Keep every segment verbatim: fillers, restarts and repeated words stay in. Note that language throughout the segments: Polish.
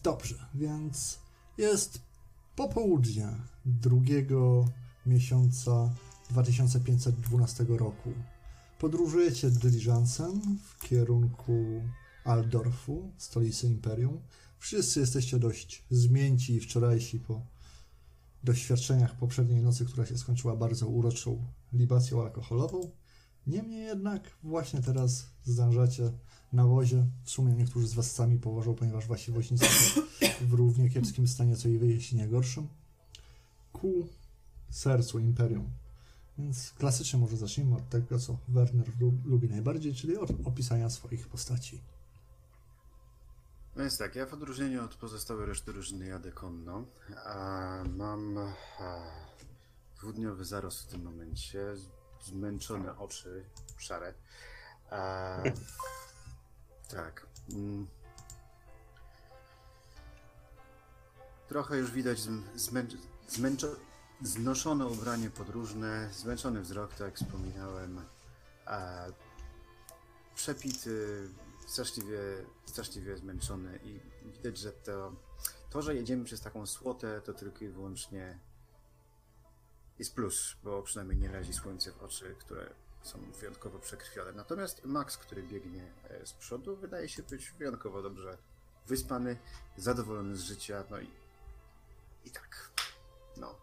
Dobrze, więc jest popołudnie drugiego miesiąca dwa tysiące pięćset dwunastego roku. Podróżujecie dyliżansem w kierunku Altdorfu, stolicy Imperium. Wszyscy jesteście dość zmięci i wczorajsi po doświadczeniach poprzedniej nocy, która się skończyła bardzo uroczą libacją alkoholową. Niemniej jednak właśnie teraz zdążacie na wozie. W sumie niektórzy z was sami powożą, ponieważ wasi woźnicy są w równie kiepskim stanie, co i wy, jeśli nie gorszym, ku sercu Imperium. Więc klasycznie może zacznijmy od tego, co Werner lubi najbardziej, czyli od opisania swoich postaci. No więc tak, ja w odróżnieniu od pozostałej reszty drużyny jadę konno, a mam a, dwudniowy zarost w tym momencie, zmęczone oczy, szare. A, tak. Mm. Trochę już widać zmęcz, zmęczo, znoszone ubranie podróżne, zmęczony wzrok, tak jak wspominałem, a, przepity, straszliwie, straszliwie zmęczony i widać, że to, to, że jedziemy przez taką słotę, to tylko i wyłącznie jest plus, bo przynajmniej nie razi słońce w oczy, które są wyjątkowo przekrwione. Natomiast Max, który biegnie z przodu, wydaje się być wyjątkowo dobrze wyspany, zadowolony z życia, no i i tak, no.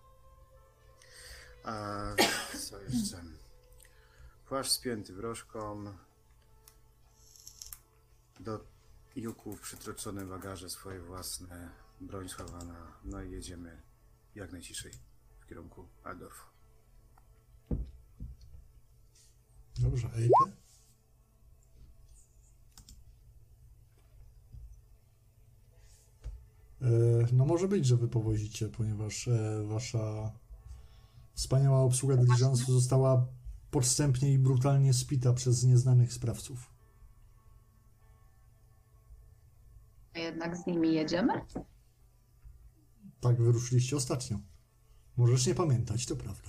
A co jeszcze? Płaszcz spięty wróżką, do juków przytroczone bagaże swoje własne, broń schowana, no i jedziemy jak najciszej w kierunku Altdorfu. Dobrze, Eike? No może być, że wy powozicie, ponieważ wasza wspaniała obsługa dyliżansu została podstępnie i brutalnie spita przez nieznanych sprawców. A jednak z nimi jedziemy? Tak wyruszyliście ostatnio. Możesz nie pamiętać, to prawda.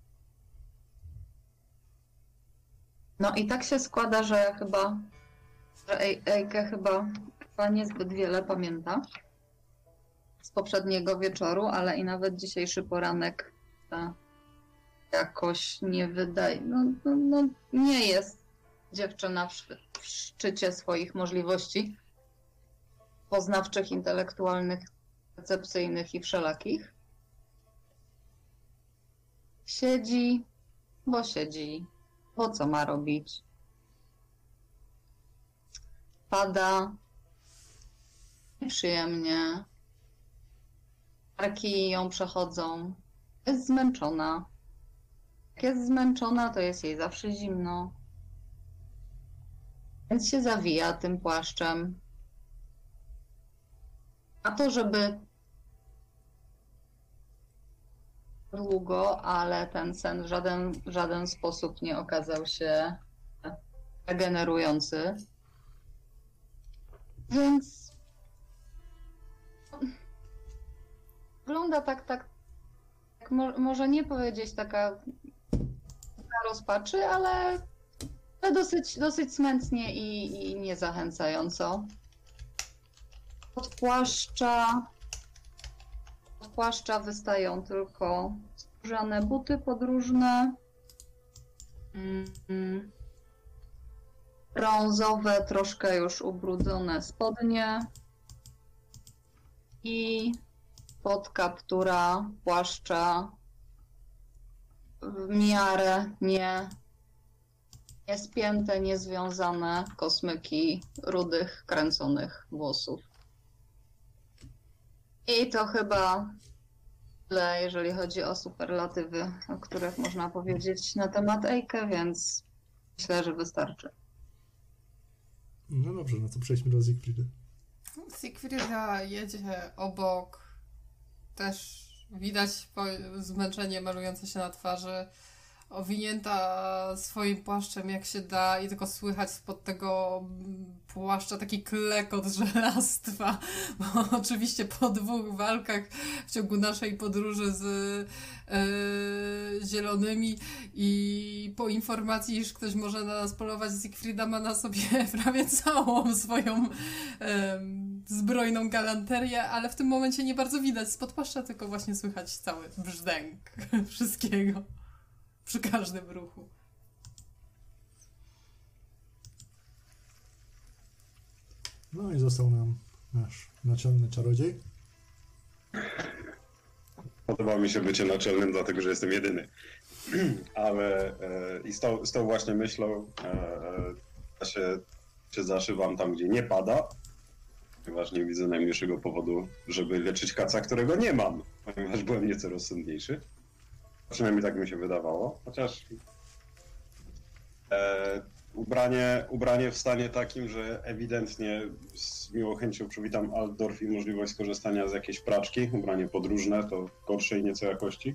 No i tak się składa, że ja chyba, że Eike chyba, chyba niezbyt wiele pamięta z poprzedniego wieczoru, ale i nawet dzisiejszy poranek ta jakoś nie wydaje, no, no, no nie jest dziewczyna w, w szczycie swoich możliwości poznawczych, intelektualnych, percepcyjnych i wszelakich. Siedzi, bo siedzi, bo co ma robić. Pada, przyjemnie. Arki ją przechodzą. Jest zmęczona. Jak jest zmęczona, to jest jej zawsze zimno. Więc się zawija tym płaszczem. A to, żeby długo, ale ten sen w żaden, w żaden sposób nie okazał się regenerujący. Więc wygląda tak, tak, tak mo może nie powiedzieć taka, taka rozpaczy, ale, ale dosyć, dosyć smętnie i, i niezachęcająco. Od płaszcza, od płaszcza wystają tylko skórzane buty podróżne, mm, brązowe, troszkę już ubrudzone spodnie i pod kaptura płaszcza w miarę nie, nie spięte, niezwiązane kosmyki rudych, kręconych włosów. I to chyba tyle, jeżeli chodzi o superlatywy, o których można powiedzieć na temat Eike, więc myślę, że wystarczy. No dobrze, no to przejdźmy do Siegfriedy. Siegfrieda jedzie obok. Też widać zmęczenie malujące się na twarzy. owinięta swoim płaszczem jak się da i tylko słychać spod tego płaszcza taki klekot żelastwa, bo oczywiście po dwóch walkach w ciągu naszej podróży z yy, zielonymi i po informacji, iż ktoś może na nas polować, Siegfrieda ma na sobie prawie całą swoją yy, zbrojną galanterię, ale w tym momencie nie bardzo widać spod płaszcza, tylko właśnie słychać cały brzdęk wszystkiego przy każdym ruchu. No i został nam nasz naczelny czarodziej. Podoba mi się bycie naczelnym, dlatego że jestem jedyny. Ale e, i z tą, z tą właśnie myślą e, ja się, się zaszywam tam, gdzie nie pada, ponieważ nie widzę najmniejszego powodu, żeby leczyć kaca, którego nie mam, ponieważ byłem nieco rozsądniejszy. Przynajmniej tak mi się wydawało, chociaż e, ubranie, ubranie w stanie takim, że ewidentnie z miłą chęcią przywitam Altdorf i możliwość skorzystania z jakiejś praczki. Ubranie podróżne to gorszej nieco jakości.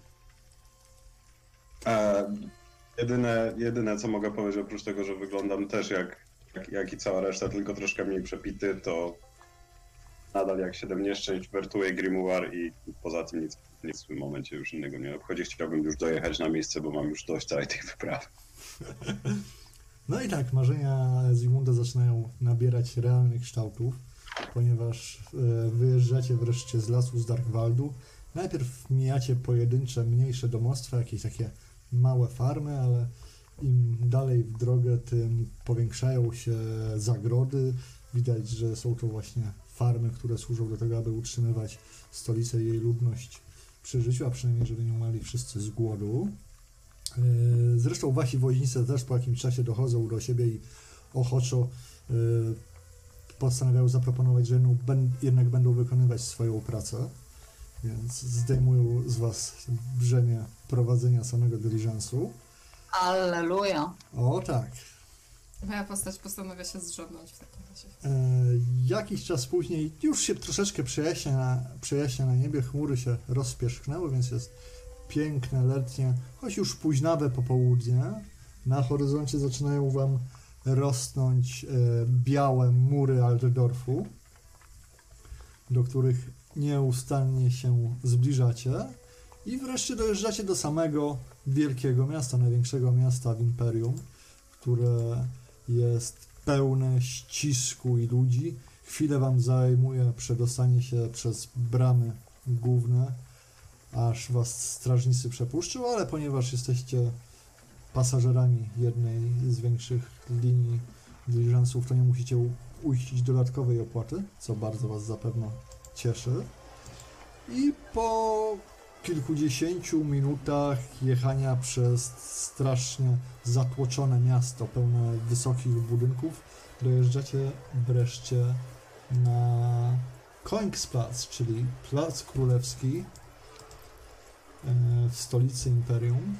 E, jedyne, jedyne co mogę powiedzieć oprócz tego, że wyglądam też jak, jak, jak i cała reszta, tylko troszkę mniej przepity, to nadal jak siedem nieszczęść wertuję Grimoire i poza tym nic, nic w tym momencie już innego nie obchodzi. Chciałbym już dojechać na miejsce, bo mam już dość całej tej wyprawy. No i tak, marzenia Zygmunda zaczynają nabierać realnych kształtów, ponieważ e, wyjeżdżacie wreszcie z lasu z Darkwaldu. Najpierw mijacie pojedyncze, mniejsze domostwa, jakieś takie małe farmy, ale im dalej w drogę, tym powiększają się zagrody. Widać, że są to właśnie farmy, które służą do tego, aby utrzymywać stolicę i jej ludność przy życiu, a przynajmniej, żeby nie umarli wszyscy z głodu. Zresztą wasi woźnicy też po jakimś czasie dochodzą do siebie i ochoczo postanawiają zaproponować, że jednak będą wykonywać swoją pracę, więc zdejmują z was brzemię prowadzenia samego dyliżansu. Alleluja. O tak. Moja postać postanawia się zrządnąć w takim razie. E, jakiś czas później już się troszeczkę przejaśnia na, przejaśnia na niebie, chmury się rozpierzchnęły, więc jest piękne, letnie, choć już późnawe popołudnie. Na horyzoncie zaczynają wam rosnąć e, białe mury Altdorfu, do których nieustannie się zbliżacie i wreszcie dojeżdżacie do samego wielkiego miasta, największego miasta w Imperium, które jest pełne ścisku i ludzi. Chwilę wam zajmuje przedostanie się przez bramy główne, aż was strażnicy przepuszczą, ale ponieważ jesteście pasażerami jednej z większych linii dyliżansów, to nie musicie uiścić dodatkowej opłaty, co bardzo was zapewne cieszy. I po kilkudziesięciu minutach jechania przez strasznie zatłoczone miasto pełne wysokich budynków dojeżdżacie wreszcie na Königsplatz, czyli Plac Królewski w stolicy Imperium.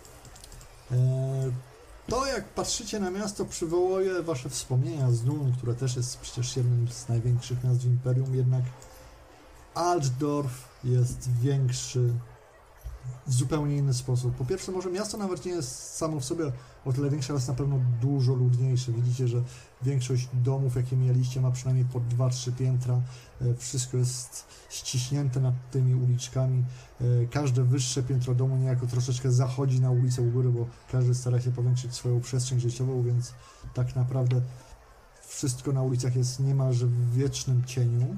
To, jak patrzycie na miasto, przywołuje wasze wspomnienia z Nuln, które też jest przecież jednym z największych miast w Imperium, jednak Altdorf jest większy w zupełnie inny sposób. Po pierwsze, może miasto nawet nie jest samo w sobie o tyle większe, ale jest na pewno dużo ludniejsze. Widzicie, że większość domów, jakie mieliście, ma przynajmniej po dwa trzy piętra. Wszystko jest ściśnięte nad tymi uliczkami. Każde wyższe piętro domu niejako troszeczkę zachodzi na ulicę u góry, bo każdy stara się powiększyć swoją przestrzeń życiową, więc tak naprawdę wszystko na ulicach jest niemalże w wiecznym cieniu.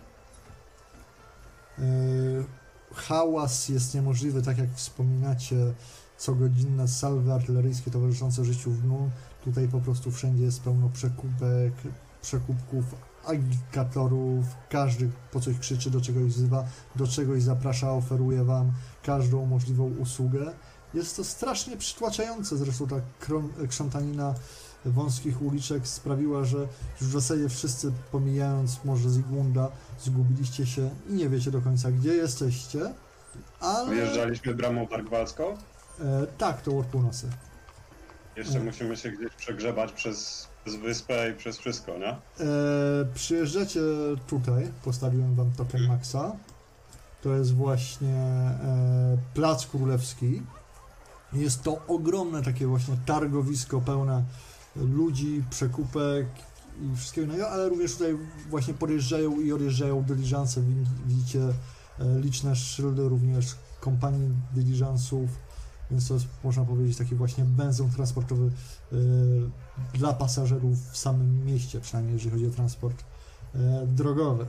Hałas jest niemożliwy, tak jak wspominacie, cogodzinne salwy artyleryjskie towarzyszące życiu w Nuln. Tutaj po prostu wszędzie jest pełno przekupek, przekupków, agitatorów, każdy po coś krzyczy, do czegoś wzywa, do czegoś zaprasza, oferuje wam każdą możliwą usługę. Jest to strasznie przytłaczające, zresztą ta krzątanina wąskich uliczek sprawiła, że już w zasadzie wszyscy, pomijając może Zygmunda, zgubiliście się i nie wiecie do końca, gdzie jesteście, ale... Wyjeżdżaliśmy bramą Darkwalską? E, tak, to od północy. Jeszcze e... musimy się gdzieś przegrzebać przez, przez wyspę i przez wszystko, nie? E, przyjeżdżacie tutaj, postawiłem wam token Maxa. To jest właśnie e, Plac Królewski. Jest to ogromne takie właśnie targowisko pełne ludzi, przekupek i wszystkiego innego, ale również tutaj właśnie podjeżdżają i odjeżdżają dyliżanse. Widzicie liczne szyldy również kompanii dyliżansów, więc to jest, można powiedzieć, taki właśnie benzyl transportowy yy, dla pasażerów w samym mieście, przynajmniej jeżeli chodzi o transport yy, drogowy.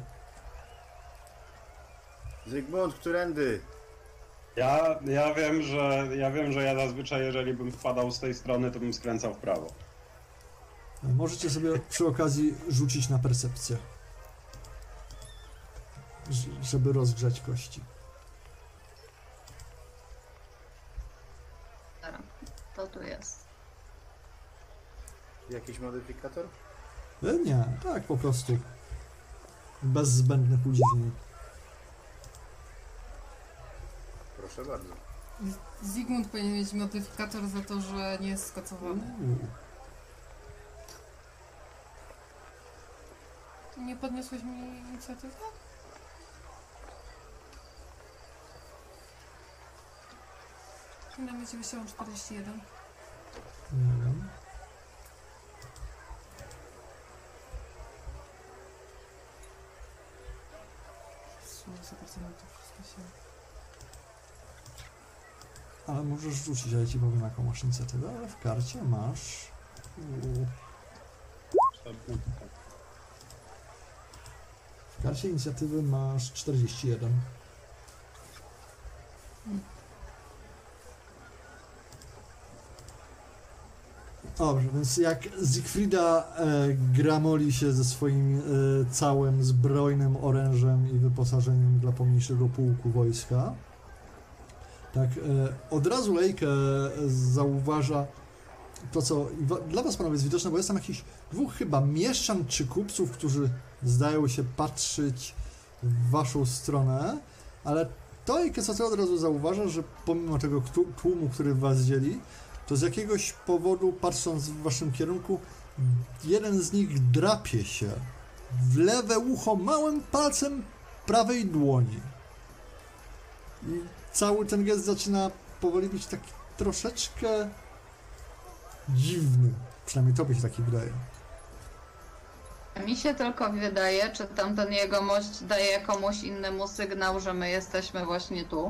Zygmunt, którędy? Ja, ja wiem, że ja wiem, że ja zazwyczaj, jeżeli bym wpadał z tej strony, to bym skręcał w prawo. Możecie sobie przy okazji rzucić na percepcję, żeby rozgrzać kości. Dobra, to tu jest. Jakiś modyfikator? E, Nie, tak po prostu. Bez zbędnych udziwnień. Proszę bardzo. Zygmunt powinien mieć modyfikator za to, że nie jest skacowany. Uuu. Nie podniosłeś mi inicjatywy? Na miecie wysiałam czterdzieści jeden. Nie wiem. Słuchaj, zobaczymy to wszystko się... Ale możesz rzucić, ale ci powiem, jaką masz inicjatywę, ale w karcie masz... Uuu. W karcie inicjatywy masz czterdzieści jeden. Dobrze, więc jak Siegfrieda e, gramoli się ze swoim e, całym zbrojnym orężem i wyposażeniem dla pomniejszego pułku wojska, tak e, od razu Eike zauważa to, co i wa, dla was, panowie, jest widoczne, bo jest tam jakichś dwóch chyba mieszczan czy kupców, którzy zdają się patrzeć w waszą stronę, ale to Eike, co ty od razu zauważa, że pomimo tego tłumu, który was dzieli, to z jakiegoś powodu, patrząc w waszym kierunku, jeden z nich drapie się w lewe ucho małym palcem prawej dłoni. I cały ten gest zaczyna powoli być taki troszeczkę dziwny. Przynajmniej tobie się taki wydaje. Mi się tylko wydaje, czy tamten jegomość daje komuś innemu sygnał, że my jesteśmy właśnie tu.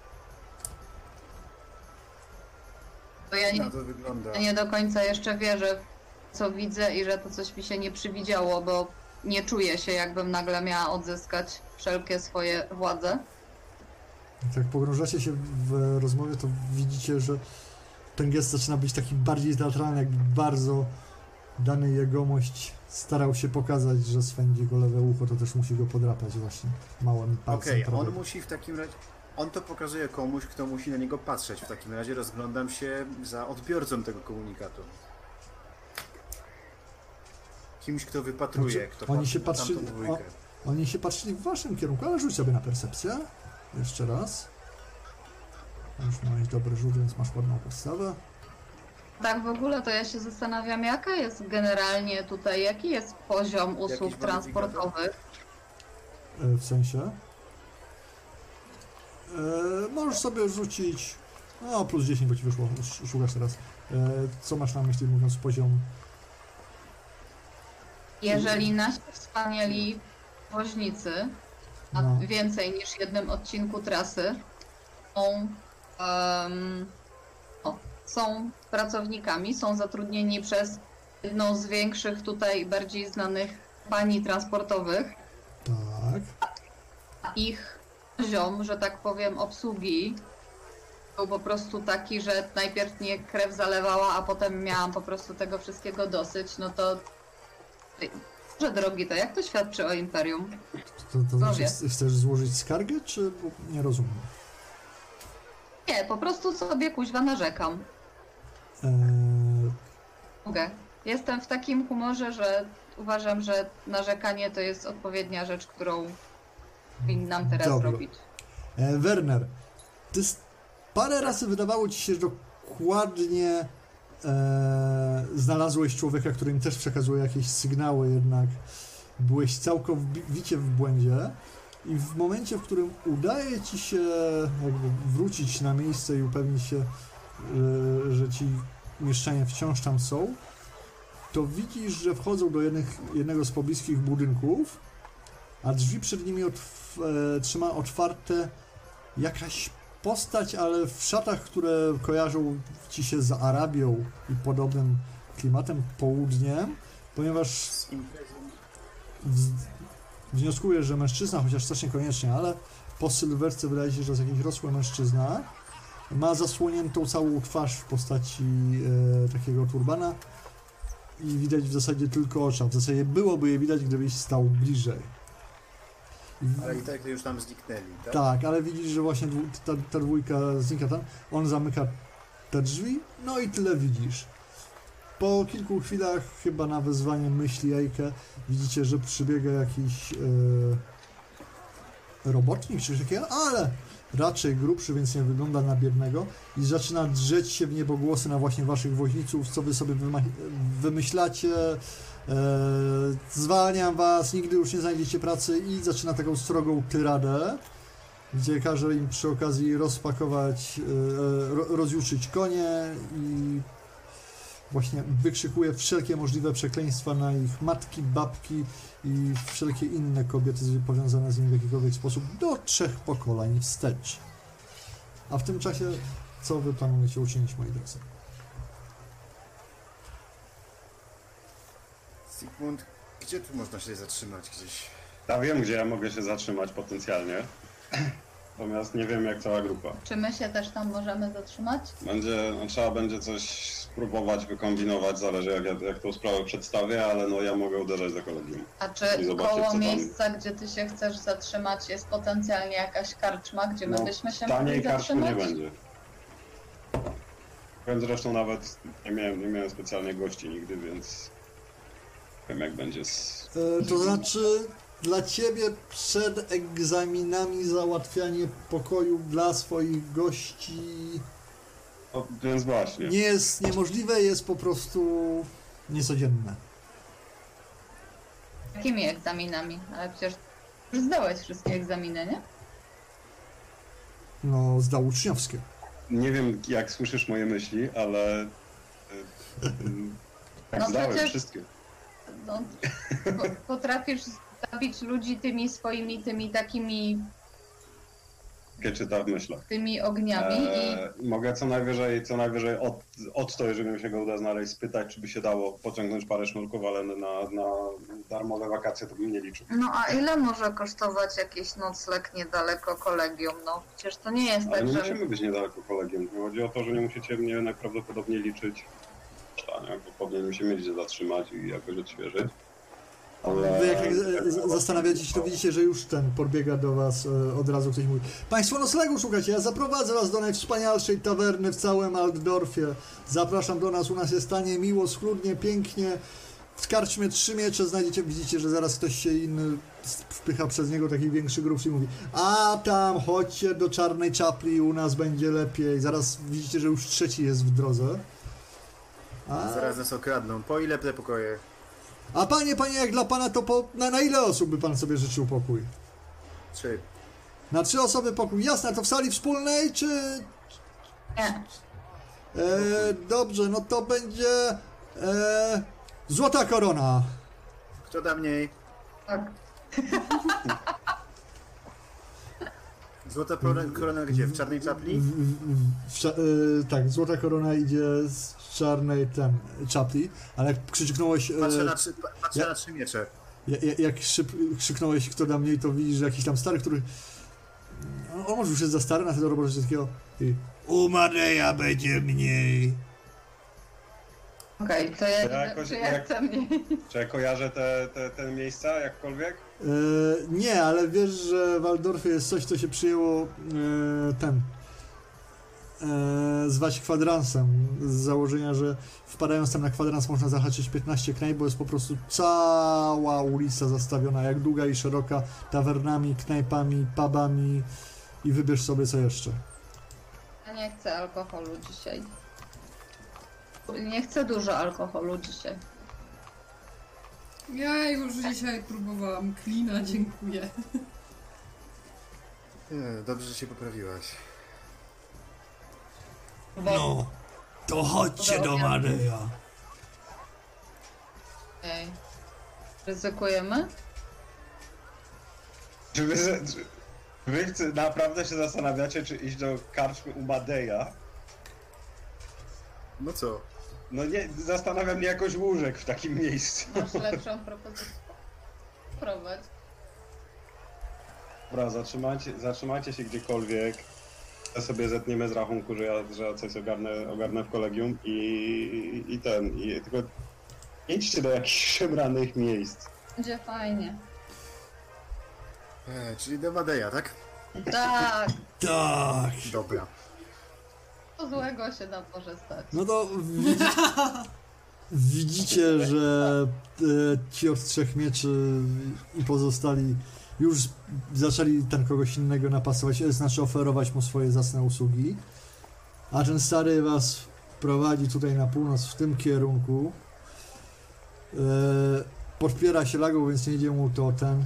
Bo ja nie, Na to wygląda. ja nie do końca jeszcze wierzę w co widzę i że to coś mi się nie przywidziało, bo nie czuję się, jakbym nagle miała odzyskać wszelkie swoje władze. Jak pogrążacie się w rozmowie, to widzicie, że ten gest zaczyna być taki bardziej teatralny, jak bardzo dany jegomość starał się pokazać, że swędzi go lewe ucho, to też musi go podrapać właśnie małym palcem. Okej, prawym. on musi w takim razie... On to pokazuje komuś, kto musi na niego patrzeć. W takim razie rozglądam się za odbiorcą tego komunikatu. Kimś, kto wypatruje, Znaczy, kto oni patrzy się na patrzy- tamtą dwójkę. Oni się patrzyli w waszym kierunku, ale rzuć sobie na percepcję. Jeszcze raz. Już miałeś dobry rzut, więc masz ładną podstawę. Tak w ogóle to ja się zastanawiam, jaka jest generalnie tutaj, jaki jest poziom usług Jakiś transportowych. E, w sensie. E, możesz sobie rzucić. No, plus dziesięć, bo ci wyszło. Sz- Szukasz teraz. E, co masz na myśli, mówiąc poziom? Jeżeli nasi wspaniali woźnicy na No. więcej niż jednym odcinku trasy są, em, o, są pracownikami, są zatrudnieni przez jedną z większych tutaj bardziej znanych kompanii transportowych, Tak. a ich poziom, że tak powiem, obsługi był po prostu taki, że najpierw mnie krew zalewała, a potem miałam po prostu tego wszystkiego dosyć, no to że drogi, to jak to świadczy o Imperium? To, to znaczy, Powie. ch- chcesz złożyć skargę, czy bo nie rozumiem? Nie, po prostu sobie kuźwa narzekam. E, Mogę. Jestem w takim humorze, że uważam, że narzekanie to jest odpowiednia rzecz, którą powinnam teraz Dobra. robić. E, Werner, ty s- parę razy wydawało ci się, że dokładnie e, znalazłeś człowieka, który im też przekazuje jakieś sygnały, jednak byłeś całkowicie w błędzie i w momencie, w którym udaje ci się jakby wrócić na miejsce i upewnić się, yy, że ci mieszczanie wciąż tam są, to widzisz, że wchodzą do jednych, jednego z pobliskich budynków, a drzwi przed nimi otw e, trzyma otwarte jakaś postać, ale w szatach, które kojarzą ci się z Arabią i podobnym klimatem, południem, ponieważ Z imprezą. w, wnioskuję, że mężczyzna, chociaż też niekoniecznie, ale po sylwetce wydaje się, że jest jakiś rosły mężczyzna, ma zasłoniętą całą twarz w postaci e, takiego turbana i widać w zasadzie tylko oczy. W zasadzie byłoby je widać, gdybyś stał bliżej. I, Ale i tak to już tam zniknęli, tak? tak, ale widzisz, że właśnie dwu, ta, ta dwójka znika tam, on zamyka te drzwi, no i tyle widzisz. Po kilku chwilach, chyba na wezwanie myśli Ejke, widzicie, że przybiega jakiś e, robotnik czy coś takiego, ale raczej grubszy, więc nie wygląda na biednego i zaczyna drzeć się w niebogłosy na właśnie waszych woźniców, co wy sobie wymyślacie, e, zwalniam was, nigdy już nie znajdziecie pracy i zaczyna taką strogą tyradę, gdzie każe im przy okazji rozpakować, e, ro, rozjuczyć konie i właśnie wykrzykuje wszelkie możliwe przekleństwa na ich matki, babki i wszelkie inne kobiety powiązane z nim w jakikolwiek sposób do trzech pokoleń wstecz. A w tym czasie, co wy planujecie uczynić, moi drodzy? Sigmund, gdzie tu można się zatrzymać gdzieś? Ja wiem, gdzie ja mogę się zatrzymać potencjalnie. Natomiast nie wiem, jak cała grupa. Czy my się też tam możemy zatrzymać? Będzie, no, trzeba będzie coś spróbować wykombinować, zależy jak, ja- jak tą sprawę przedstawię, ale no ja mogę uderzać za kolegium. A czy I zobaczyć, co koło tam- miejsca, gdzie ty się chcesz zatrzymać, jest potencjalnie jakaś karczma, gdzie my No, byśmy się taniej mogli karczmy nie zatrzymać? będzie. Wiem, zresztą nawet nie miałem, nie miałem specjalnie gości nigdy, więc wiem jak będzie z... E, to znaczy, dla ciebie przed egzaminami załatwianie pokoju dla swoich gości O, więc właśnie. nie jest niemożliwe, jest po prostu niecodzienne. Jakimi egzaminami? Ale przecież już zdałeś wszystkie egzaminy, nie? No, zdał uczniowskie. Nie wiem jak słyszysz moje myśli, ale... y, y, Tak, No zdałem przecież- wszystkie. No, po, potrafisz zabić ludzi tymi swoimi, tymi takimi, Jakie czyta w myślach. tymi ogniami i Eee, mogę co najwyżej, co najwyżej od, od to, jeżeli mi się go uda znaleźć, spytać, czy by się dało pociągnąć parę sznurków, ale na, na darmowe wakacje to bym nie liczył. no a ile może kosztować jakiś nocleg niedaleko kolegium? No przecież to nie jest Ale tak, nie że... musimy być niedaleko kolegiem. Chodzi o to, że nie musicie mnie najprawdopodobniej liczyć, nie? Bo powinienem się mieć gdzie zatrzymać i jakoś odświeżyć. Ale... Wy jak tak z- z- zastanawiacie się, to widzicie, że już ten podbiega do was e, od razu ktoś mówi: Państwo noclegu szukacie, ja zaprowadzę was do najwspanialszej tawerny w całym Altdorfie. Zapraszam do nas, u nas jest tanie, miło, schludnie, pięknie. W karczmie Trzy Miecze znajdziecie, widzicie, że zaraz ktoś się inny wpycha przez niego, taki większy grubszy i mówi: a tam, chodźcie do Czarnej Czapli, u nas będzie lepiej. Zaraz widzicie, że już trzeci jest w drodze. A... Zaraz nas okradną. Po ile te pokoje? A panie, panie, jak dla pana to po, na, na ile osób by pan sobie życzył pokój? Trzy. Na trzy osoby pokój. Jasne, to w sali wspólnej, czy... Nie. E, dobrze, no to będzie... E, złota korona. Kto da mniej? Tak. Złota korona, korona gdzie? W Czarnej Czapli? W, w, w, cza- e, tak, złota korona idzie z czarnej ten, czapli, ale jak krzyknąłeś... E, Patrzę na trzy, pa- patrzę ja- na trzy miecze. Ja- ja- Jak szyb, krzyknąłeś, kto da mniej, to widzisz, że jakiś tam stary, który... On może już jest za stary na tę robotę, coś takiego... I, u Madeja będzie mniej. Okej, to ja, Ja nie jakoś- czy ja jak- chcę mniej. Czy ja kojarzę te, te, te miejsca jakkolwiek? E, nie, ale wiesz, że w Waldorfie jest coś, co się przyjęło e, ten e, zwać kwadransem, z założenia, że wpadając tam na kwadrans można zahaczyć piętnaście knajp, bo jest po prostu cała ulica zastawiona, jak długa i szeroka, tawernami, knajpami, pubami i wybierz sobie co jeszcze. Ja nie chcę alkoholu dzisiaj. Nie chcę dużo alkoholu dzisiaj. Ja już dzisiaj próbowałam klina, dziękuję. Nie, dobrze, że się poprawiłaś. Bo... No, to chodźcie do Madeja. Okej. Ryzykujemy? Czy wy, czy wy chce, naprawdę się zastanawiacie, czy iść do karczmy u Madeja? No co? No nie, zastanawia mnie jakoś łóżek w takim miejscu. Masz lepszą propozycję? Prowadź. Dobra, zatrzymajcie, zatrzymajcie się gdziekolwiek. Ja sobie zetniemy z rachunku, że ja, że ja coś ogarnę, ogarnę w kolegium i, i ten, i tylko idźcie do jakichś szemranych miejsc. Będzie fajnie. E, czyli do Madeja, tak? Tak, Tak. Dobra. co złego się da może stać. No to widzi... widzicie, że e, ci od trzech mieczy i pozostali już zaczęli ten kogoś innego napasować, e, znaczy oferować mu swoje zacne usługi. A ten stary was prowadzi tutaj na północ w tym kierunku. E, podpiera się lagą, więc nie idzie mu to ten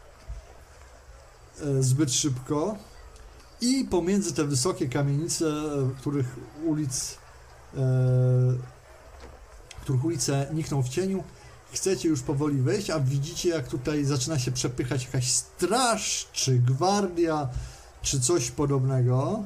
e, zbyt szybko. I pomiędzy te wysokie kamienice, e, których ulic e, których ulice nikną w cieniu, chcecie już powoli wejść, a widzicie, jak tutaj zaczyna się przepychać jakaś straż, czy gwardia, czy coś podobnego.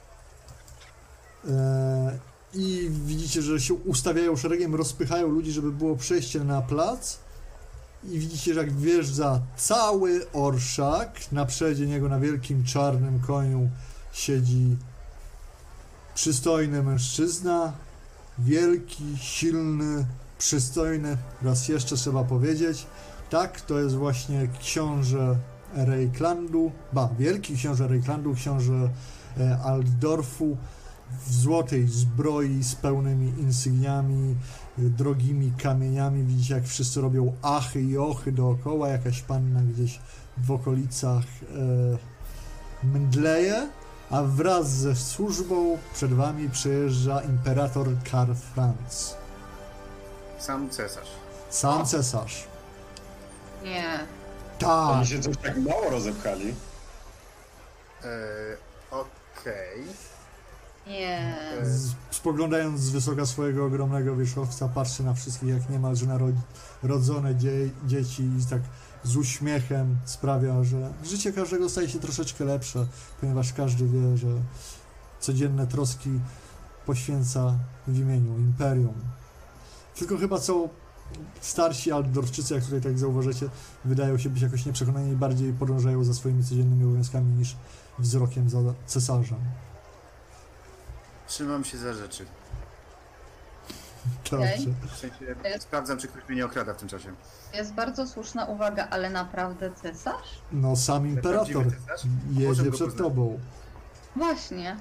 E, I widzicie, że się ustawiają szeregiem, rozpychają ludzi, żeby było przejście na plac. I widzicie, że jak wjeżdża cały orszak, na przodzie niego na wielkim czarnym koniu siedzi przystojny mężczyzna, wielki, silny, przystojny, raz jeszcze trzeba powiedzieć. Tak, to jest właśnie książę Reiklandu, ba, wielki książę Reiklandu, książę e, Altdorfu, w złotej zbroi z pełnymi insygniami, e, drogimi kamieniami. Widzicie, jak wszyscy robią achy i ochy dookoła, jakaś panna gdzieś w okolicach e, mdleje, a wraz ze służbą przed wami przejeżdża imperator Karl Franz. Sam cesarz. Sam cesarz. Nie. Tak. Oni się coś tak mało rozepchali. E, Okej. Nie. Z, spoglądając z wysoka swojego ogromnego wierzchowca, patrzy na wszystkich jak niemalże narodzone dzie dzieci i tak z uśmiechem sprawia, że życie każdego staje się troszeczkę lepsze, ponieważ każdy wie, że codzienne troski poświęca w imieniu imperium. Tylko chyba co starsi Altdorfczycy, jak tutaj tak zauważycie, wydają się być jakoś nieprzekonani i bardziej podążają za swoimi codziennymi obowiązkami niż wzrokiem za cesarzem. Trzymam się za rzeczy. Dobrze. W sensie sprawdzam, czy ktoś mnie nie okrada w tym czasie. Jest bardzo słuszna uwaga, ale naprawdę cesarz? No sam imperator prawdziwy cesarz? jedzie Możemy go przed poznać. tobą. Właśnie.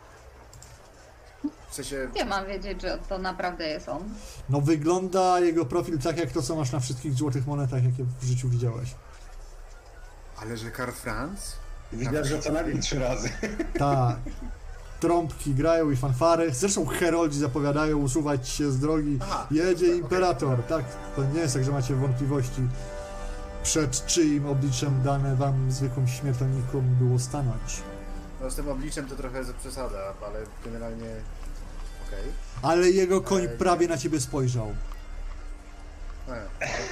W sensie, Nie mam wiedzieć, że to naprawdę jest on. No wygląda jego profil tak jak to, co masz na wszystkich złotych monetach, jakie w życiu widziałeś. ale że Karl Franz? Widać, że co najmniej trzy razy. Tak. Trąbki grają i fanfary. Zresztą heroldzi zapowiadają usuwać się z drogi. Aha, Jedzie okej. imperator. Tak, to nie jest tak, że macie wątpliwości, przed czyim obliczem dane wam, zwykłym śmiertelnikom, było stanąć. No z tym obliczem to trochę przesada, ale generalnie okej. Ale jego koń Ej. prawie na ciebie spojrzał. Okay.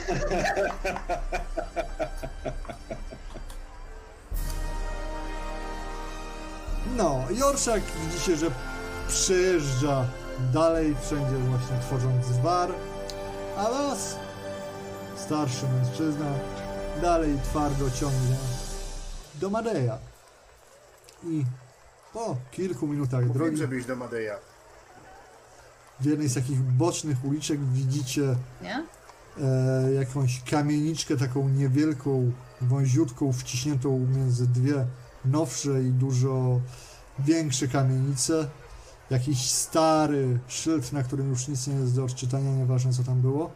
No, Jorszak widzicie, że przejeżdża dalej, wszędzie właśnie tworząc zwar, a was, starszy mężczyzna, dalej twardo ciągnie do Madeja. I po kilku minutach Mówiłem, drogi, żeby iść do Madeja. w jednej z takich bocznych uliczek widzicie Nie? e, jakąś kamieniczkę taką niewielką, wąziutką, wciśniętą między dwie nowsze i dużo większe kamienice. Jakiś stary szyld, na którym już nic nie jest do odczytania, nieważne co tam było.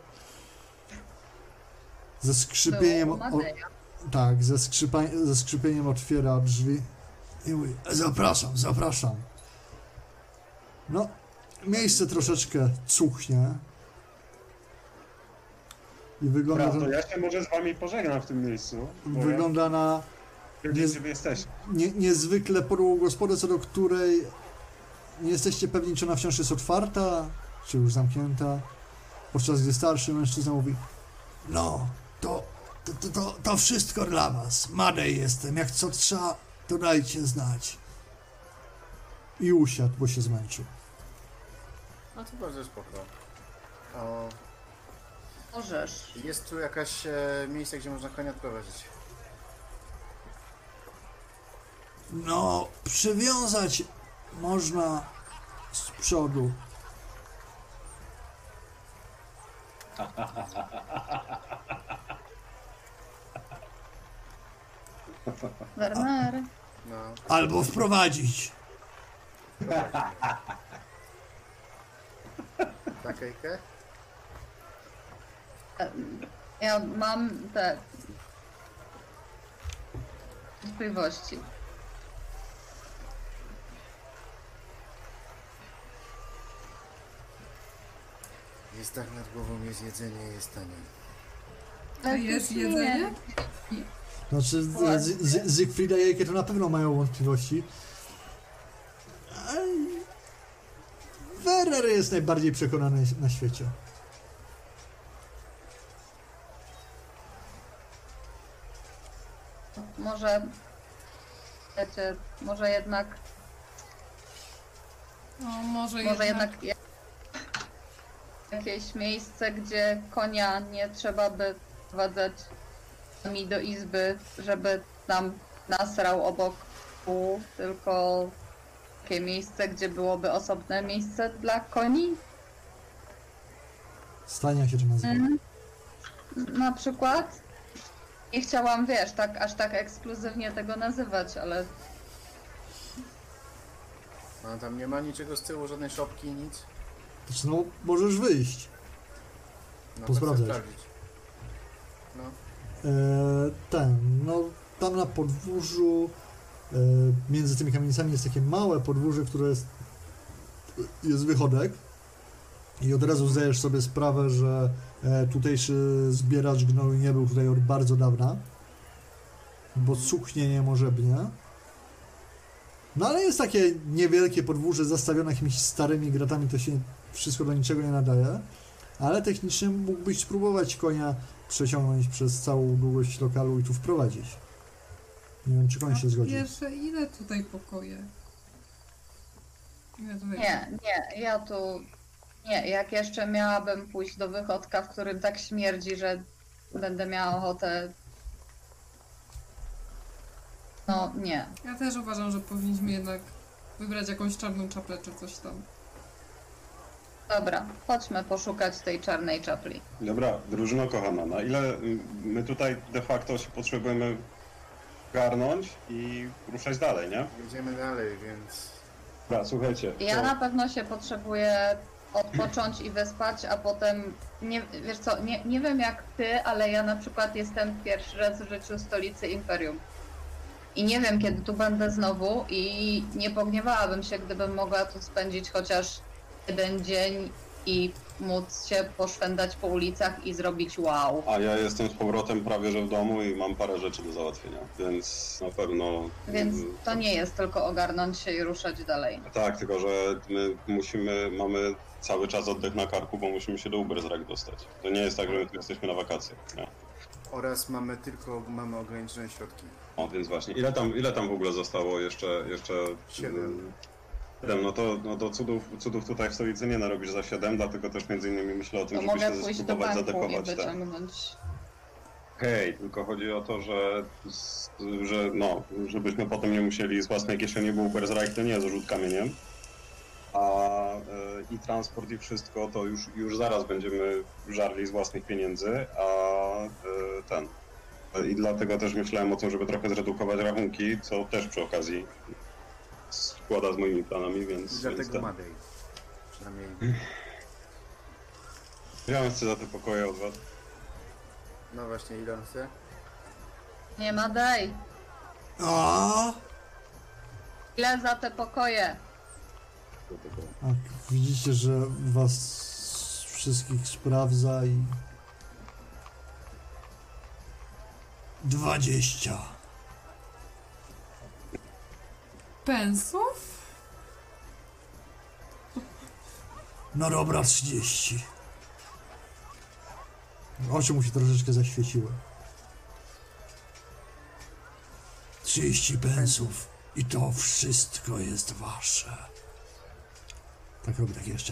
Ze skrzypieniem... Było u O, Madeja. tak, ze, skrzypa, ze skrzypieniem otwiera drzwi i mówi: zapraszam, zapraszam. No, miejsce troszeczkę cuchnie. I wygląda Prawda, to, ja się może z wami pożegnam w tym miejscu. Bo wygląda na ja nie- nie... gdzie wy jesteście. nie, niezwykle podłą gospodę, co do której nie jesteście pewni, czy ona wciąż jest otwarta, czy już zamknięta, podczas gdy starszy mężczyzna mówi: no, to, to, to, to, to wszystko dla was, Madej jestem, jak co trzeba, to dajcie znać. I usiadł, bo się zmęczył. No to bardzo spoko. O, Możesz. jest tu jakaś e, miejsce, gdzie można konia odprowadzić. No, przywiązać można z przodu. Werner. No, Albo wprowadzić. tak, Ejkę? Ja mam te wątpliwości. Jest tak nad głową, jest jedzenie, jest tanie. A jest jedzenie? Znaczy, z, z, z Siegfrieda i Ejke to na pewno mają wątpliwości. Ale Werner jest najbardziej przekonany na świecie. Może, wiecie, może jednak, No, może, może jednak. jednak jakieś miejsce, gdzie konia nie trzeba by wprowadzać mi do izby, żeby nam nasrał obok kół, tylko takie miejsce, gdzie byłoby osobne miejsce dla koni. Stania się to nazywa. Mhm. Na przykład. Nie chciałam, wiesz, tak aż tak ekskluzywnie tego nazywać, ale A tam nie ma niczego z tyłu, żadnej szopki, nic? Znaczy, no, możesz wyjść. No Posprawdzać. to chcę sprawdzić. No, E, ten, no, tam na podwórzu, e, między tymi kamienicami jest takie małe podwórze, które jest, jest wychodek. I od razu zdajesz sobie sprawę, że e, tutejszy zbieracz gnoju nie był tutaj od bardzo dawna, bo cuchnie niemożebnie. No ale jest takie niewielkie podwórze zastawione jakimiś starymi gratami, to się wszystko do niczego nie nadaje, ale technicznie mógłbyś spróbować konia przeciągnąć przez całą długość lokalu i tu wprowadzić. Nie wiem, czy koń się zgodzi. Pierwsze, ile tutaj pokoje? Ile tutaj... nie, nie, ja tu, nie, jak jeszcze miałabym pójść do wychodka, w którym tak śmierdzi, że będę miała ochotę, no nie. Ja też uważam, że powinniśmy jednak wybrać jakąś czarną czaplę czy coś tam. Dobra, chodźmy poszukać tej czarnej czapli. Dobra, drużyno kochana, na ile y, my tutaj de facto się potrzebujemy garnąć i ruszać dalej, nie? jedziemy dalej, więc... Dobra, słuchajcie. Ja to- na pewno się potrzebuję odpocząć i wyspać, a potem, nie, wiesz co, nie, nie wiem jak ty, ale ja na przykład jestem pierwszy raz w życiu w stolicy Imperium. I nie wiem kiedy tu będę znowu i nie pogniewałabym się, gdybym mogła tu spędzić chociaż jeden dzień i móc się poszwędać po ulicach i zrobić wow. A ja jestem z powrotem prawie że w domu i mam parę rzeczy do załatwienia, więc na pewno... Więc mm, to nie jest tylko ogarnąć się i ruszać dalej. Tak, tylko że my musimy, mamy cały czas oddech na karku, bo musimy się do Uberzrak dostać. To nie jest tak, że my tu jesteśmy na wakacjach, nie? Oraz mamy tylko, mamy ograniczone środki. O, więc właśnie, ile tam, ile tam w ogóle zostało jeszcze? jeszcze Siedem. Siedem, no to, no to cudów, cudów tutaj w stolicy nie narobisz za siedem, dlatego też między innymi myślę o tym, To żeby mogę się pójść do spróbować banku i zadekować te. wyciągnąć. Hej, tylko chodzi o to, że, że no, żebyśmy potem nie musieli z własnej kieszeni, bo Uberzreich to nie jest rzut kamieniem. A e, i transport i wszystko to już, już zaraz będziemy żarli z własnych pieniędzy, a e, ten. I dlatego też myślałem o tym, żeby trochę zredukować rachunki, co też przy okazji składa z moimi planami, więc... I więc dlatego ten. Madej. Przynajmniej... Ja chcę za te pokoje od was. No właśnie, ile on chce? Nie ma daj. A, Ile za te pokoje? a widzicie, że was wszystkich sprawdza i... Dwadzieścia. Pensów? No dobra, trzydzieści. Oczy mu się troszeczkę zaświeciły. trzydzieści pensów. I to wszystko jest wasze. Tak robi tak jeszcze.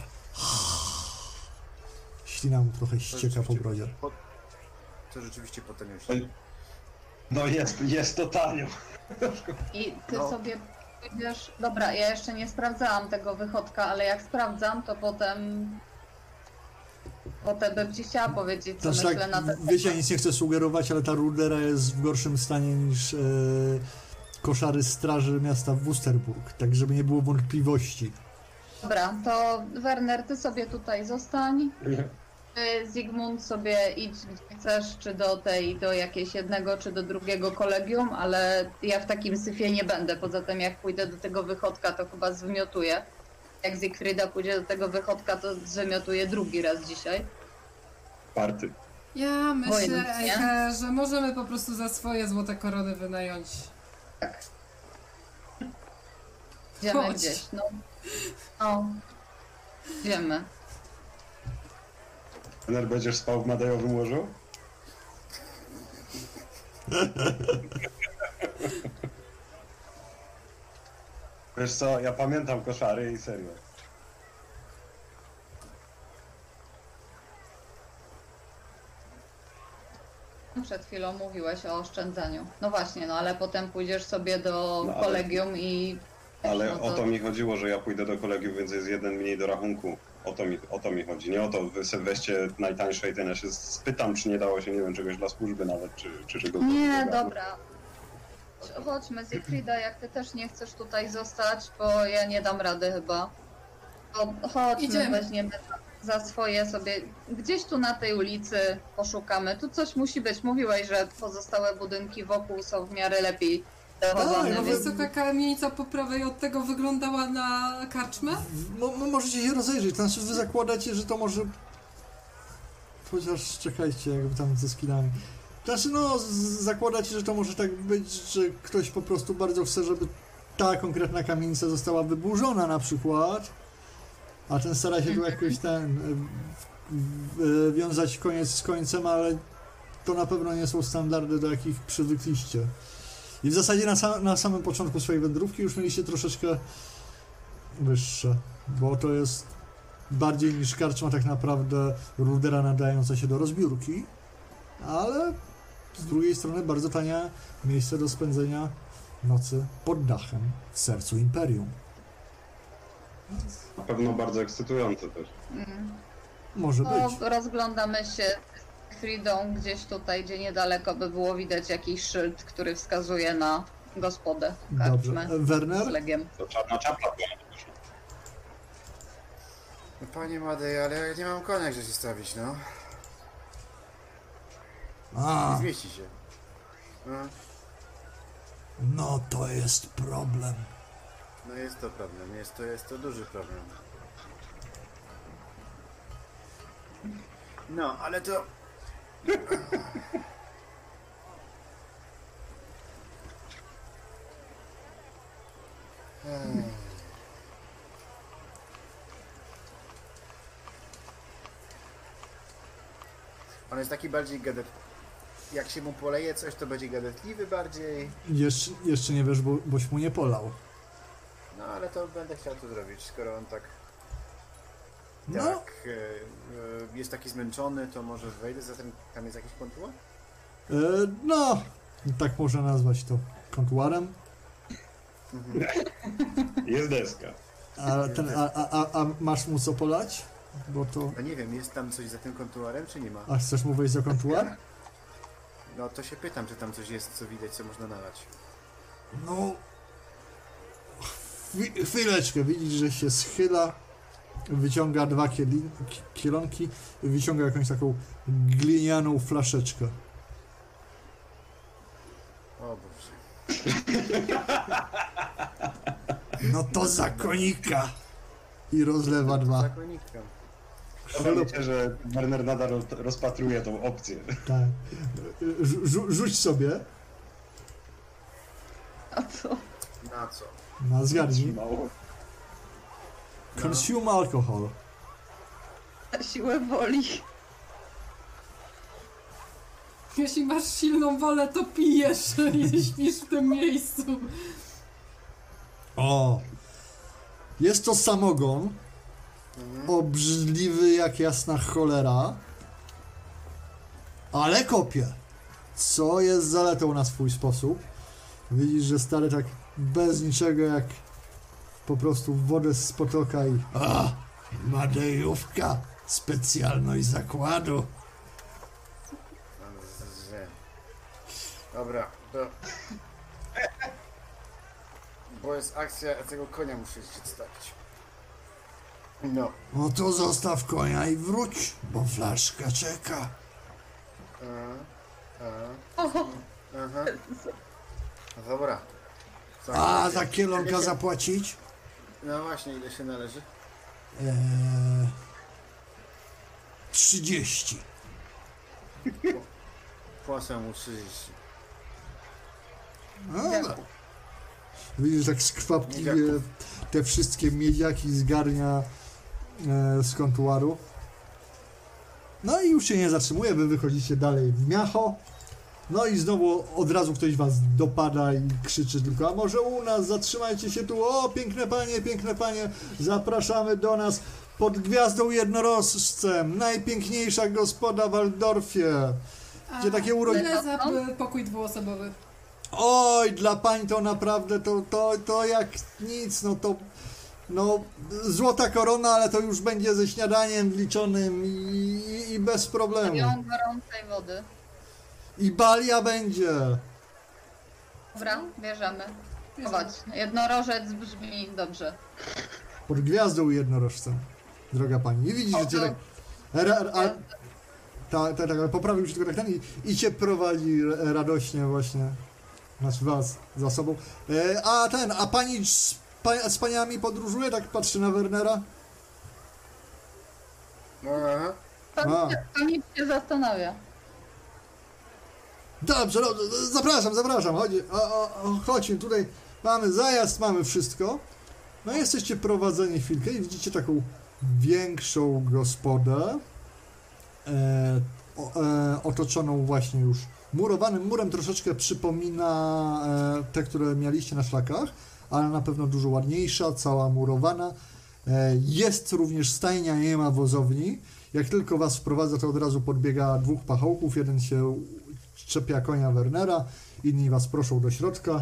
Ślina mu trochę To ścieka po rzeczywiście brodzie. po- To rzeczywiście potem już. No jest, jest to tanio. I ty No. sobie pójdziesz... Dobra, ja jeszcze nie sprawdzałam tego wychodka, ale jak sprawdzam, to potem... Potem bym ci chciała powiedzieć, co Znaczy myślę tak, na ten wiecie, ja temat. nic nie chcę sugerować, ale ta rudera jest w gorszym stanie niż e, koszary straży miasta Wusterburg, tak żeby nie było wątpliwości. Dobra, to Werner, ty sobie tutaj zostań. Ty, Zygmunt, sobie idź gdzie chcesz, czy do tej, do jakiegoś jednego, czy do drugiego kolegium, ale ja w takim syfie nie będę. Poza tym jak pójdę do tego wychodka, to chyba zwymiotuję. Jak Siegfrieda pójdzie do tego wychodka, to zwymiotuję drugi raz dzisiaj. Party. Ja myślę, Wojna, nie? Ejke, że możemy po prostu za swoje złote korony wynająć. Idziemy Chodź. gdzieś, no. No. Idziemy. Trener, będziesz spał w Madejowym łożu? Wiesz co, ja pamiętam koszary i serio. Przed chwilą mówiłeś o oszczędzaniu. No właśnie, no ale potem pójdziesz sobie do No ale- kolegium i... Ale no o to mi chodziło, że ja pójdę do kolegium, więc jest jeden mniej do rachunku. O to mi, o to mi chodzi. Nie o to, wy sobie weźcie najtańsze i ten. Ja się spytam, czy nie dało się, nie wiem, czegoś dla służby nawet, czy, czy czegoś. Nie, takiego. dobra. Chodźmy, Siegfrieda, jak ty też nie chcesz tutaj zostać, bo ja nie dam rady chyba. To chodźmy, Idziemy. weźmiemy za swoje sobie. Gdzieś tu na tej ulicy poszukamy. Tu coś musi być. Mówiłeś, że pozostałe budynki wokół są w miarę lepiej zachowane. Tak, No ale- wiesz co, ta kamienica po prawej od tego wyglądała na karczmę? Mo, mo- możecie się rozejrzeć, to znaczy wy zakładacie, że to może... Chociaż czekajcie, jakby tam ze skillami. To znaczy no, z- zakładacie, że to może tak być, że ktoś po prostu bardzo chce, żeby ta konkretna kamienica została wyburzona na przykład, a ten stara się tu jakoś ten... y, y, wiązać koniec z końcem, ale to na pewno nie są standardy, do jakich przywykliście. I w zasadzie na, sa na samym początku swojej wędrówki już mieliście troszeczkę wyższe, bo to jest bardziej niż karczma tak naprawdę rudera nadająca się do rozbiórki, ale z drugiej strony bardzo tanie miejsce do spędzenia nocy pod dachem w sercu imperium. Na pewno bardzo ekscytujące też. Mm. Może No, być. rozglądamy się Fridą gdzieś tutaj, gdzie niedaleko by było widać jakiś szyld, który wskazuje na gospodę Dobrze. karczmy z Werner? legiem. To czarna czapla była. No panie Madej, ale ja nie mam konia gdzie się stawić, no. A, Nie zmieści się. No, no to jest problem. no jest to problem, jest to, jest to duży problem. No, ale to... Hmm. On jest taki bardziej gadet... Jak się mu poleje coś, to będzie gadetliwy bardziej. Jeszcze, jeszcze nie wiesz, bo, boś mu nie polał. No ale to będę chciał to zrobić, skoro on tak... No, Tak, e, e, jest taki zmęczony, to może wejdę za ten... Tam jest jakiś kontuar? e, no, tak można nazwać to kontuarem. Jest deska. A, ten, a, a, a, a masz mu co polać? Bo to... No nie wiem, jest tam coś za tym kontuarem, czy nie ma? A chcesz mu wejść za kontuar? No to się pytam, czy tam coś jest, co widać, co można nalać. No... Chwi- Chwileczkę, widzisz, że się schyla, wyciąga dwa kieli, ki- kielonki, wyciąga jakąś taką glinianą flaszeczkę. O Boże. No to za konika! I rozlewa dwa. Zakonika. Wiecie, że Werner nadal roz- rozpatruje tą opcję. Tak. Rzu- rzu- rzuć sobie A co? Na co? na zgadnij. Mało. Consume alcohol. Na siłę woli. Jeśli masz silną wolę, to pijesz i śpisz w tym miejscu. O! Jest to samogon. Obrzydliwy jak jasna cholera. Ale kopie. Co jest zaletą na swój sposób. Widzisz, że stary tak bez niczego jak po prostu w wodę z potoka i... A! Madejówka! Specjalność zakładu. Dobrze. Dobra, to... Bo jest akcja, ja tego konia muszę się przedstawić. No. No to zostaw konia i wróć, bo flaszka czeka. A, a, Oho, aha. Dobra. Co A będzie? za kielonka Ile się- zapłacić? No właśnie, ile się należy? Eee, trzydzieści. Płacę mu trzydzieści. No dobra. Widzisz, tak skwapliwie Miedziaków. te wszystkie miedziaki zgarnia e, z kontuaru. No i już się nie zatrzymuje, wy wychodzicie dalej w miacho. No i znowu od razu ktoś was dopada i krzyczy tylko, a może u nas, zatrzymajcie się tu, o piękne panie, piękne panie, zapraszamy do nas pod gwiazdą jednorożcem, najpiękniejsza gospoda w Waldorfie. Gdzie takie urodziny... Ile za p- pokój dwuosobowy? Oj, dla pań to naprawdę to, to, to jak nic, no to no złota korona, ale to już będzie ze śniadaniem wliczonym i, i, i bez problemu. ją gorącej wody. I balia będzie. Dobra, bierzemy. Chodź, jednorożec brzmi dobrze. Pod gwiazdą jednorożcem, droga pani. I widzisz, że cię tak... Ra, ra, a, ta, ta, ta, poprawił się tylko tak ten i, i cię prowadzi radośnie właśnie. Znaczy was za sobą. E, a ten, a pani z, pa, z paniami podróżuje? Tak patrzy na Wernera. Aha. Pan, A. pan nic się zastanawia. Dobrze, dobrze, zapraszam, zapraszam, chodź, o, o, o, chodźmy, tutaj mamy zajazd, mamy wszystko. No i jesteście prowadzeni chwilkę i widzicie taką większą gospodę, e, o, e, otoczoną właśnie już murowanym murem, troszeczkę przypomina e, te, które mieliście na szlakach, ale na pewno dużo ładniejsza, cała murowana. E, jest również stajnia, nie ma wozowni. Jak tylko was wprowadza, to od razu podbiega dwóch pachołków, jeden się szczepia konia Wernera, inni was proszą do środka.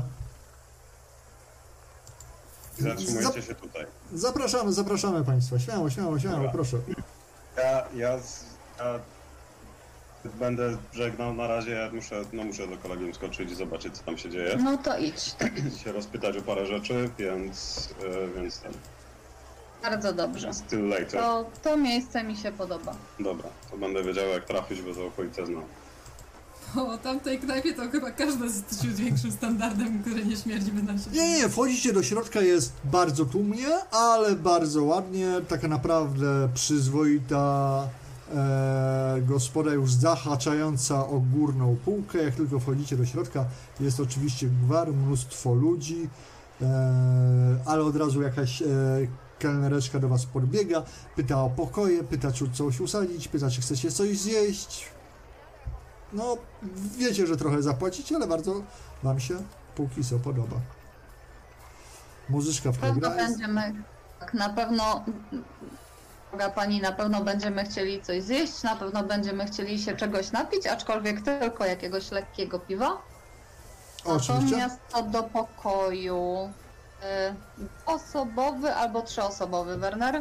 Zatrzymujcie się tutaj. Zapraszamy, zapraszamy państwa. Śmiało, śmiało, śmiało, Dobra. proszę. Ja, ja, z, ja będę żegnał na razie, ja muszę, no muszę do kolegi skoczyć i zobaczyć, co tam się dzieje. No to idź. Się rozpytać o parę rzeczy, więc, e, więc ten, Bardzo dobrze. still later. To, to miejsce mi się podoba. Dobra, to będę wiedział jak trafić, bo to okolice znam. O tamtej knajpie to chyba każdy z ciut większym standardem, który nie śmierdzi by nam się. Nie, nie, nie, wchodzicie do środka, jest bardzo tłumnie, ale bardzo ładnie, taka naprawdę przyzwoita e, gospoda już zahaczająca o górną półkę. Jak tylko wchodzicie do środka, jest oczywiście gwar, mnóstwo ludzi, e, ale od razu jakaś e, kelnereczka do was podbiega, pyta o pokoje, pyta czy coś usadzić, pyta czy chcecie coś zjeść. No, wiecie, że trochę zapłacicie, ale bardzo wam się póki co podoba. Muzyczka w tle Na pewno gra jest. będziemy, tak, na pewno, droga pani, na pewno będziemy chcieli coś zjeść, na pewno będziemy chcieli się czegoś napić, aczkolwiek tylko jakiegoś lekkiego piwa. Oczywiście. Natomiast co do pokoju, y, osobowy albo trzyosobowy, Werner?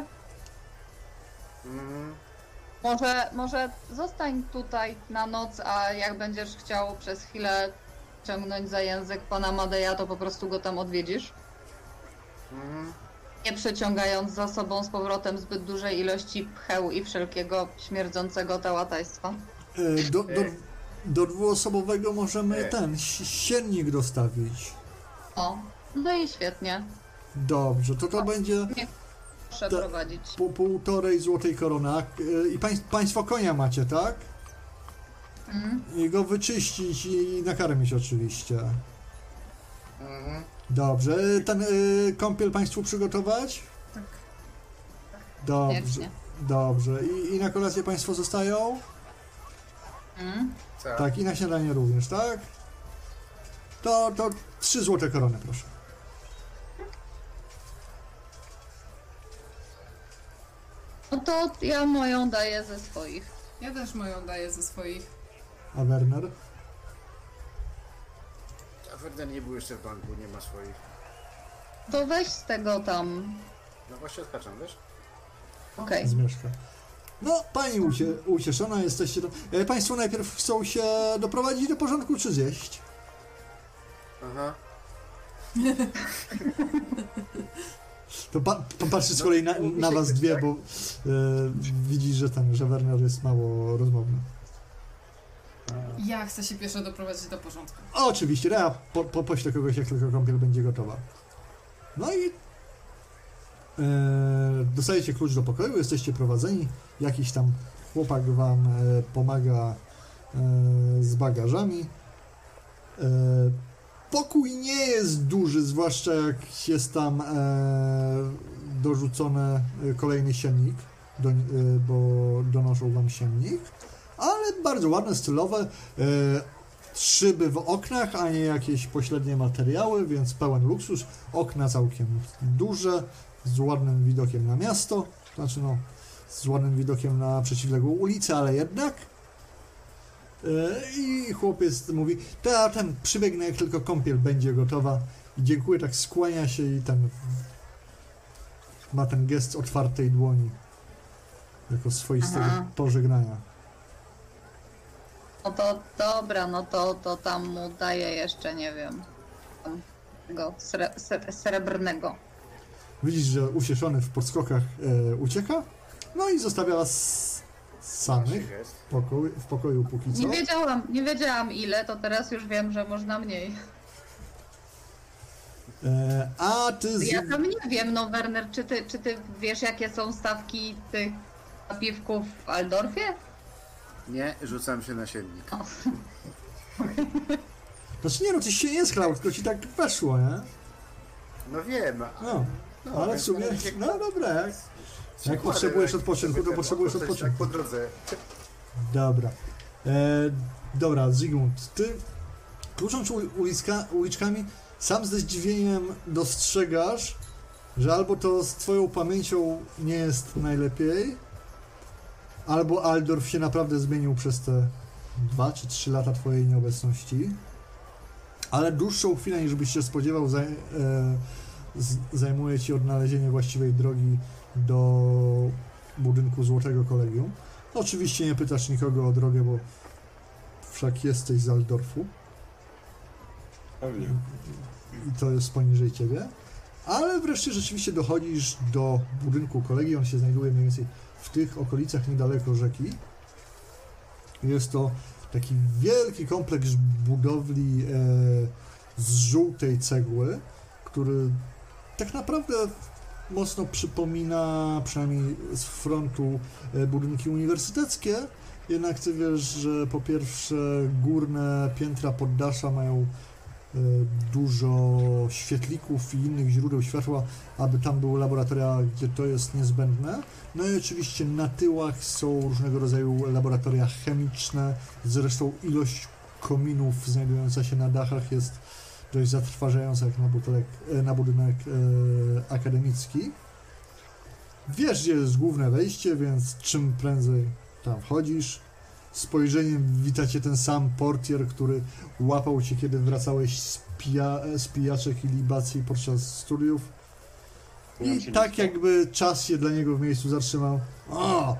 Mhm. Może, może zostań tutaj na noc, a jak będziesz chciał przez chwilę ciągnąć za język pana Madeja, to po prostu go tam odwiedzisz. Mhm. Nie przeciągając za sobą z powrotem zbyt dużej ilości pcheł i wszelkiego śmierdzącego tałatajstwa. E, Do, do, do dwuosobowego możemy E. ten si- siennik dostawić. O, no i świetnie. Dobrze, to to będzie Przeprowadzić. po półtorej złotej korony. A, e, I pań, państwo konia macie, tak? Mm. I go wyczyścić i nakarmić oczywiście. Mhm. Dobrze, ten y, kąpiel państwu przygotować? Tak. Dobrze. Koniecznie. Dobrze. I, I na kolację Państwo zostają? Mm. Tak. Tak, i na śniadanie również, tak? To, to trzy złote korony, proszę. No to ja moją daję ze swoich. Ja też moją daję ze swoich. A Werner? A Ferdynand nie był jeszcze w banku, nie ma swoich. To weź z tego tam. No właśnie odkaczam, wiesz? Okej. Z mieszka. No, pani ucie, ucieszona jesteście. Do... E, państwo najpierw chcą się doprowadzić do porządku, czy zjeść? Aha. To pa, popatrzy z kolei na, na was dwie, bo e, widzisz, że ten, że Werner jest mało rozmowny. Ja chcę się pierwsza doprowadzić do porządku. Oczywiście, ja po, po, poślę kogoś, jak tylko kąpiel będzie gotowa. No i e, dostajecie klucz do pokoju, jesteście prowadzeni. Jakiś tam chłopak wam e, pomaga e, z bagażami. E, pokój nie jest duży, zwłaszcza jak jest tam e, dorzucony kolejny siennik, do, e, bo donoszą wam siennik. Ale bardzo ładne, stylowe. E, szyby w oknach, a nie jakieś pośrednie materiały, więc pełen luksus. Okna całkiem duże, z ładnym widokiem na miasto. Znaczy no, z ładnym widokiem na przeciwległą ulicę, ale jednak. E, I chłopiec mówi, to ja ten przybiegnę, jak tylko kąpiel będzie gotowa. I dziękuję, tak skłania się i ten ma ten gest otwartej dłoni jako swoistego Aha. pożegnania. No to dobra, no to, to tam mu daję jeszcze, nie wiem, tam tego sre, sre, srebrnego. Widzisz, że ucieszony w podskokach e, ucieka, no i zostawia was samych Jest. w pokoju, w pokoju póki co. Nie wiedziałam, nie wiedziałam ile, to teraz już wiem, że można mniej. E, a ty... Z... Ja tam nie wiem, no Werner, czy ty, czy ty wiesz, jakie są stawki tych napiwków w Aldorfie? Nie, rzucam się na siennik. Znaczy nie no, tyś się nie schlał, tylko ci tak weszło, nie? No wiem. a- No, no, ale w więc sumie, nawet jak- no dobra, jak, się jak kładę, potrzebujesz jak odpoczynku, sobie to ten potrzebujesz odpocząć odpoczynku. Tak po drodze. Dobra. E, dobra, Zygmunt, ty klucząc u- uliczka, uliczkami, sam ze zdziwieniem dostrzegasz, że albo to z twoją pamięcią nie jest najlepiej, albo Aldorf się naprawdę zmienił przez te dwa czy trzy lata twojej nieobecności. Ale dłuższą chwilę niż byś się spodziewał zaj, e, z, zajmuje ci odnalezienie właściwej drogi do budynku Złotego Kolegium. Oczywiście nie pytasz nikogo o drogę, bo wszak jesteś z Aldorfu Pewnie. i to jest poniżej ciebie. Ale wreszcie rzeczywiście dochodzisz do budynku kolegii. On się znajduje mniej więcej w tych okolicach niedaleko rzeki. Jest to taki wielki kompleks budowli e, z żółtej cegły, który tak naprawdę mocno przypomina, przynajmniej z frontu, e, budynki uniwersyteckie. Jednak ty wiesz, że po pierwsze górne piętra poddasza mają e, dużo świetlików i innych źródeł światła, aby tam były laboratoria, gdzie to jest niezbędne. No i oczywiście na tyłach są różnego rodzaju laboratoria chemiczne, zresztą ilość kominów znajdująca się na dachach jest dość zatrważająca jak na, butelek, na budynek e, akademicki. Wiesz, gdzie jest główne wejście, więc czym prędzej tam wchodzisz. Spojrzeniem wita cię ten sam portier, który łapał cię, kiedy wracałeś z, pija, z pijaczek i libacji podczas studiów. Miałem I się tak nisko. jakby czas się dla niego w miejscu zatrzymał. O!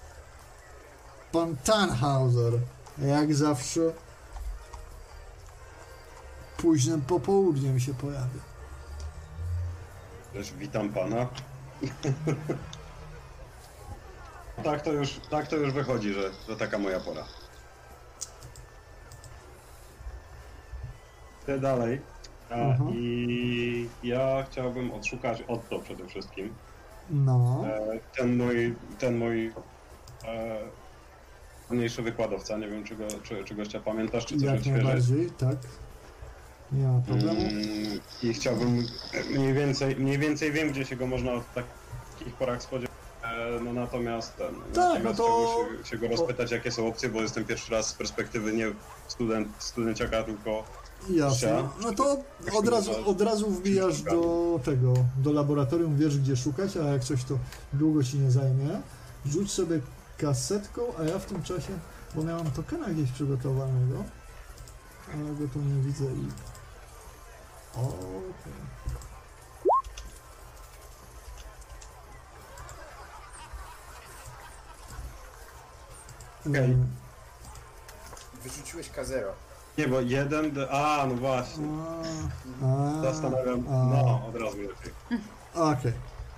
Pan Tannhauser, jak zawsze późnym popołudniem się pojawia. Też witam pana. tak, to już, tak to już wychodzi, że, że taka moja pora. Te dalej. A, Mhm. I ja chciałbym odszukać Otto przede wszystkim. No, E, ten mój, ten mój e, mniejszy wykładowca, nie wiem czy, go, czy, czy gościa pamiętasz, czy coś jak odświeżyć. najbardziej, tak. Nie ma problemu. Mm, I chciałbym mniej więcej, mniej więcej wiem, gdzie się go można w takich porach spodziewać. E, E, no natomiast ten, Tak, natomiast no to- chciałbym się, się go rozpytać, jakie są opcje, bo jestem pierwszy raz z perspektywy nie student, studenciaka, tylko Jasne. Sia. No to od razu, od razu wbijasz do tego, do laboratorium, wiesz gdzie szukać, a jak coś to długo ci nie zajmie. Rzuć sobie kasetką, a ja w tym czasie, bo miałam tokena gdzieś przygotowanego, ale go tu nie widzę i... Okej. Okej. Mm, Wyrzuciłeś K zero. nie, bo jeden, d- a no właśnie, a, a, zastanawiam, a. no od razu lepiej. Okej.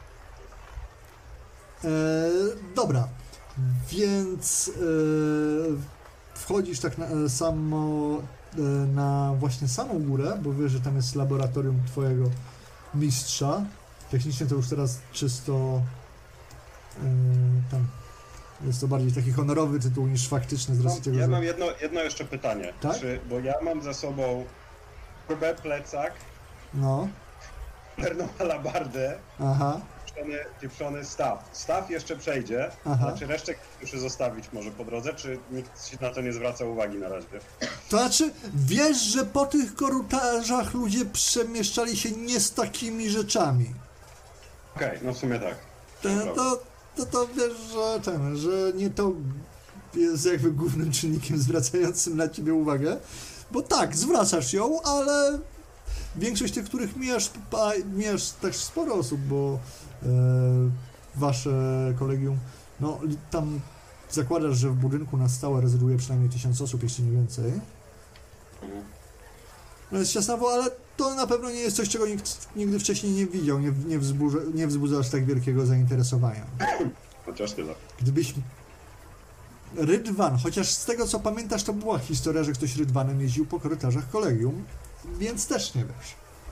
E, Dobra, więc e, wchodzisz tak na, e, samo e, na właśnie samą górę, bo wiesz, że tam jest laboratorium twojego mistrza. Technicznie to już teraz czysto e, tam jest to bardziej taki honorowy tytuł niż faktyczny z racji No, tego, ja że... mam jedno, jedno jeszcze pytanie, Tak? czy, bo ja mam ze sobą torbę, plecak, No, czarną alabardę, aha, pieprzony, pieprzony staw. Staw jeszcze przejdzie, Aha. a czy resztę muszę zostawić może po drodze, czy nikt się na to nie zwraca uwagi na razie? to znaczy, wiesz, że po tych korytarzach ludzie przemieszczali się nie z takimi rzeczami. Okej, no w sumie tak. To, Dobra. to, to, to wiesz, że ten, że nie to jest jakby głównym czynnikiem zwracającym na ciebie uwagę, bo tak, zwracasz ją, ale większość tych, których mijasz, a mijasz też sporo osób, bo e, wasze kolegium, no tam zakładasz, że w budynku na stałe rezyduje przynajmniej tysiąc osób, jeśli nie więcej. Mhm. No jest ciasnawo, ale to na pewno nie jest coś, czego nikt nigdy wcześniej nie widział, nie, nie, wzburza, nie wzbudza aż tak wielkiego zainteresowania. Chociaż tyle. Gdybyś... Rydwan, chociaż z tego co pamiętasz, to była historia, że ktoś Rydwanem jeździł po korytarzach kolegium, więc też nie wiesz.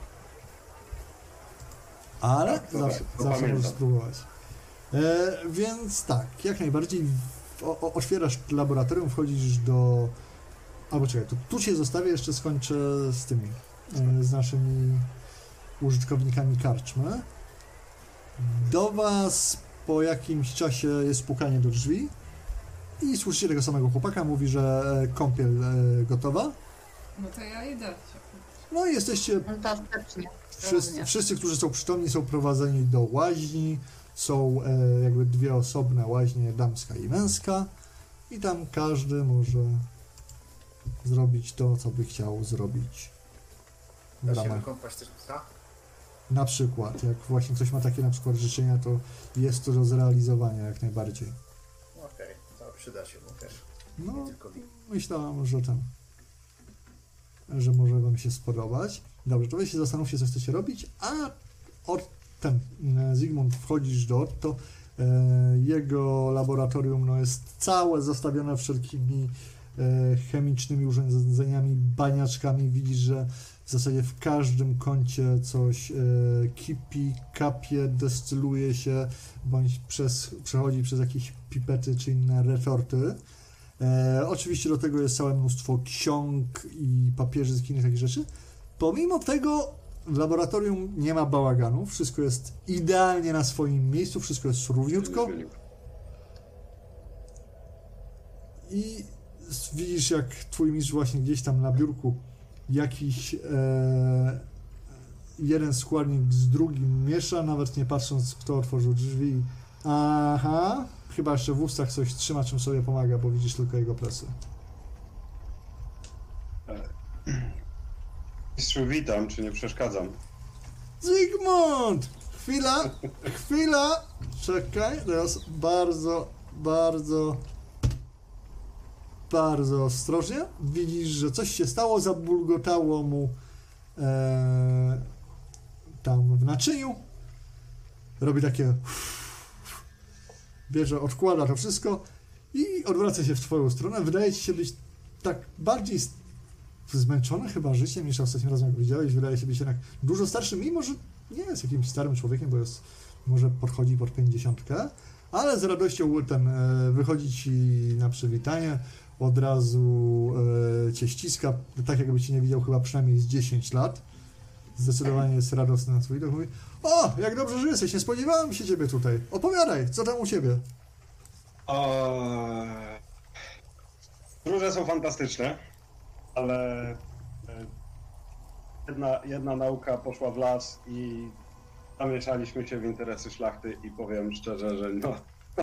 Ale Tak, to zawsze, tak, to zawsze pamiętam. możesz spróbować. E, więc tak, jak najbardziej w, o, o, otwierasz laboratorium, wchodzisz do... Albo czekaj, to tu cię zostawię, jeszcze skończę z tymi, e, z naszymi użytkownikami karczmy. Do was po jakimś czasie jest pukanie do drzwi i słyszycie tego samego chłopaka, mówi, że e, kąpiel e, gotowa. No to ja idę. No i jesteście, Fantastycznie. wszyscy, Cudownie. wszyscy, którzy są przytomni, są prowadzeni do łaźni. Są e, jakby dwie osobne łaźnie, damska i męska. I tam każdy może zrobić to, co by chciał zrobić. W Da się ramach. wykąpać też psa? Na przykład, jak właśnie ktoś ma takie na przykład życzenia, to jest to do zrealizowania jak najbardziej. Okej, to przyda się mu też. No, Nie tylko mi. myślałam, że ten, że może wam się spodobać. Dobrze, to wy się zastanówcie, co chcecie robić, a od ten e, Zygmunt, wchodzisz do Otto, e, jego laboratorium no, jest całe zastawione wszelkimi e, chemicznymi urządzeniami, baniaczkami. Widzisz, że w zasadzie w każdym kącie coś e, kipi, kapie, destyluje się, bądź przez, przechodzi przez jakieś pipety czy inne retorty. E, oczywiście do tego jest całe mnóstwo ksiąg i papierzysk i innych takich rzeczy. Pomimo tego w laboratorium nie ma bałaganu, wszystko jest idealnie na swoim miejscu, wszystko jest równiutko i s- widzisz, jak twój mistrz właśnie gdzieś tam na biurku jakiś e, jeden składnik z drugim miesza, nawet nie patrząc, kto otworzył drzwi. Aha, chyba jeszcze w ustach coś trzyma, czym sobie pomaga, bo widzisz tylko jego plecy. Mistrzu, witam, czy nie przeszkadzam? Zygmunt! Chwila, chwila, czekaj, teraz bardzo, bardzo, bardzo ostrożnie. Widzisz, że coś się stało, zabulgotało mu e, tam w naczyniu. Robi takie... Bierze, odkłada to wszystko i odwraca się w twoją stronę. Wydaje ci się być tak bardziej z- zmęczony chyba życiem niż ostatnim razem, jak widziałeś. Wydaje się być jednak dużo starszy, mimo że nie jest jakimś starym człowiekiem, bo jest, może podchodzi pod pięćdziesiątkę, ale z radością ten e, wychodzi ci na przywitanie, od razu e, cię ściska, tak jakby cię nie widział chyba przynajmniej z dziesięć lat. zdecydowanie jest radosny na swój widok. Mówi, o, jak dobrze, że jesteś, nie spodziewałem się ciebie tutaj. Opowiadaj, co tam u ciebie? O... Róże są fantastyczne, ale jedna, jedna nauka poszła w las i zamieszaliśmy się w interesy szlachty i powiem szczerze, że no,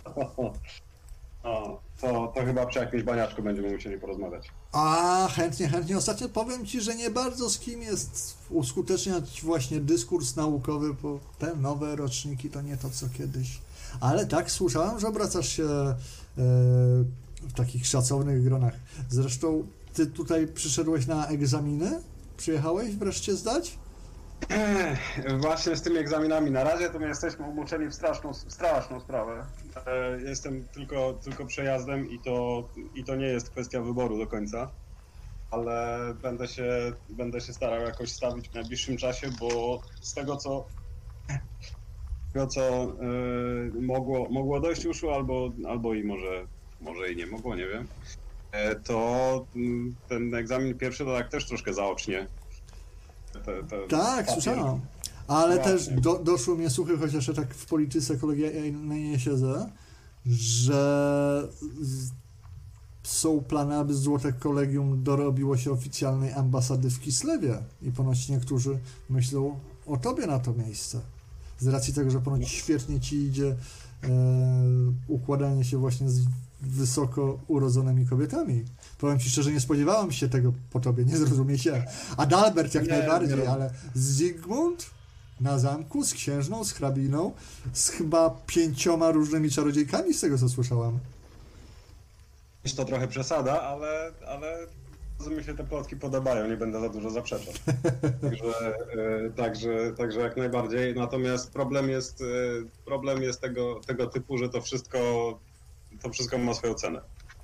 no to, to chyba przy jakimś baniaczku będziemy musieli porozmawiać. A, chętnie, chętnie. Ostatnio powiem ci, że nie bardzo z kim jest uskuteczniać właśnie dyskurs naukowy, bo te nowe roczniki to nie to, co kiedyś. Ale tak, słyszałem, że obracasz się e, w takich szacownych gronach. Zresztą ty tutaj przyszedłeś na egzaminy? Przyjechałeś wreszcie zdać? Ech, właśnie z tymi egzaminami. Na razie to my jesteśmy umuczeni w straszną, w straszną sprawę. E, jestem tylko, tylko przejazdem i to, i to nie jest kwestia wyboru do końca. Ale będę się, będę się starał jakoś stawić w najbliższym czasie, bo z tego co, z tego, co e, mogło, mogło dojść uszu, albo, albo i może, może i nie mogło, nie wiem, e, to m, ten egzamin pierwszy to tak też troszkę zaocznie. Te, te Tak, papier. słyszałem. Ale Właśnie. też do, doszło mnie słuchy, chociaż ja tak w polityce kolegialnej nie siedzę, że z, są plany, aby Złote Kolegium dorobiło się oficjalnej ambasady w Kislewie i ponoć niektórzy myślą o tobie na to miejsce. Z racji tego, że ponoć świetnie ci idzie e, układanie się właśnie z wysoko urodzonymi kobietami. Powiem ci szczerze, nie spodziewałem się tego po tobie, nie zrozumie się. Adalbert jak Nie, najbardziej, nie. ale Zygmunt na zamku z księżną, z hrabiną, z chyba pięcioma różnymi czarodziejkami, z tego co słyszałem. Jest to trochę przesada, ale, ale mi się te plotki podobają, nie będę za dużo zaprzeczał. Także, e, także, także jak najbardziej. Natomiast problem jest, e, problem jest tego, tego typu, że to wszystko, to wszystko ma swoją cenę.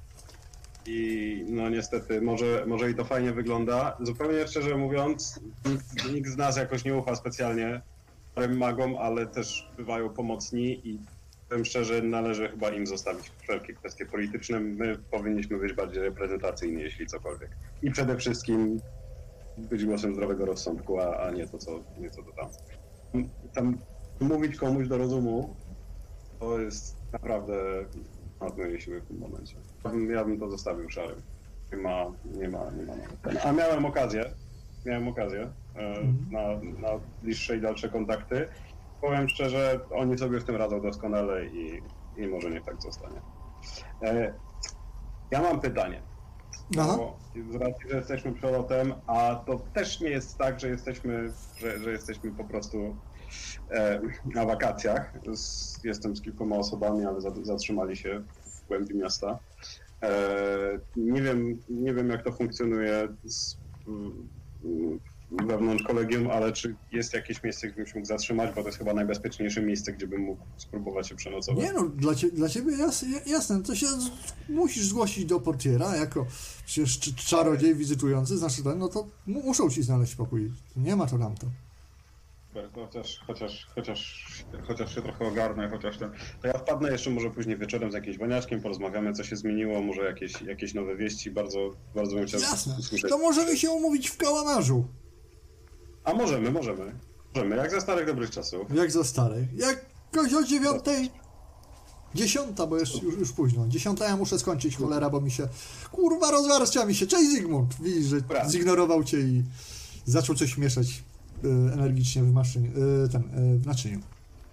I no niestety, może, może i to fajnie wygląda. Zupełnie szczerze mówiąc, nikt, nikt z nas jakoś nie ufa specjalnie starym magom, ale też bywają pomocni i powiem szczerze, należy chyba im zostawić wszelkie kwestie polityczne. My powinniśmy być bardziej reprezentacyjni, jeśli cokolwiek. I przede wszystkim być głosem zdrowego rozsądku, a, a nie to, co, nie to, to tam. Tam mówić komuś do rozumu, to jest naprawdę nadmiernie siły w tym momencie. Ja bym, ja bym to zostawił szarym. Nie ma, nie ma, nie ma. nawet. A miałem okazję, miałem okazję e, na, na bliższe i dalsze kontakty. Powiem szczerze, oni sobie w tym radzą doskonale i, i może niech tak zostanie. E, ja mam pytanie. Aha. Bo z racji, że jesteśmy przelotem, a to też nie jest tak, że jesteśmy, że, że jesteśmy po prostu e, na wakacjach. Z, jestem z kilkoma osobami, ale zatrzymali się w głębi miasta. E, nie wiem, nie wiem jak to funkcjonuje z, wewnątrz kolegium, ale czy jest jakieś miejsce, gdzie bym się mógł zatrzymać, bo to jest chyba najbezpieczniejsze miejsce, gdzie bym mógł spróbować się przenocować. Nie no, dla, cie, dla ciebie jas, jasne, to się z, musisz zgłosić do portiera, jako przecież cz- czarodziej wizytujący, znaczy ten, no to mu, muszą ci znaleźć pokój. Nie ma to nam to. Chociaż, chociaż, chociaż, chociaż się trochę ogarnę, chociaż ten... To ja wpadnę jeszcze może później wieczorem z jakimś baniaczkiem, porozmawiamy, co się zmieniło, może jakieś, jakieś nowe wieści, bardzo, bardzo bym chciał Jasne, usłyszeć. to możemy się umówić w kałamarzu, A możemy, możemy. Możemy, jak za starych dobrych czasów. jak za starej. Jakoś o dziewiątej, dziesiąta, bo już, już, już późno. Dziesiąta ja muszę skończyć, cholera, bo mi się, kurwa, rozwarcia mi się. Cześć Zygmunt! Widzisz, że Dobra. zignorował cię i zaczął coś mieszać y, energicznie w maszynie, y, ten, y, w naczyniu.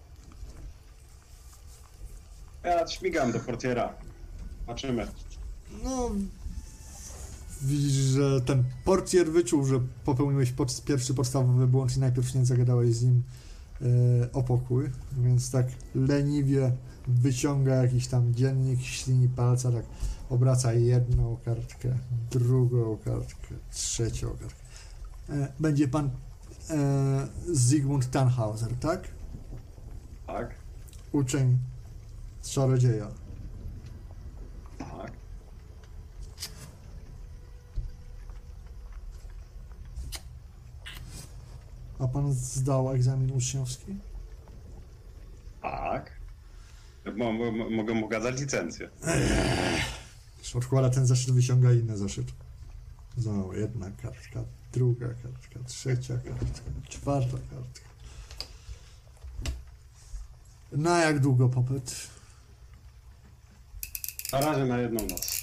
Ja śmigam do portiera. Zobaczymy. No, widzisz, że ten portier wyczuł, że popełniłeś pod, pierwszy podstawowy błąd i najpierw nie zagadałeś z nim e, o pokój, więc tak leniwie wyciąga jakiś tam dziennik, ślini palca, tak obraca jedną kartkę, drugą kartkę, trzecią kartkę. E, będzie pan e, Zygmunt Tannhauser, tak? Tak, Uczeń z czarodzieja. tak. A pan zdał egzamin uczniowski? Tak. Mo, mo, mogę mu okazać licencję. Już odkłada ten zeszyt, wyciąga inny zeszyt. Znowu jedna kartka, druga kartka, trzecia kartka, czwarta. czwarta kartka. Na jak długo popyt? Na razie na jedną noc.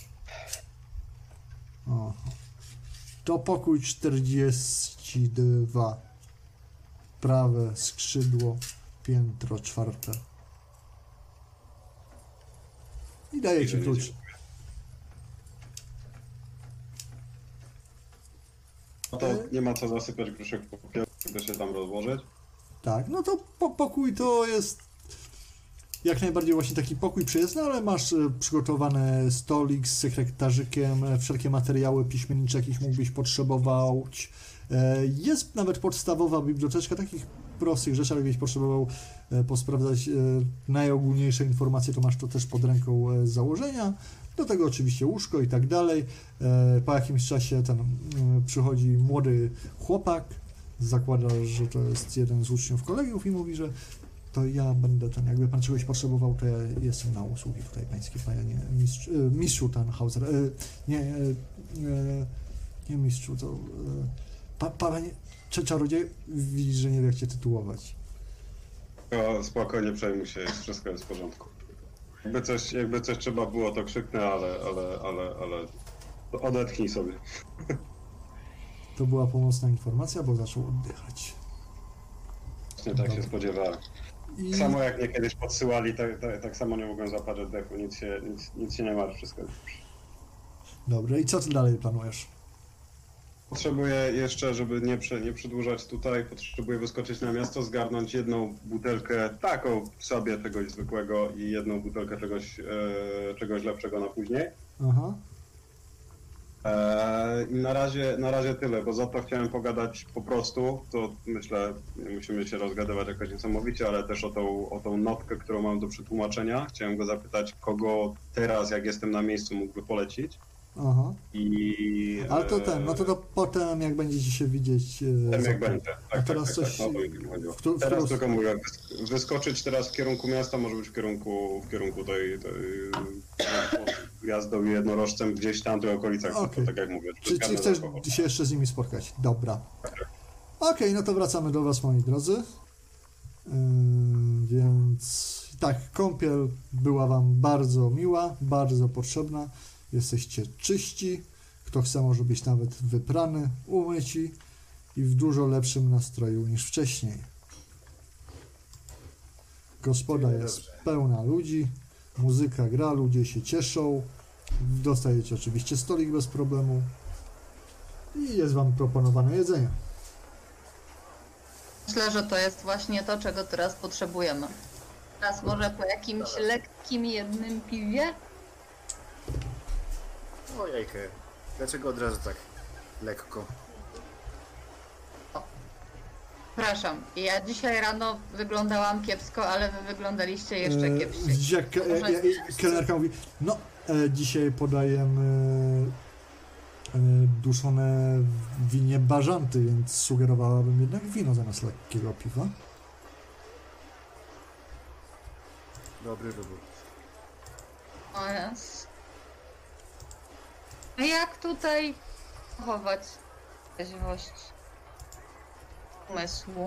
Aha. To pokój czterdzieści dwa. Prawe skrzydło, piętro czwarte. I daję ci klucz. No to nie ma co zasypać gruszek po popiołu, żeby się tam rozłożyć. Tak, no to po, pokój to jest jak najbardziej właśnie taki pokój przyjezdny, ale masz e, przygotowany stolik z sekretarzykiem, e, wszelkie materiały piśmiennicze, jakich mógłbyś potrzebować. E, jest nawet podstawowa biblioteczka takich prostych rzeczy, ale jakbyś potrzebował e, posprawdzać e, najogólniejsze informacje, to masz to też pod ręką e, z założenia. Do tego oczywiście łóżko i tak dalej. E, po jakimś czasie ten e, przychodzi młody chłopak, zakłada, że to jest jeden z uczniów kolegiów i mówi, że to ja będę ten, jakby pan czegoś potrzebował, to ja jestem na usługi tutaj pańskie, panie mistrz, e, mistrzu Tannhauser. E, nie, e, e, nie mistrzu, to e, pa, panie, czy czarodziej, widzisz, że nie wie jak cię tytułować. O, spokojnie, przejmuj się, jest, wszystko jest w porządku. Jakby coś, jakby coś trzeba było, to krzyknę, ale, ale, ale, ale to odetchnij sobie. To była pomocna informacja, bo zaczął oddychać. Właśnie tak się spodziewałem. I Tak samo jak mnie kiedyś podsyłali, tak, tak, tak samo nie mogłem zapać oddechu, nic się, nic, nic się nie martw, wszystko jest dobrze. Dobra, i co ty dalej planujesz? Potrzebuję jeszcze, żeby nie, prze, nie przedłużać tutaj, potrzebuję wyskoczyć na miasto, zgarnąć jedną butelkę taką sobie czegoś zwykłego i jedną butelkę czegoś, e, czegoś lepszego na później. Aha. E, I na razie, na razie tyle, bo za to chciałem pogadać po prostu, to myślę, nie musimy się rozgadywać jakoś niesamowicie, ale też o tą, o tą notkę, którą mam do przetłumaczenia. Chciałem go zapytać, kogo teraz, jak jestem na miejscu, mógłby polecić. Aha. I, Ale to ten, no to, to potem jak będziecie się widzieć. e, Potem za- jak będzie. Tak, A teraz tak, tak, coś- tak, no to mi chodziło. w którą- w Teraz którą- tylko mówię, wys- wyskoczyć teraz w kierunku miasta, może być w kierunku, w kierunku tej, tej jazdą jednorożcem gdzieś tam w tych okolicach, Okej. to tak jak mówię. Czy, czy czekamy chcesz za alkohol. się jeszcze z nimi spotkać? Dobra. Okej, no to wracamy do was, moi drodzy. Yy, więc tak, kąpiel była wam bardzo miła, bardzo potrzebna. Jesteście czyści. Kto chce, może być nawet wyprany, umyci i w dużo lepszym nastroju niż wcześniej. Gospoda jest pełna ludzi, muzyka gra, ludzie się cieszą. Dostajecie oczywiście stolik bez problemu i jest wam proponowane jedzenie. Myślę, że to jest właśnie to, czego teraz potrzebujemy. Teraz może po jakimś lekkim jednym piwie? Ojejkę, dlaczego od razu tak lekko? Przepraszam, ja dzisiaj rano wyglądałam kiepsko, ale wy wyglądaliście jeszcze E, kiepściej. widzisz, jak ke- Może- e, e, kelnerka mówi, no e, dzisiaj podajemy e, duszone w winie bażanty, więc sugerowałabym jednak wino zamiast lekkiego piwa. Dobry wybór. O jest. A jak tutaj chować trzeźwość umysłu?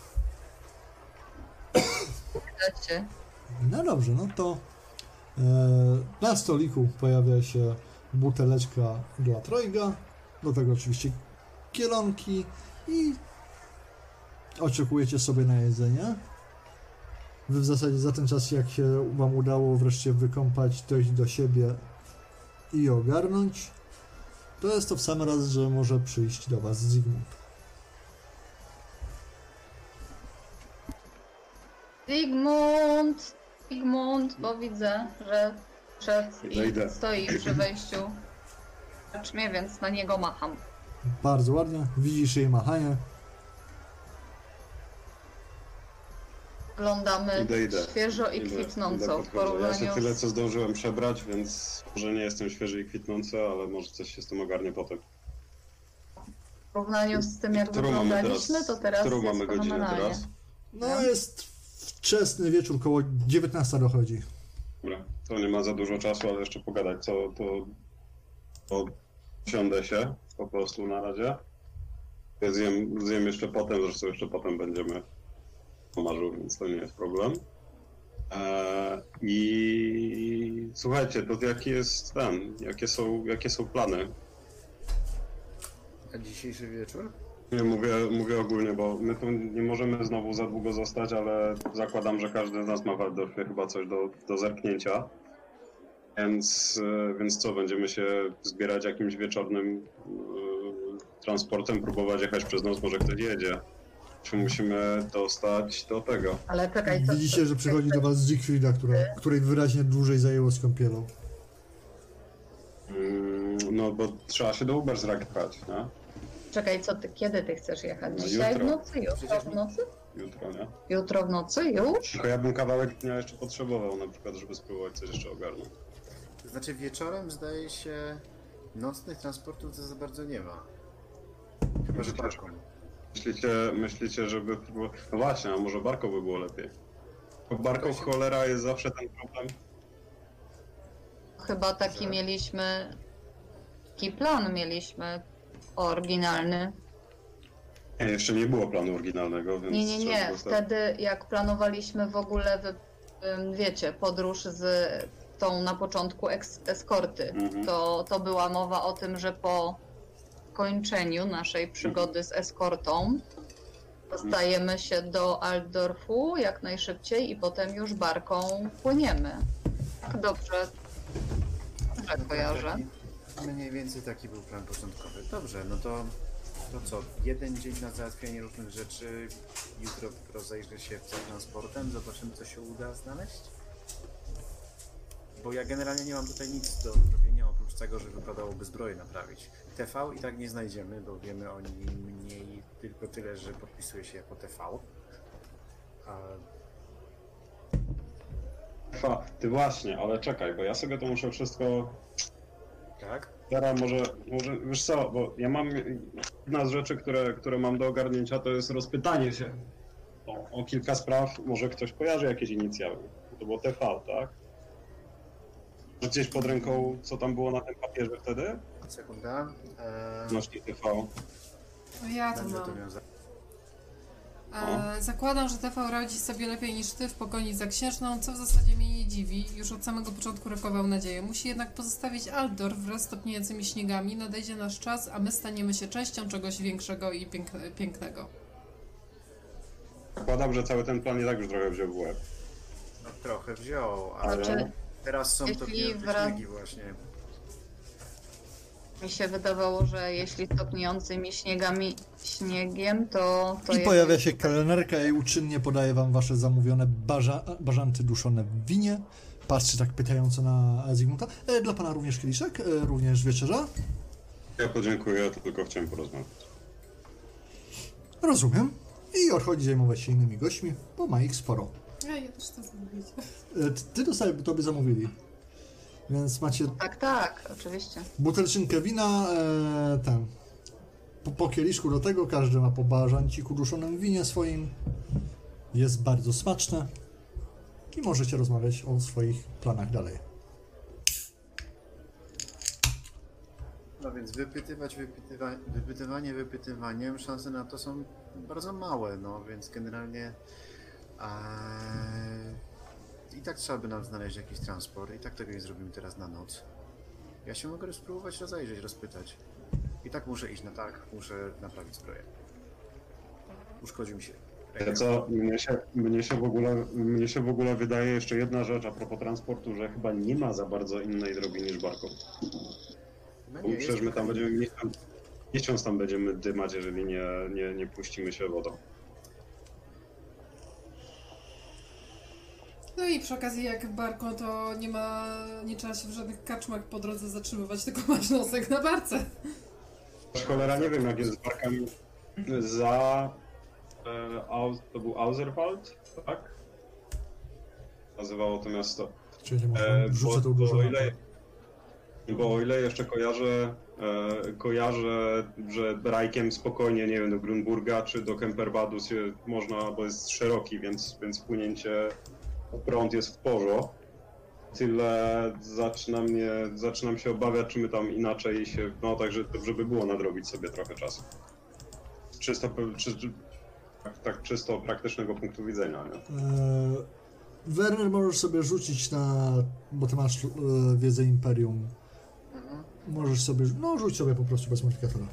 Wiecie, No dobrze, no to e, na stoliku pojawia się buteleczka dla trojga, do tego oczywiście kielonki i oczekujecie sobie na jedzenie. Wy w zasadzie za ten czas, jak się wam udało wreszcie wykąpać, dojść do siebie i ogarnąć, to jest to w sam raz, że może przyjść do was Zygmunt. Zygmunt! Zygmunt, bo widzę, że szedł Idę, idę. i stoi przy wejściu. Patrz mnie, więc na niego macham. Bardzo ładnie, widzisz jej machanie. Wyglądamy Idę, idę. świeżo i Idę, kwitnąco idę w podchodzę. Ja porównaniu się tyle z... co zdążyłem przebrać, więc może nie jestem świeży i kwitnący, ale może coś się z tym ogarnie potem. w porównaniu z tym, jak Którą mamy wyglądaliśmy, teraz? to teraz Którą jest mamy godzinę fenomenalnie. teraz? No No. jest wczesny wieczór, koło dziewiętnasta dochodzi. Dobra, to nie ma za dużo czasu, ale jeszcze pogadać, co to, to siądę się po prostu na razie. Zjem, zjem jeszcze potem, zresztą jeszcze potem będziemy pomarzył, więc to nie jest problem. Eee, I słuchajcie, to jaki jest ten, jakie są, jakie są plany? A dzisiejszy wieczór? Nie, mówię, mówię ogólnie, bo my tu nie możemy znowu za długo zostać, ale zakładam, że każdy z nas ma w Waldorfie chyba coś do, do zerknięcia. Więc, e, więc co, będziemy się zbierać jakimś wieczornym e, transportem, próbować jechać przez noc, może ktoś jedzie. Czy musimy dostać do tego? Ale czekaj, co... Widzicie, że przychodzi do was Siegfrieda, która, której wyraźnie dłużej zajęło z kąpielą. Mm, no bo trzeba się do Ubersrag pchać, nie? Czekaj, co ty, kiedy ty chcesz jechać? No Dzisiaj jutro. w nocy? Jutro Przecież w nie- nocy? Jutro, nie? Jutro w nocy? Już? Tylko ja bym kawałek dnia jeszcze potrzebował, na przykład, żeby spróbować coś jeszcze ogarnąć. To znaczy wieczorem zdaje się nocnych transportów to za bardzo nie ma. Chyba, że barką. Myślicie, myślicie, żeby... No właśnie, a może barką by było lepiej? Bo barką cholera jest zawsze ten problem. Chyba taki Że- mieliśmy... Taki plan mieliśmy oryginalny. Nie, jeszcze nie było planu oryginalnego, więc... Nie, nie, trzeba nie. było stać- Wtedy jak planowaliśmy w ogóle, wy, ym, wiecie, podróż z tą na początku eks, eskorty, Mhm. to, to była mowa o tym, że po kończeniu naszej przygody z eskortą dostajemy się do Altdorfu jak najszybciej i potem już barką płyniemy. Tak dobrze, dobrze kojarzę. Taki, mniej więcej taki był plan początkowy. Dobrze, no to, to co? Jeden dzień na załatwianie różnych rzeczy, jutro rozejrzę się tym transportem, zobaczymy co się uda znaleźć? Bo ja generalnie nie mam tutaj nic do zrobienia, oprócz tego, że wypadałoby zbroję naprawić. T V i tak nie znajdziemy, bo wiemy o nim mniej tylko tyle, że podpisuje się jako T V. A Fa, ty właśnie, ale czekaj, bo ja sobie to muszę wszystko... tak? Teraz może, może, wiesz co, bo ja mam... Jedna z rzeczy, które, które mam do ogarnięcia, to jest rozpytanie się o, o kilka spraw. Może ktoś kojarzy jakieś inicjały. To było T V, tak? Gdzieś pod ręką, co tam było na tym papierze wtedy? Sekunda. Eee, Odnośnie T V. No ja to będę to mam. miał za... E, zakładam, że T V radzi sobie lepiej niż ty w pogoni za księżną, co w zasadzie mnie nie dziwi. Już od samego początku rokował nadzieję. Musi jednak pozostawić Altdorf wraz z topniejącymi śniegami. Nadejdzie nasz czas, a my staniemy się częścią czegoś większego i piękne, pięknego. Zakładam, że cały ten plan i tak już trochę wziął w łeb. No trochę wziął, ale Znaczy, teraz są to jeśli pieniądze wra- śniegi właśnie. mi się wydawało, że jeśli stopniącymi śniegami, śniegiem, to... to I jest- pojawia się kelnerka i uczynnie podaje wam wasze zamówione barza, bażanty duszone w winie. Patrzy tak pytająco na Zygmunta. E, dla pana również kieliszek, e, również wieczerza. Ja podziękuję, tylko chciałem porozmawiać. Rozumiem. I odchodzi zajmować się innymi gośćmi, bo ma ich sporo. Ja, ja też to zrobić. E, ty dostałeś, to by zamówili. Więc macie Tak, tak, oczywiście. butelczynkę wina, e, ten, po, po kieliszku do tego, każdy ma po bażanciku duszonym w winie swoim. Jest bardzo smaczne i możecie rozmawiać o swoich planach dalej. No więc wypytywać, wypytywa wypytywanie wypytywaniem, szanse na to są bardzo małe, no więc generalnie eee, i tak trzeba by nam znaleźć jakiś transport i tak tego nie zrobimy teraz na noc. Ja się mogę spróbować rozejrzeć, rozpytać. I tak muszę iść na tak, muszę naprawić zbroję. Uszkodził mi się. Ja co, mnie się, mnie, się w ogóle, mnie się w ogóle wydaje jeszcze jedna rzecz a propos transportu, że chyba nie ma za bardzo innej drogi niż barką. No Bo nie, przecież jest my tam trochę- będziemy miesiąc, miesiąc tam będziemy dymać, jeżeli nie, nie, nie puścimy się wodą. No i przy okazji jak barką, to nie ma, nie trzeba się w żadnych kaczmach po drodze zatrzymywać, tylko masz nosek na barce. Cholera, nie wiem jak jest z barkami za... E, Aus, to był Auserwald, tak? Nazywało to miasto. Czyli może E, wrzucę bo, tą bo, dużą o mapę. ile, bo o ile jeszcze kojarzę, e, kojarzę, że Rajkiem spokojnie, nie wiem, do Grunburga czy do Kemperbadu się można, bo jest szeroki, więc, więc płynięcie w prąd jest w porządku. Tyle zaczynam, mnie, zaczynam się obawiać, czy my tam inaczej się, no także dobrze by było nadrobić sobie trochę czasu. czysto, czy, czy, tak, tak czysto praktycznego punktu widzenia, nie? Eee, Werner, możesz sobie rzucić na, bo ty masz e, wiedzę Imperium. Mhm. Możesz sobie, no rzuć sobie po prostu bez modyfikatora.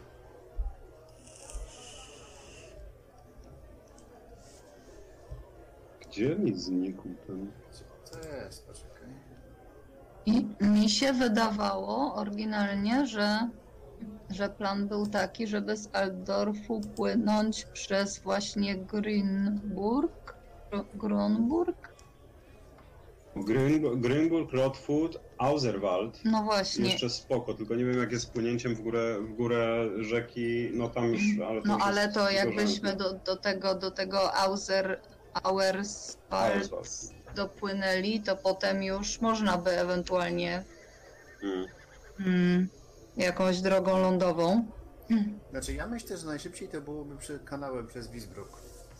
Gdzie mi znikł ten... Co to jest? Poczekaj. I mi się wydawało oryginalnie, że, że plan był taki, żeby z Altdorfu płynąć przez właśnie Grünburg. Gr- Grunburg? Grün, Grünburg, Rotfoot, Auserwald. No właśnie. Jeszcze spoko, tylko nie wiem jak jest z płynięciem w górę, w górę rzeki, no tam już... Ale to No już ale jest to jakbyśmy gorzej. do, do tego, do tego Auser, Auerswald Auerswald. dopłynęli, to potem już można by ewentualnie Mm. mm, jakąś drogą lądową. Znaczy ja myślę, że najszybciej to byłoby przy kanałem przez Wisbruk.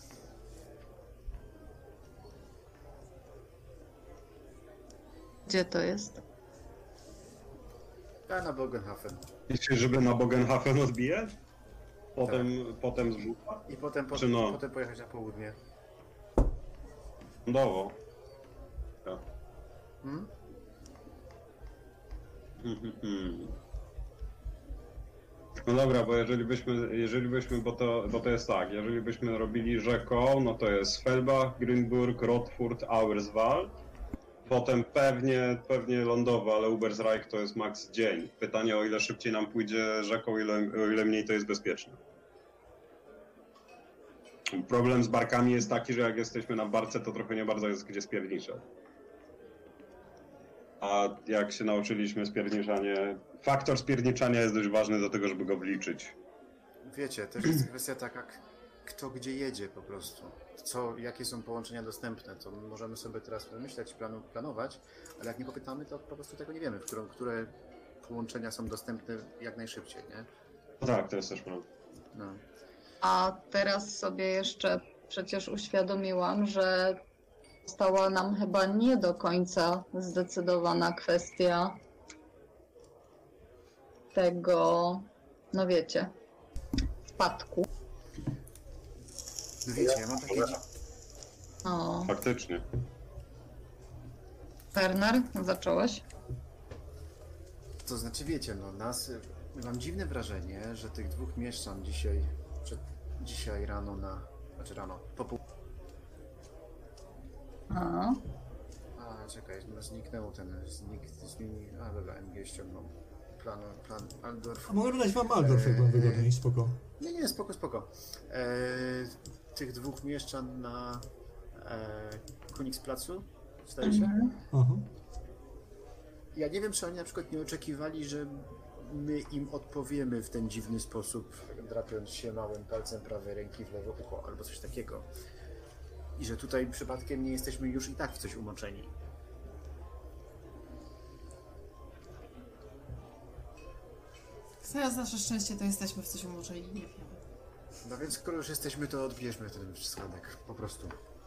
Gdzie to jest? Ja na Bogenhafen. Myślisz, żeby na Bogenhafen odbijać? Potem, potem zrzuca? I potem, po, Czy no? potem pojechać na południe. Lądowo. Hmm? Mhm. No dobra, bo jeżeli byśmy, jeżeli byśmy, bo to, bo to jest tak, jeżeli byśmy robili rzeką, no to jest Felbach, Grünburg, Rotfurt, Auerswald. Potem pewnie, pewnie lądowo, ale Ubersreich to jest maks dzień. Pytanie, o ile szybciej nam pójdzie rzeką, o ile, o ile mniej to jest bezpieczne. Problem z barkami jest taki, że jak jesteśmy na barce, to trochę nie bardzo jest gdzie spierniczać. A jak się nauczyliśmy spierniczanie... Faktor spierniczania jest dość ważny do tego, żeby go wliczyć. Wiecie, też jest kwestia taka, k- kto gdzie jedzie po prostu. Co, jakie są połączenia dostępne, to możemy sobie teraz wymyślać, planu, planować, ale jak nie popytamy, to po prostu tego nie wiemy, w którą, które połączenia są dostępne jak najszybciej, nie? No tak, to jest też prawda. No. A teraz sobie jeszcze przecież uświadomiłam, że została nam chyba nie do końca zdecydowana kwestia tego, no wiecie, spadku. No wiecie, ja mam takie... dzi- O, Faktycznie. Werner, zacząłeś? To znaczy, wiecie, no nas... Mam dziwne wrażenie, że tych dwóch mieszczan dzisiaj, przed, dzisiaj rano na... Znaczy rano, po pół... A, A, czekaj, no zniknęło ten... Znik... Zmieni... A, dobra, M G ściągnął. Plan... Plan... Aldorf. A mogę dać wam Aldorf, jak wam wygodniej, spoko. Nie, nie, spoko, spoko. Eee, tych dwóch mieszczan na e, Königsplacu, zdaje się? mhm. Aha. Ja nie wiem, czy oni na przykład nie oczekiwali, że my im odpowiemy w ten dziwny sposób, drapiąc się małym palcem prawej ręki w lewo ucho, albo coś takiego. I że tutaj przypadkiem nie jesteśmy już i tak w coś umoczeni. Teraz nasze szczęście to jesteśmy w coś umoczeni, nie wiem. No więc skoro już jesteśmy, to odbierzmy ten schronek, po prostu.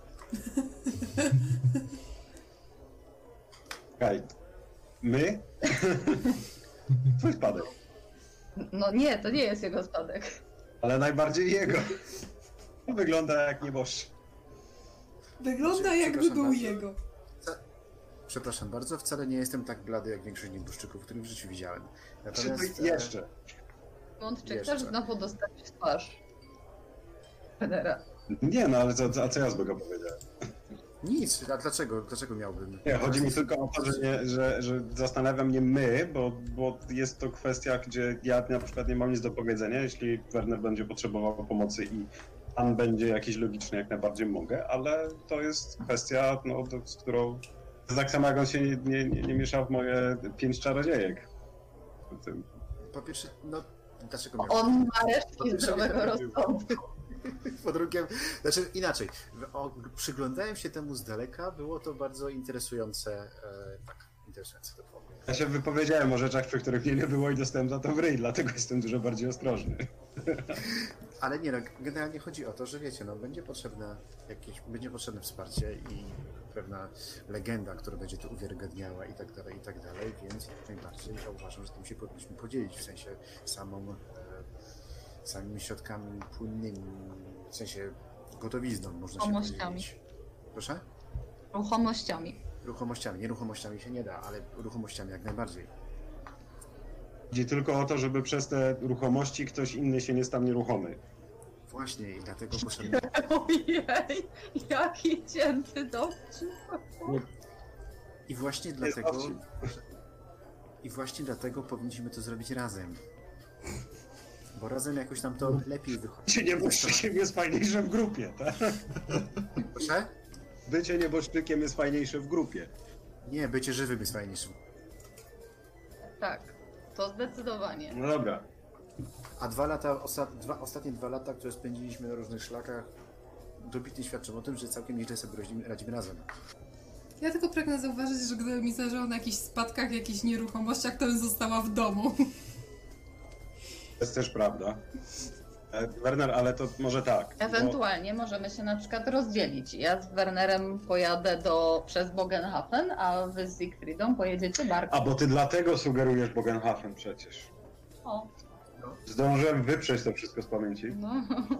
Okej. My? Twój spadek. No nie, to nie jest jego spadek. Ale najbardziej jego. To wygląda jak nieboszcz. Wygląda jakby Przepraszam był bardzo. jego. Przepraszam bardzo, wcale nie jestem tak blady jak większość nieboszczyków, których w życiu widziałem. Czy Natomiast, to jeszcze? Skąd czy Jeszcze. chcesz znowu dostać w twarz? Wenera. Nie no, ale co, a co ja złego powiedziałem? Nic, a dlaczego? Dlaczego miałbym? Nie, chodzi mi tylko o to, że, nie, że, że zastanawia mnie my, bo, bo jest to kwestia, gdzie ja na przykład nie mam nic do powiedzenia, jeśli Werner będzie potrzebował pomocy i plan będzie jakiś logiczny, jak najbardziej mogę, ale to jest kwestia, no, to, z którą... To tak samo jak on się nie, nie, nie, nie miesza w moje pięć czarodziejek. W tym- Po pierwsze, no, dlaczego miałbym? On ma Po resztki pierwsze, zdrowego nie rozsądku. Po drugie, znaczy inaczej, o, przyglądałem się temu z daleka, było to bardzo interesujące, e, tak, interesujące dokładnie. Ja się wypowiedziałem o rzeczach, przy których mnie nie było i dostałem za to w ryj, dlatego jestem dużo bardziej ostrożny. Ale nie no, generalnie chodzi o to, że wiecie, no będzie potrzebne jakieś, będzie potrzebne wsparcie i pewna legenda, która będzie to uwiarygadniała i tak dalej, i tak dalej, więc jak najbardziej ja uważam, że tym się powinniśmy podzielić, w sensie samą, samymi środkami płynnymi, w sensie gotowizną, można się Ruchomościami. powiedzieć. Proszę? Ruchomościami. Ruchomościami. Nieruchomościami się nie da, ale ruchomościami jak najbardziej. Chodzi tylko o to, żeby przez te ruchomości ktoś inny się nie stał nieruchomy. Właśnie i dlatego poszedłem. Ojej, jaki cięty dowcip. I właśnie Jest dlatego. dowcip. I właśnie dlatego powinniśmy to zrobić razem. Bo razem jakoś nam to lepiej wychodzi. Bycie nieboszczykiem jest fajniejsze w grupie, tak? Proszę? Bycie nieboszczykiem jest fajniejsze w grupie. Nie, bycie żywym jest fajniejsze. Tak, to zdecydowanie. No dobra. A dwa lata, osta dwa, ostatnie dwa lata, które spędziliśmy na różnych szlakach, dobitnie świadczą o tym, że całkiem nieźle sobie radzimy, radzimy razem. Ja tylko pragnę zauważyć, że gdyby mi zależało na jakichś spadkach, jakichś nieruchomościach, to bym została w domu. To jest też prawda. E, Werner, ale to może tak. bo- Ewentualnie możemy się na przykład rozdzielić. Ja z Wernerem pojadę do, przez Bogenhafen, a wy z Siegfriedą pojedziecie barką. A, bo ty dlatego sugerujesz Bogenhafen przecież. O, Zdążyłem wyprzeć to wszystko z pamięci. no.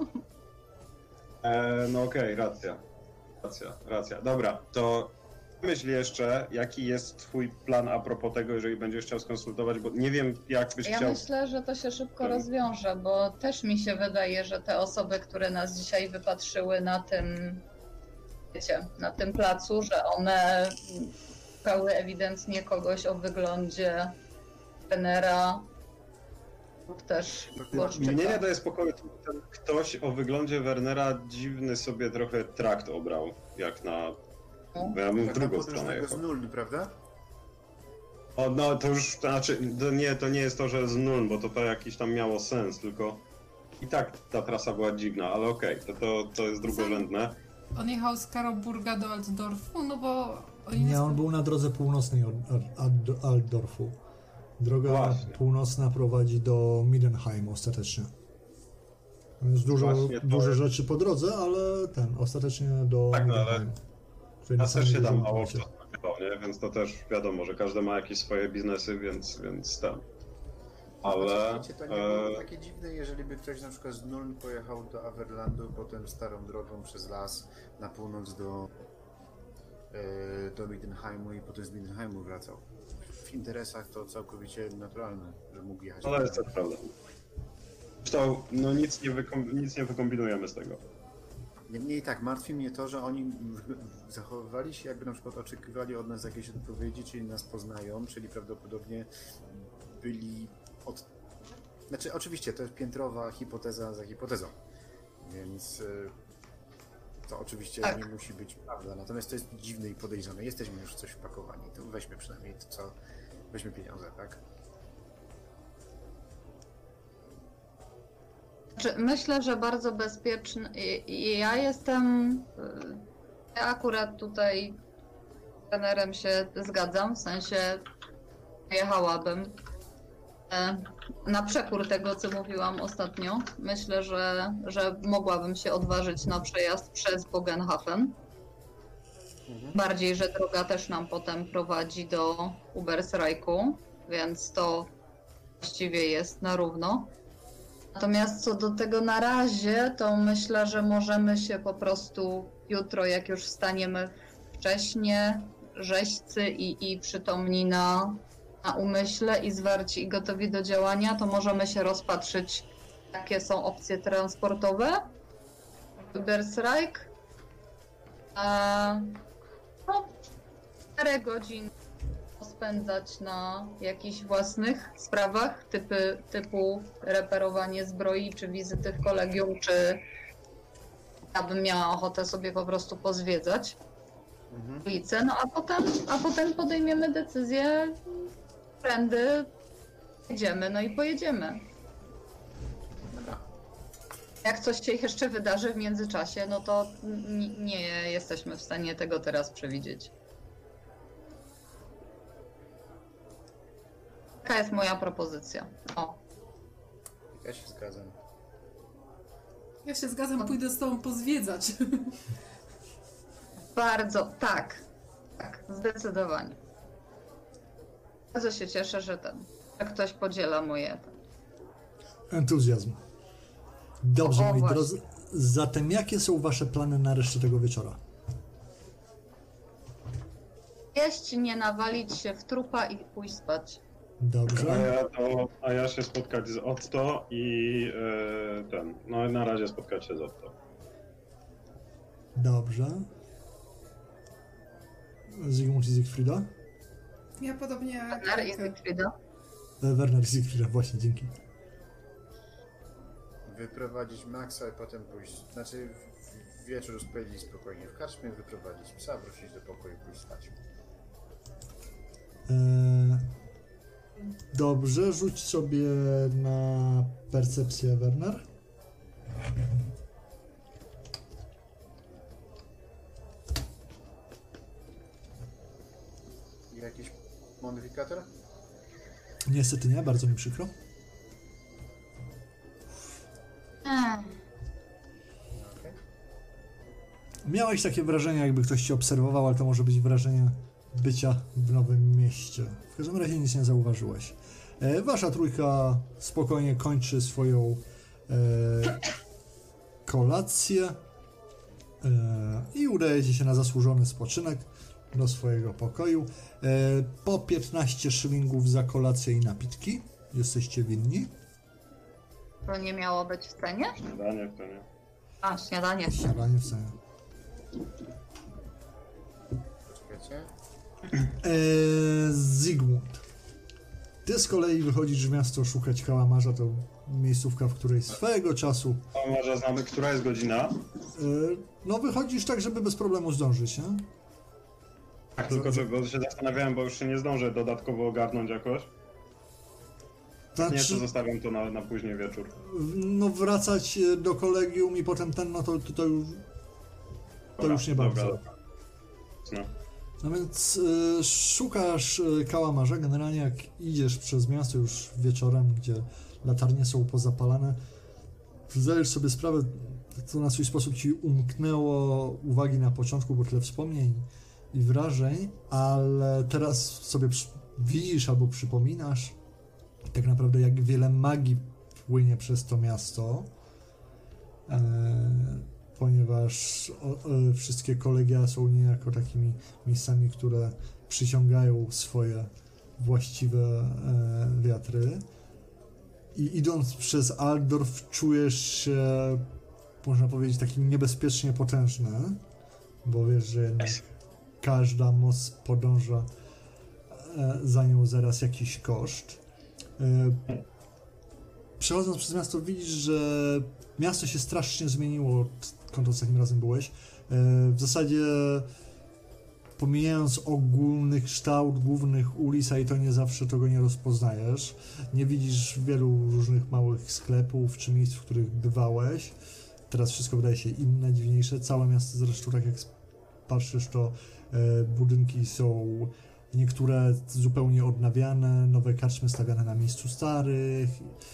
E, no okej, racja. Racja, racja. Dobra, to myśl jeszcze, jaki jest twój plan a propos tego, jeżeli będziesz chciał skonsultować, bo nie wiem, jak byś Ja chciał... myślę, że to się szybko Tak. rozwiąże, bo też mi się wydaje, że te osoby, które nas dzisiaj wypatrzyły na tym, wiecie, na tym placu, że one szukały ewidentnie kogoś o wyglądzie trenera lub też Nie, Borszczyka. nie, daje spokoju. Ten ktoś o wyglądzie Wernera dziwny sobie trochę trakt obrał, jak na... Bo ja bym w Jak na drugą stronę podróżnego z jechał. Nuln, prawda? O, no to już, to znaczy, to nie, to nie jest to, że z nul, bo to, to jakiś tam miało sens, tylko i tak ta trasa była dziwna, ale okej, to, to, to jest drugorzędne. On jechał z Karoburga do Altdorfu, no bo oni Nie, nas... on był na drodze północnej od od- od Altdorfu. Droga Właśnie. północna prowadzi do Midenheimu ostatecznie. Więc dużo, Właśnie to dużo jest- rzeczy po drodze, ale ten, ostatecznie do Tak, no ale Midenheimu. Czyli na Ja samym też się tam dużym mało punkcie. kto spodziewał, nie? Więc to też wiadomo, że każdy ma jakieś swoje biznesy, więc, więc tam. Ale... Znaczy, wiecie, to nie było E, takie dziwne, jeżeli by ktoś na przykład z Nuln pojechał do Averlandu, potem starą drogą przez las na północ do, e, do Midenheimu i potem z Midenheimu wracał. W interesach to całkowicie naturalne, że mógł jechać. ale jest to prawda. Zresztą, no nic nie, wykom, nic nie wykombinujemy z tego. Niemniej tak, martwi mnie to, że oni w- w- zachowywali się, jakby na przykład oczekiwali od nas jakiejś odpowiedzi, czyli nas poznają, czyli prawdopodobnie byli od... Znaczy, oczywiście, to jest piętrowa hipoteza za hipotezą, więc y, to oczywiście Tak. nie musi być prawda, natomiast to jest dziwne i podejrzane. Jesteśmy już w coś wpakowani, to weźmy przynajmniej to, co... Weźmy pieniądze, tak? Znaczy, myślę, że bardzo bezpieczny. i- i Ja jestem. y, Ja akurat tutaj z trenerem się zgadzam, w sensie jechałabym e, na przekór tego, co mówiłam ostatnio. Myślę, że, że mogłabym się odważyć na przejazd przez Bogenhafen. Bardziej, że droga też nam potem prowadzi do Ubersreichu, więc to właściwie jest na równo. Natomiast co do tego na razie, to myślę, że możemy się po prostu jutro, jak już wstaniemy wcześnie, rzeźcy i, i przytomni na, na umyśle i zwarci i gotowi do działania, to możemy się rozpatrzyć, jakie są opcje transportowe. Ubersreich. A, no, cztery godziny spędzać na jakichś własnych sprawach, typy, typu reperowanie zbroi, czy wizyty w kolegium, czy ja bym miała ochotę sobie po prostu pozwiedzać ulicę, no a potem, a potem podejmiemy decyzję, trendy, jedziemy, no i pojedziemy. Dobra. Jak coś się jeszcze wydarzy w międzyczasie, no to n- nie jesteśmy w stanie tego teraz przewidzieć. Taka jest moja propozycja. O, Ja się zgadzam. Ja się zgadzam, pójdę z tobą pozwiedzać. bardzo, tak, tak, zdecydowanie. Bardzo się cieszę, że ten, że ktoś podziela moje. Entuzjazm. Dobrze, O, moi właśnie. drodzy. Zatem jakie są wasze plany na resztę tego wieczora? Jeść, nie nawalić się w trupa i pójść spać. A Dobrze. ja, to, a ja się spotkać z Otto i e, ten. No na razie spotkać się z Otto. Dobrze. Zygmunt i Siegfrieda? Ja podobnie jak Werner i Eike. Siegfrieda. E, Werner i Siegfrieda, właśnie, dzięki. Wyprowadzić Maxa i potem pójść, znaczy w- w wieczór spędzić spokojnie w karczmie, wyprowadzić psa, wrócić do pokoju i pójść spać. E, dobrze, rzuć sobie na percepcję, Werner. I jakiś modyfikator? Niestety nie, bardzo mi przykro. Ech, Okej. Miałeś takie wrażenie, jakby ktoś cię obserwował, ale to może być wrażenie bycia w nowym mieście. W każdym razie nic nie zauważyłeś. E, wasza trójka spokojnie kończy swoją e, kolację e, i udajecie się na zasłużony spoczynek do swojego pokoju. E, po piętnaście szylingów za kolację i napitki jesteście winni. to nie miało być w cenie? Śniadanie w to nie. A, śniadanie. Śniadanie w cenie. Poczekajcie. Eee, Zygmunt. Ty z kolei wychodzisz w miasto szukać kałamarza, to miejscówka, w której swego czasu. A może znamy, która jest godzina? Eee, no wychodzisz tak, żeby bez problemu zdążyć, nie? Tak, tylko że, bo się zastanawiałem, bo już się nie zdążę dodatkowo ogarnąć jakoś. Nie, to Znaczy, zostawiam to na, na później wieczór. no wracać e, do kolegium i potem ten, no to, to, to już. To Dobra, już nie dobra, bardzo. dobra. No. No więc e, szukasz e, kałamarza, generalnie jak idziesz przez miasto już wieczorem, gdzie latarnie są pozapalane, zdajesz sobie sprawę, to na swój sposób ci umknęło uwagi na początku, bo tyle wspomnień i wrażeń, ale teraz sobie przy- widzisz albo przypominasz tak naprawdę jak wiele magii płynie przez to miasto, e, ponieważ o, e, wszystkie kolegia są niejako takimi miejscami, które przyciągają swoje właściwe e, wiatry. I idąc przez Altdorf czujesz się, można powiedzieć, taki niebezpiecznie potężny, bo wiesz, że jednak każda moc podąża e, za nią zaraz jakiś koszt. E, Przechodząc przez miasto widzisz, że miasto się strasznie zmieniło, odkąd ostatnim razem byłeś. E, W zasadzie pomijając ogólny kształt głównych ulic, a i to nie zawsze tego nie rozpoznajesz. Nie widzisz wielu różnych małych sklepów czy miejsc, w których bywałeś. Teraz wszystko wydaje się inne, dziwniejsze. Całe miasto zresztą, tak jak patrzysz, to e, budynki są niektóre zupełnie odnawiane, nowe karczmy stawiane na miejscu starych.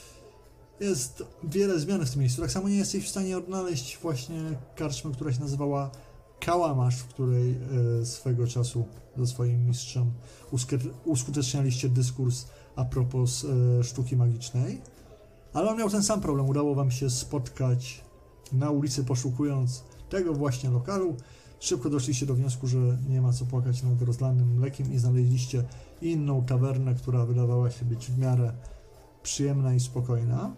Jest wiele zmian w tym miejscu. Tak samo nie jesteś w stanie odnaleźć właśnie karczmy, która się nazywała Kałamarz, w której e, swego czasu ze swoim mistrzem uske- uskutecznialiście dyskurs a propos e, sztuki magicznej. Ale on miał ten sam problem. Udało wam się spotkać na ulicy, poszukując tego właśnie lokalu. Szybko doszliście do wniosku, że nie ma co płakać nad rozlanym mlekiem i znaleźliście inną tawernę, która wydawała się być w miarę przyjemna i spokojna.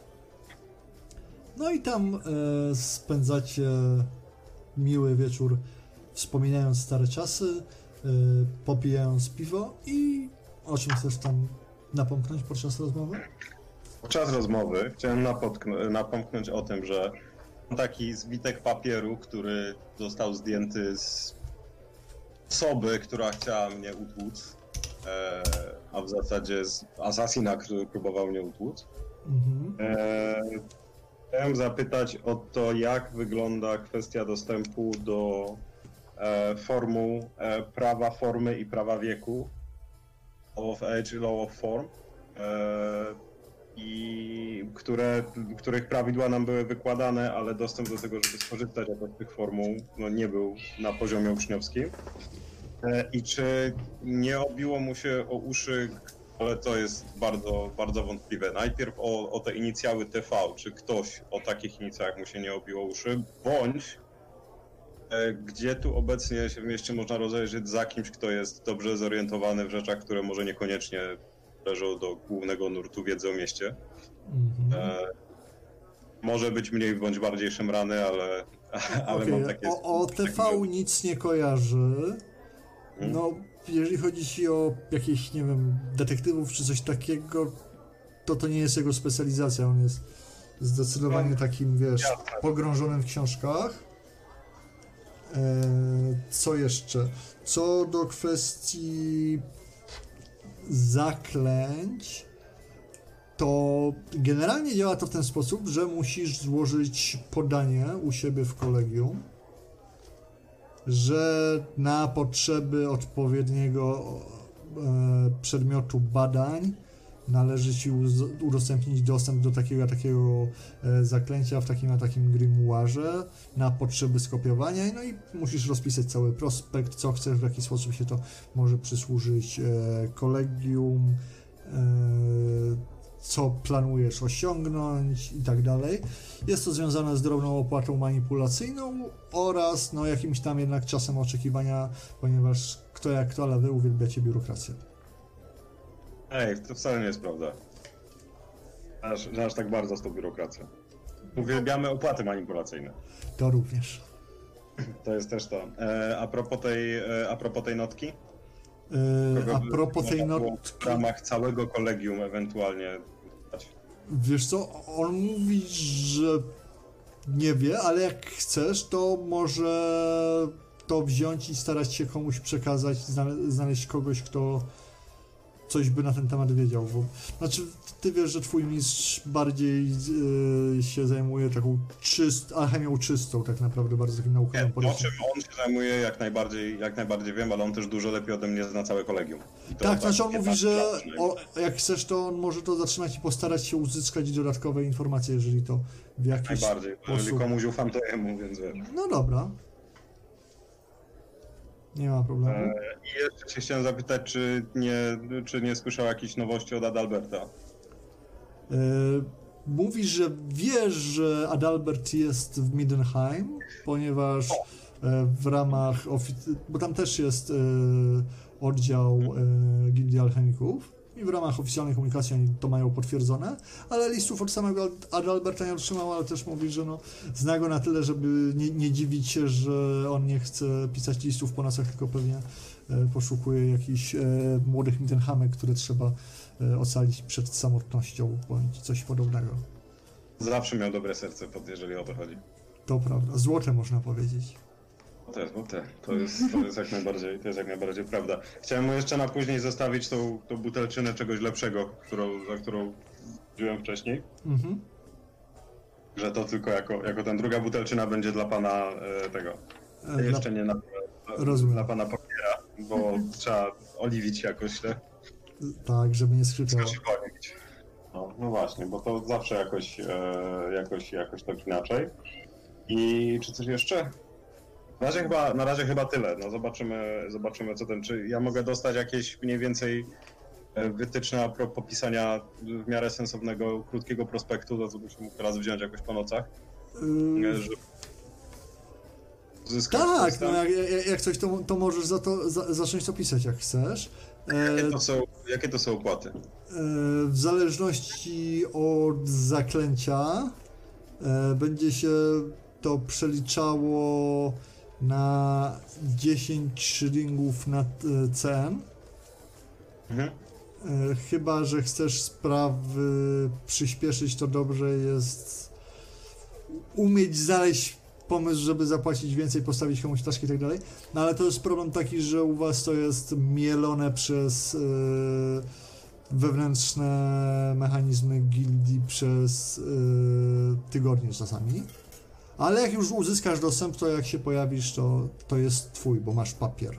No i tam e, spędzacie miły wieczór, wspominając stare czasy, e, popijając piwo i o czym chcesz tam napomknąć podczas rozmowy? Podczas rozmowy chciałem napotkn- napomknąć o tym, że mam taki zwitek papieru, który został zdjęty z osoby, która chciała mnie utłuc, e, a w zasadzie z asasina, który próbował mnie utłuc. Mhm. E, chciałem zapytać o to, jak wygląda kwestia dostępu do e, formuł e, prawa formy i prawa wieku, Law of Age i Law of Form, e, i które, których prawidła nam były wykładane, ale dostęp do tego, żeby skorzystać jakoś z tych formuł, no, nie był na poziomie uczniowskim. E, I czy nie obiło mu się o uszy ale to jest bardzo, bardzo wątpliwe. Najpierw o, o te inicjały T V, czy ktoś o takich inicjałach mu się nie obiło uszy, bądź e, gdzie tu obecnie się w mieście można rozejrzeć za kimś, kto jest dobrze zorientowany w rzeczach, które może niekoniecznie należą do głównego nurtu wiedzy o mieście. Mhm. E, może być mniej bądź bardziej szemrany, ale, ale Okej, mam takie... O, o T V nic nie kojarzy. Hmm? No, jeżeli chodzi ci o jakieś, nie wiem, detektywów czy coś takiego, to to nie jest jego specjalizacja. On jest zdecydowanie takim, wiesz, pogrążonym w książkach. E, co jeszcze? Co do kwestii zaklęć, to generalnie działa to w ten sposób, że musisz złożyć podanie u siebie w kolegium, że na potrzeby odpowiedniego e, przedmiotu badań należy ci uz- udostępnić dostęp do takiego a takiego e, zaklęcia w takim a takim grimoire na potrzeby skopiowania, no i musisz rozpisać cały prospekt, co chcesz, w jaki sposób się to może przysłużyć e, kolegium, e, co planujesz osiągnąć i tak dalej. Jest to związane z drobną opłatą manipulacyjną oraz no, jakimś tam jednak czasem oczekiwania, ponieważ kto jak kto, ale wy uwielbiacie biurokrację. Ej, to wcale nie jest prawda. Aż, że aż tak bardzo z tą biurokracją. Uwielbiamy opłaty manipulacyjne. To również. To jest też to. E, a, propos tej, e, a propos tej notki? Yy, Kogo a by propos tej można było notki, w ramach całego kolegium ewentualnie dać. wiesz co, on mówi, że nie wie, ale jak chcesz, to może to wziąć i starać się komuś przekazać, znale- znaleźć kogoś, kto coś by na ten temat wiedział, bo znaczy ty wiesz, że twój mistrz bardziej yy, się zajmuje taką czyst, alchemią czystą, tak naprawdę bardzo takim naukowym Nie, o podejściem. czym on się zajmuje, jak najbardziej, jak najbardziej wiem, ale on też dużo lepiej ode mnie zna całe kolegium. I to Tak, znaczy on mówi, piętnaście że lat przynajmniej. o, jak chcesz, to on może to zatrzymać i postarać się uzyskać dodatkowe informacje, jeżeli to w jakiś Najbardziej. Jeżeli sposób... komuś ufam, to jemu, więc wiesz. No dobra. Nie ma problemu. E, I jeszcze się chciałem zapytać, czy nie, czy nie słyszał jakichś nowości od Adalberta? E, mówi, że wie, że Adalbert jest w Middenheim, ponieważ e, w ramach, ofi- bo tam też jest e, oddział e, Gildii Alchemików i w ramach oficjalnej komunikacji oni to mają potwierdzone, ale listów od samego Adalberta nie otrzymał, ale też mówi, że no, zna go na tyle, żeby nie, nie dziwić się, że on nie chce pisać listów po nocach, tylko pewnie e, poszukuje jakichś e, młodych Middenheimek, które trzeba e, ocalić przed samotnością, bądź coś podobnego. Zawsze miał dobre serce, pod- jeżeli o to chodzi. To prawda, złote można powiedzieć. To jest, te, to jest, to jest jak najbardziej, to jest jak najbardziej prawda. Chciałem mu jeszcze na później zostawić tą, tą butelczynę czegoś lepszego, którą, za którą wziąłem wcześniej. Mhm. Że to tylko jako, jako ten druga butelczyna będzie dla pana e, tego. E, Jeszcze nie na, Rozumiem. dla pana Pokiera, bo trzeba oliwić jakoś te. Tak, żeby nie skrzypiało. Oliwić. No, no właśnie, bo to zawsze jakoś, e, jakoś, jakoś tak inaczej. I czy coś jeszcze? Na razie chyba, na razie chyba tyle. No zobaczymy, zobaczymy co ten. Czy ja mogę dostać jakieś mniej więcej e, wytyczne a propos pisania w miarę sensownego, krótkiego prospektu, to co byśmy mógł teraz wziąć jakoś po nocach, Yy, e, żeby uzyskać tak, dostęp. no jak, jak, jak coś, to, to możesz za to za, zacząć to pisać, jak chcesz. E, Jakie to są, jakie to są opłaty? e, w zależności od zaklęcia e, będzie się to przeliczało na dziesięć szylingów na e, C N. Mhm. E, chyba że chcesz sprawy przyspieszyć, to dobrze jest umieć znaleźć pomysł, żeby zapłacić więcej, postawić komuś taczkę i tak dalej. No ale to jest problem taki, że u was to jest mielone przez e, wewnętrzne mechanizmy gildii przez e, tygodnie czasami. Ale jak już uzyskasz dostęp, to jak się pojawisz, to, to jest twój, bo masz papier.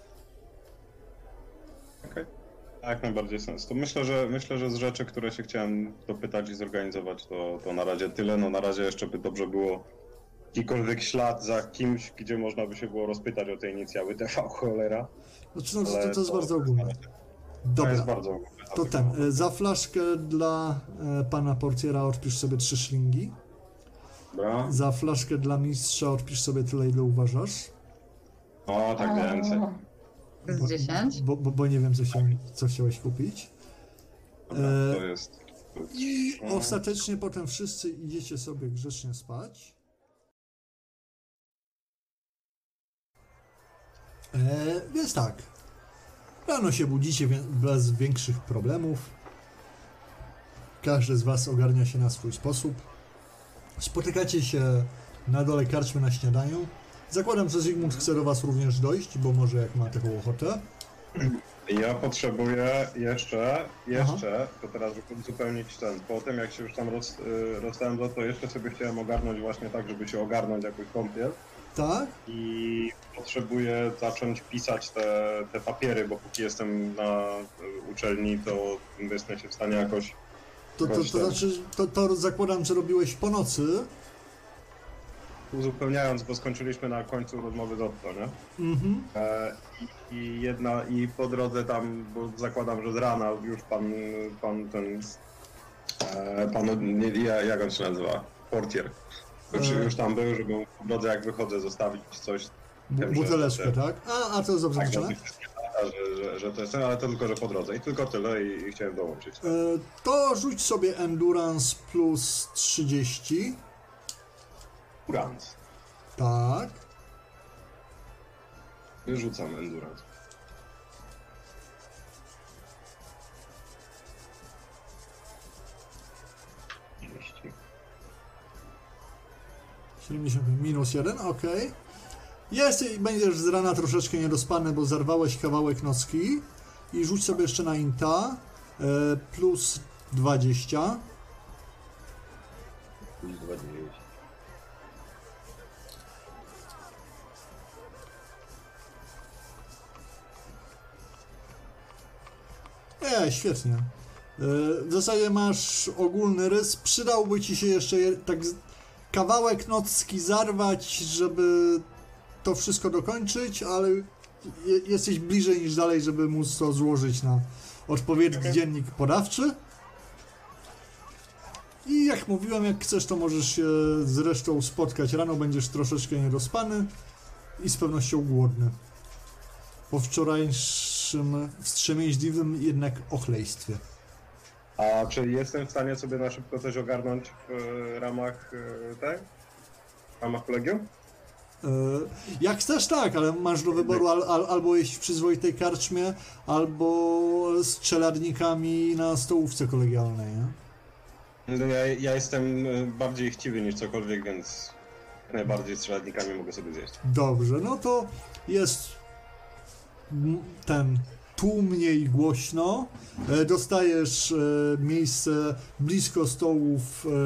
Okej. Jak najbardziej sens. To myślę, że myślę, że z rzeczy, które się chciałem dopytać i zorganizować, to, to na razie tyle. No na razie jeszcze by dobrze było jakikolwiek ślad za kimś, gdzie można by się było rozpytać o te inicjały T V, cholera. Znaczy, no, to, Ale to, to jest bardzo ogólne. To Dobra, jest bardzo... to ten, e, za flaszkę dla e, pana portiera odpisz sobie trzy szlingi. Dobra. Za flaszkę dla mistrza odpisz sobie tyle, ile uważasz. O, tak więcej. Z dziesięć. Bo, bo, bo nie wiem, co, się, co chciałeś kupić. Dobra, E, to jest... I ostatecznie potem wszyscy idziecie sobie grzecznie spać. E, więc tak. Rano się budzicie wie- bez większych problemów. Każdy z was ogarnia się na swój sposób. Spotykacie się na dole karczmy na śniadaniu. Zakładam, że Zygmunt chce do was również dojść, bo może jak ma taką ochotę. Ja potrzebuję jeszcze, jeszcze, to teraz żeby uzupełnić ten, po tym jak się już tam roz, y, rozstałem, to jeszcze sobie chciałem ogarnąć właśnie tak, żeby się ogarnąć jakoś kąpiel Tak? i potrzebuję zacząć pisać te, te papiery, bo póki jestem na y, uczelni, to jestem się w stanie jakoś, To, to, to znaczy, to, to zakładam, że robiłeś po nocy. uzupełniając, bo skończyliśmy na końcu rozmowy z Otto, nie? Mhm. E, i, I jedna, i po drodze tam, bo zakładam, że z rana już pan, pan ten, e, pan, nie, ja- jak on się nazywa? Portier. Już, E. już tam był, żeby mu po drodze jak wychodzę zostawić coś. Bu- Wiem, że- Buteleczkę, że- tak? A, a to jest dobrze Tak, liczone? że, że, że, że to jest ten, ale to tylko, że po drodze. I tylko tyle i, i chciałem dołączyć. E, to rzuć sobie Endurance plus trzydzieści. Endurance. Tak. Wyrzucam Endurance. trzydzieści. siedemdziesiąt minus jeden, ok. Jest i będziesz z rana troszeczkę niedospany, bo zarwałeś kawałek nocki. I rzuć sobie jeszcze na Inta. E, plus dwadzieścia. Plus dwadzieścia. E, świetnie. E, w zasadzie masz ogólny rys. Przydałby ci się jeszcze je- tak z- kawałek nocki zarwać, żeby to wszystko dokończyć, ale je, jesteś bliżej niż dalej, żeby móc to złożyć na odpowiedni Okej. dziennik podawczy. I jak mówiłem, jak chcesz, to możesz się z resztą spotkać rano, będziesz troszeczkę niedospany i z pewnością głodny. Po wczorajszym wstrzemięźliwym jednak ochlejstwie. A czy jestem w stanie sobie na szybko coś ogarnąć w e, ramach e, tej? W ramach kolegium? E, Jak chcesz, tak, ale masz do wyboru al, al, albo jeść w przyzwoitej karczmie, albo z czeladnikami na stołówce kolegialnej, nie? No Ja, ja jestem e, bardziej chciwy niż cokolwiek, więc najbardziej z strzeladnikami mogę sobie zjeść. Dobrze, no to jest m- ten tłumnie i głośno. E, Dostajesz e, miejsce blisko stołów e,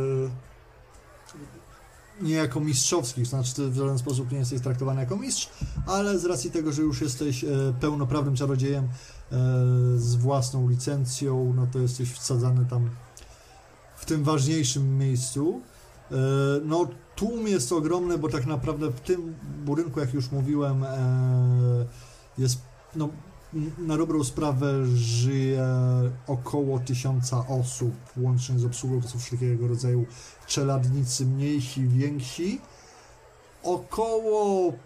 niejako mistrzowskich, to znaczy ty w żaden sposób nie jesteś traktowany jako mistrz, ale z racji tego, że już jesteś e, pełnoprawnym czarodziejem e, z własną licencją, no to jesteś wsadzany tam w tym ważniejszym miejscu. E, No, tłum jest ogromny, bo tak naprawdę w tym budynku, jak już mówiłem, e, jest, no, n- na dobrą sprawę żyje około tysiąca osób, łącznie z obsługą, to są wszelkiego rodzaju czeladnicy, mniejsi, więksi. Około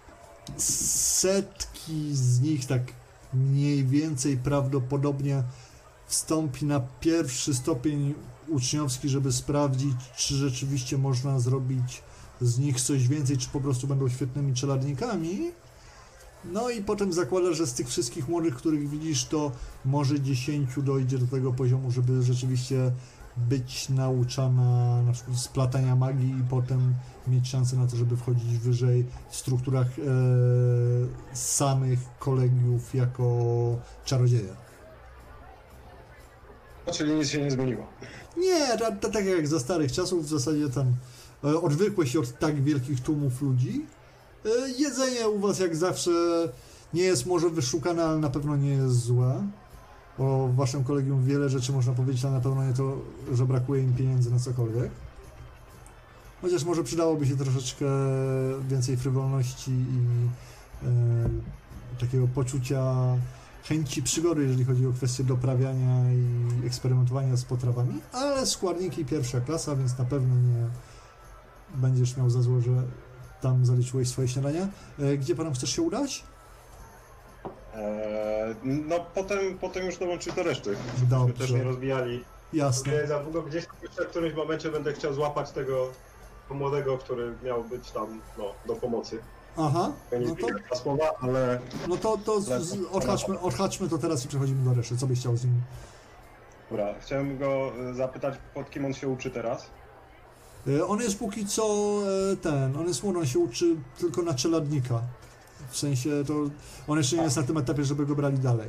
setki z nich, tak mniej więcej prawdopodobnie, wstąpi na pierwszy stopień uczniowski, żeby sprawdzić, czy rzeczywiście można zrobić z nich coś więcej, czy po prostu będą świetnymi czeladnikami. No i potem zakłada, że z tych wszystkich młodych, których widzisz, to może dziesięciu dojdzie do tego poziomu, żeby rzeczywiście być nauczana na przykład splatania magii i potem mieć szansę na to, żeby wchodzić wyżej w strukturach e, samych kolegiów jako czarodzieje. No, czyli nic się nie zmieniło. Nie, ta, ta, tak jak za starych czasów, w zasadzie tam e, odwykłeś się od tak wielkich tłumów ludzi. E, jedzenie u was jak zawsze nie jest może wyszukane, ale na pewno nie jest złe. O waszym kolegium wiele rzeczy można powiedzieć, ale na pewno nie to, że brakuje im pieniędzy na cokolwiek. Chociaż może przydałoby się troszeczkę więcej frywolności i e, takiego poczucia chęci przygody, jeżeli chodzi o kwestię doprawiania i eksperymentowania z potrawami, ale składniki pierwsza klasa, więc na pewno nie będziesz miał za złe, że tam zaliczyłeś swoje śniadania. E, gdzie panom chcesz się udać? Eee, no potem, potem już dołączyć do reszty. Żebyśmy Dobrze. też nie rozbijali. Jasne. Nie za długo, gdzieś jeszcze w którymś momencie będę chciał złapać tego młodego, który miał być tam no, do pomocy. Aha, Ja nie no to, zbiegam dwa słowa, ale no to, to z, z, odhaczmy, odhaczmy to teraz i przechodzimy do reszty. Co byś chciał z nim? dobra, chciałem go e, zapytać, pod kim on się uczy teraz. E, On jest póki co e, ten, on jest młody, on się uczy tylko na czeladnika. W sensie to, on jeszcze nie jest na tym etapie, żeby go brali dalej.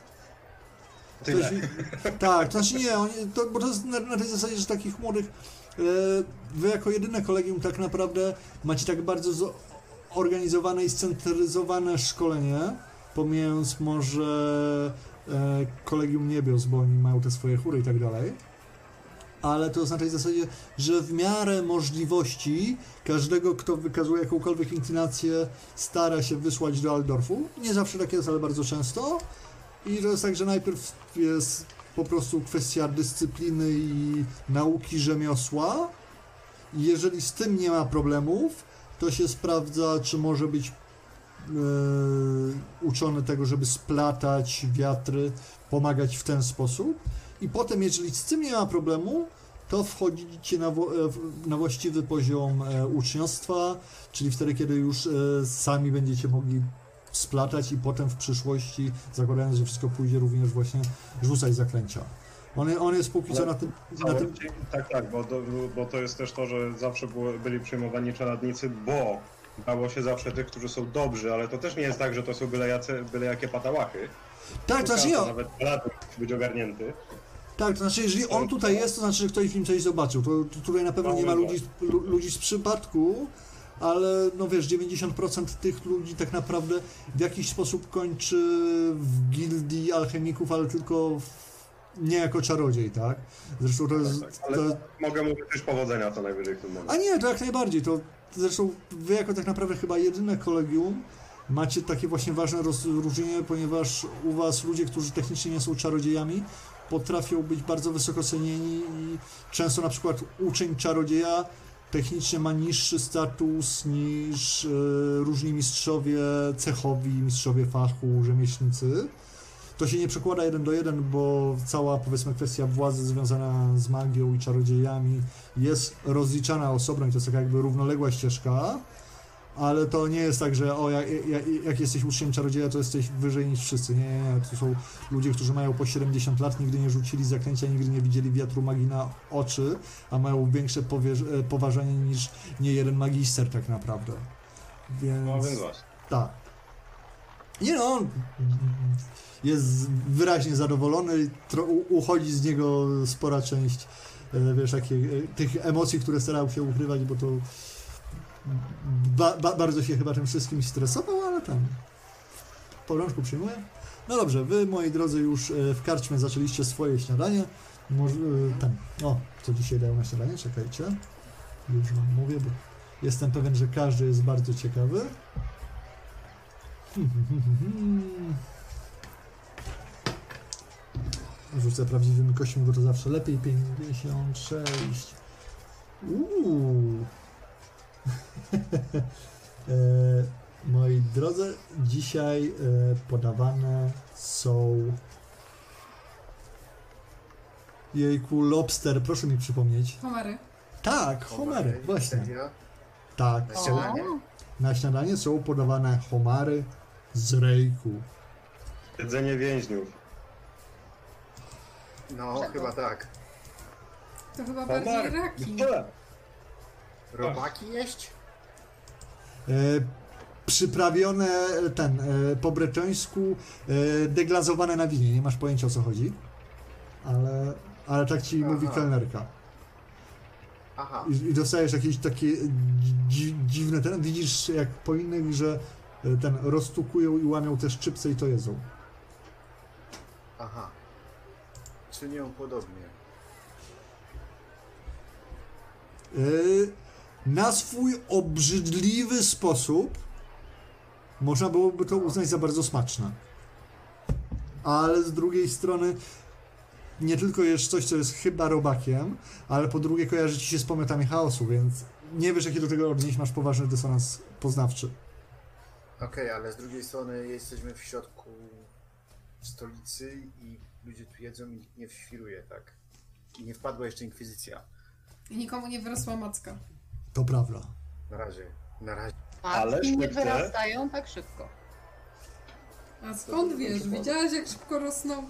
Tyle. Ktoś- tak, to znaczy nie, oni, to, bo to jest na, na tej zasadzie, że takich młodych, e, wy jako jedyne kolegium tak naprawdę macie tak bardzo zorganizowane i scentralizowane szkolenie, pomijając może e, kolegium niebios, bo oni mają te swoje chóry i tak dalej. Ale to jest na tej zasadzie, że w miarę możliwości każdego, kto wykazuje jakąkolwiek inklinację, stara się wysłać do Aldorfu. Nie zawsze tak jest, ale bardzo często. I to jest tak, że najpierw jest po prostu kwestia dyscypliny i nauki rzemiosła. I jeżeli z tym nie ma problemów, to się sprawdza, czy może być yy, uczony tego, żeby splatać wiatry, pomagać w ten sposób. I potem, jeżeli z tym nie ma problemu, to wchodzicie na, wo- e, w- na właściwy poziom e, uczniostwa, czyli wtedy, kiedy już e, sami będziecie mogli splatać i potem w przyszłości, zakładając, że wszystko pójdzie, również właśnie rzucać zaklęcia. On, on jest póki co na tym... Na tym Tak, tak, bo, do, bo to jest też to, że zawsze było, byli przyjmowani czeladnicy, bo dało się zawsze tych, którzy są dobrzy, ale to też nie jest tak, że to są byle, jace, byle jakie patałachy. tak, to znaczy, Każdy, ja, nawet czeladnik musi być ogarnięty. tak, to znaczy, jeżeli on tutaj jest, to znaczy, że ktoś w nim coś zobaczył. To, to tutaj na pewno nie ma ludzi, lu, ludzi z przypadku, ale no wiesz, dziewięćdziesiąt procent tych ludzi tak naprawdę w jakiś sposób kończy w gildii alchemików, ale tylko w, nie jako czarodziej, tak? Zresztą to jest... Tak, tak. Ale To, mogę mówić też powodzenia co najwyżej w tym a momencie. nie, to jak najbardziej. To zresztą wy jako tak naprawdę chyba jedyne kolegium macie takie właśnie ważne rozróżnienie, ponieważ u was ludzie, którzy technicznie nie są czarodziejami, potrafią być bardzo wysoko cenieni i często na przykład uczeń czarodzieja technicznie ma niższy status niż e, różni mistrzowie cechowi, mistrzowie fachu, rzemieślnicy. To się nie przekłada jeden do jeden, bo cała, powiedzmy, kwestia władzy związana z magią i czarodziejami jest rozliczana osobno i to jest taka jakby równoległa ścieżka, ale to nie jest tak, że o, jak, jak, jak jesteś uczniem czarodzieja, to jesteś wyżej niż wszyscy. Nie, nie, nie, to są ludzie, którzy mają po siedemdziesiąt lat, nigdy nie rzucili zaklęcia, nigdy nie widzieli wiatru magii na oczy, a mają większe powierz- poważanie niż nie jeden magister tak naprawdę. Więc... No więc właśnie. Tak. Nie no, on jest wyraźnie zadowolony, tro, u, uchodzi z niego spora część, e, wiesz, takie, e, tych emocji, które starał się ukrywać, bo to ba, ba, bardzo się chyba tym wszystkim stresował, ale tam w porządku przyjmuję. No dobrze, wy, moi drodzy, już e, w karczmie zaczęliście swoje śniadanie. Może, e, ten, o, co dzisiaj dają na śniadanie? Czekajcie. Już wam mówię, bo jestem pewien, że każdy jest bardzo ciekawy. Rzucę prawdziwymi kośćmi, bo to zawsze lepiej. pięćdziesiąt sześć. Uuu. e, moi drodzy, dzisiaj e, podawane są... Jejku, lobster, proszę mi przypomnieć. Homary. Tak, homary, właśnie. Serio? Tak. Na śniadanie? Na śniadanie są podawane homary z rejku. Jedzenie więźniów. No, chyba tak. To chyba bardziej raki. Tyle. Robaki jeść? E, przyprawione ten, e, po bretońsku, e, deglazowane na winie. Nie masz pojęcia, o co chodzi, ale, ale tak ci mówi Aha. kelnerka. Aha. I, i dostajesz jakieś takie dzi, dziwne ten, widzisz jak po innych, że e, ten roztukują i łamią te szczypce i to jedzą. Aha. Czynią podobnie. E, na swój obrzydliwy sposób można byłoby to uznać za bardzo smaczne. ale z drugiej strony nie tylko jest coś, co jest chyba robakiem, ale po drugie kojarzy ci się z pomiotami chaosu, więc nie wiesz, jaki do tego odnieść, masz poważny dysonans poznawczy. Okej, ale z drugiej strony jesteśmy w środku stolicy i ludzie tu jedzą i nikt nie świruje, tak? I nie wpadła jeszcze inkwizycja. I nikomu nie wyrosła macka. To prawda. Na razie. Na razie. Ale Macki nie szybkie. wyrastają tak szybko. A skąd wiesz? Widziałaś, jak szybko rosną?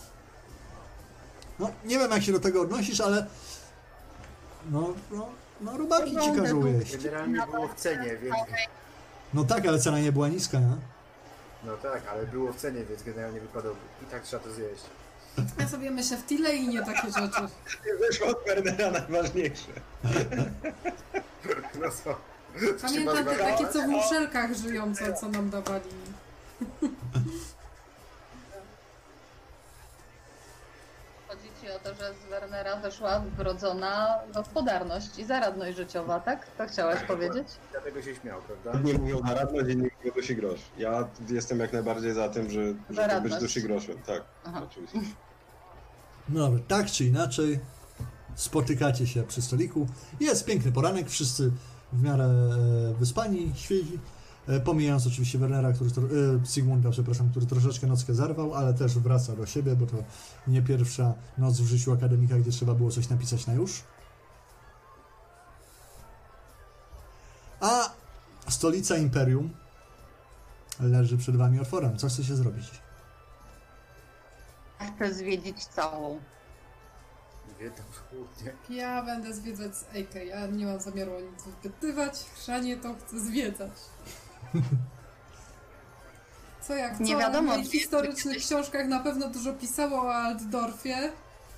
No, nie wiem, jak się do tego odnosisz, ale no, no, no robaki ci Wygląda każą tu- jeść. Generalnie było w cenie, więc... No tak, ale cena nie była niska, nie? No tak, ale było w cenie, więc generalnie wypadało. I tak trzeba to zjeść. Ja sobie myślę w tyle i nie takie rzeczy. Wyszło od Wernera najważniejsze. No co? Pamiętam te takie, co w muszelkach żyją, co, co nam dawali. Chodzi ci o to, że z Wernera wyszła wrodzona gospodarność i zaradność życiowa, tak? To chciałaś powiedzieć? Dlatego się śmiał, prawda? Nie mówią na radność, nie mówią duszy grosz. Ja jestem jak najbardziej za tym, że, że to być Zaradność. duszy groszem. Tak, Aha. oczywiście. No dobra, tak czy inaczej spotykacie się przy stoliku. Jest piękny poranek, wszyscy w miarę e, wyspani, świezi. E, pomijając oczywiście Wernera, który, tro- e, Sigmunda, przepraszam, który troszeczkę nockę zerwał, ale też wraca do siebie, bo to nie pierwsza noc w życiu akademika, gdzie trzeba było coś napisać na już. A stolica Imperium leży przed wami otworem. Co chcecie zrobić? Chcę zwiedzić całą. Wiedzą chłodnie. Ja będę zwiedzać z A K. Ja nie mam zamiaru o nic wypytywać. Chrzanie to chcę zwiedzać. Co jak co? Nie wiadomo, W moich gdzie- historycznych gdzieś- książkach na pewno dużo pisało o Altdorfie.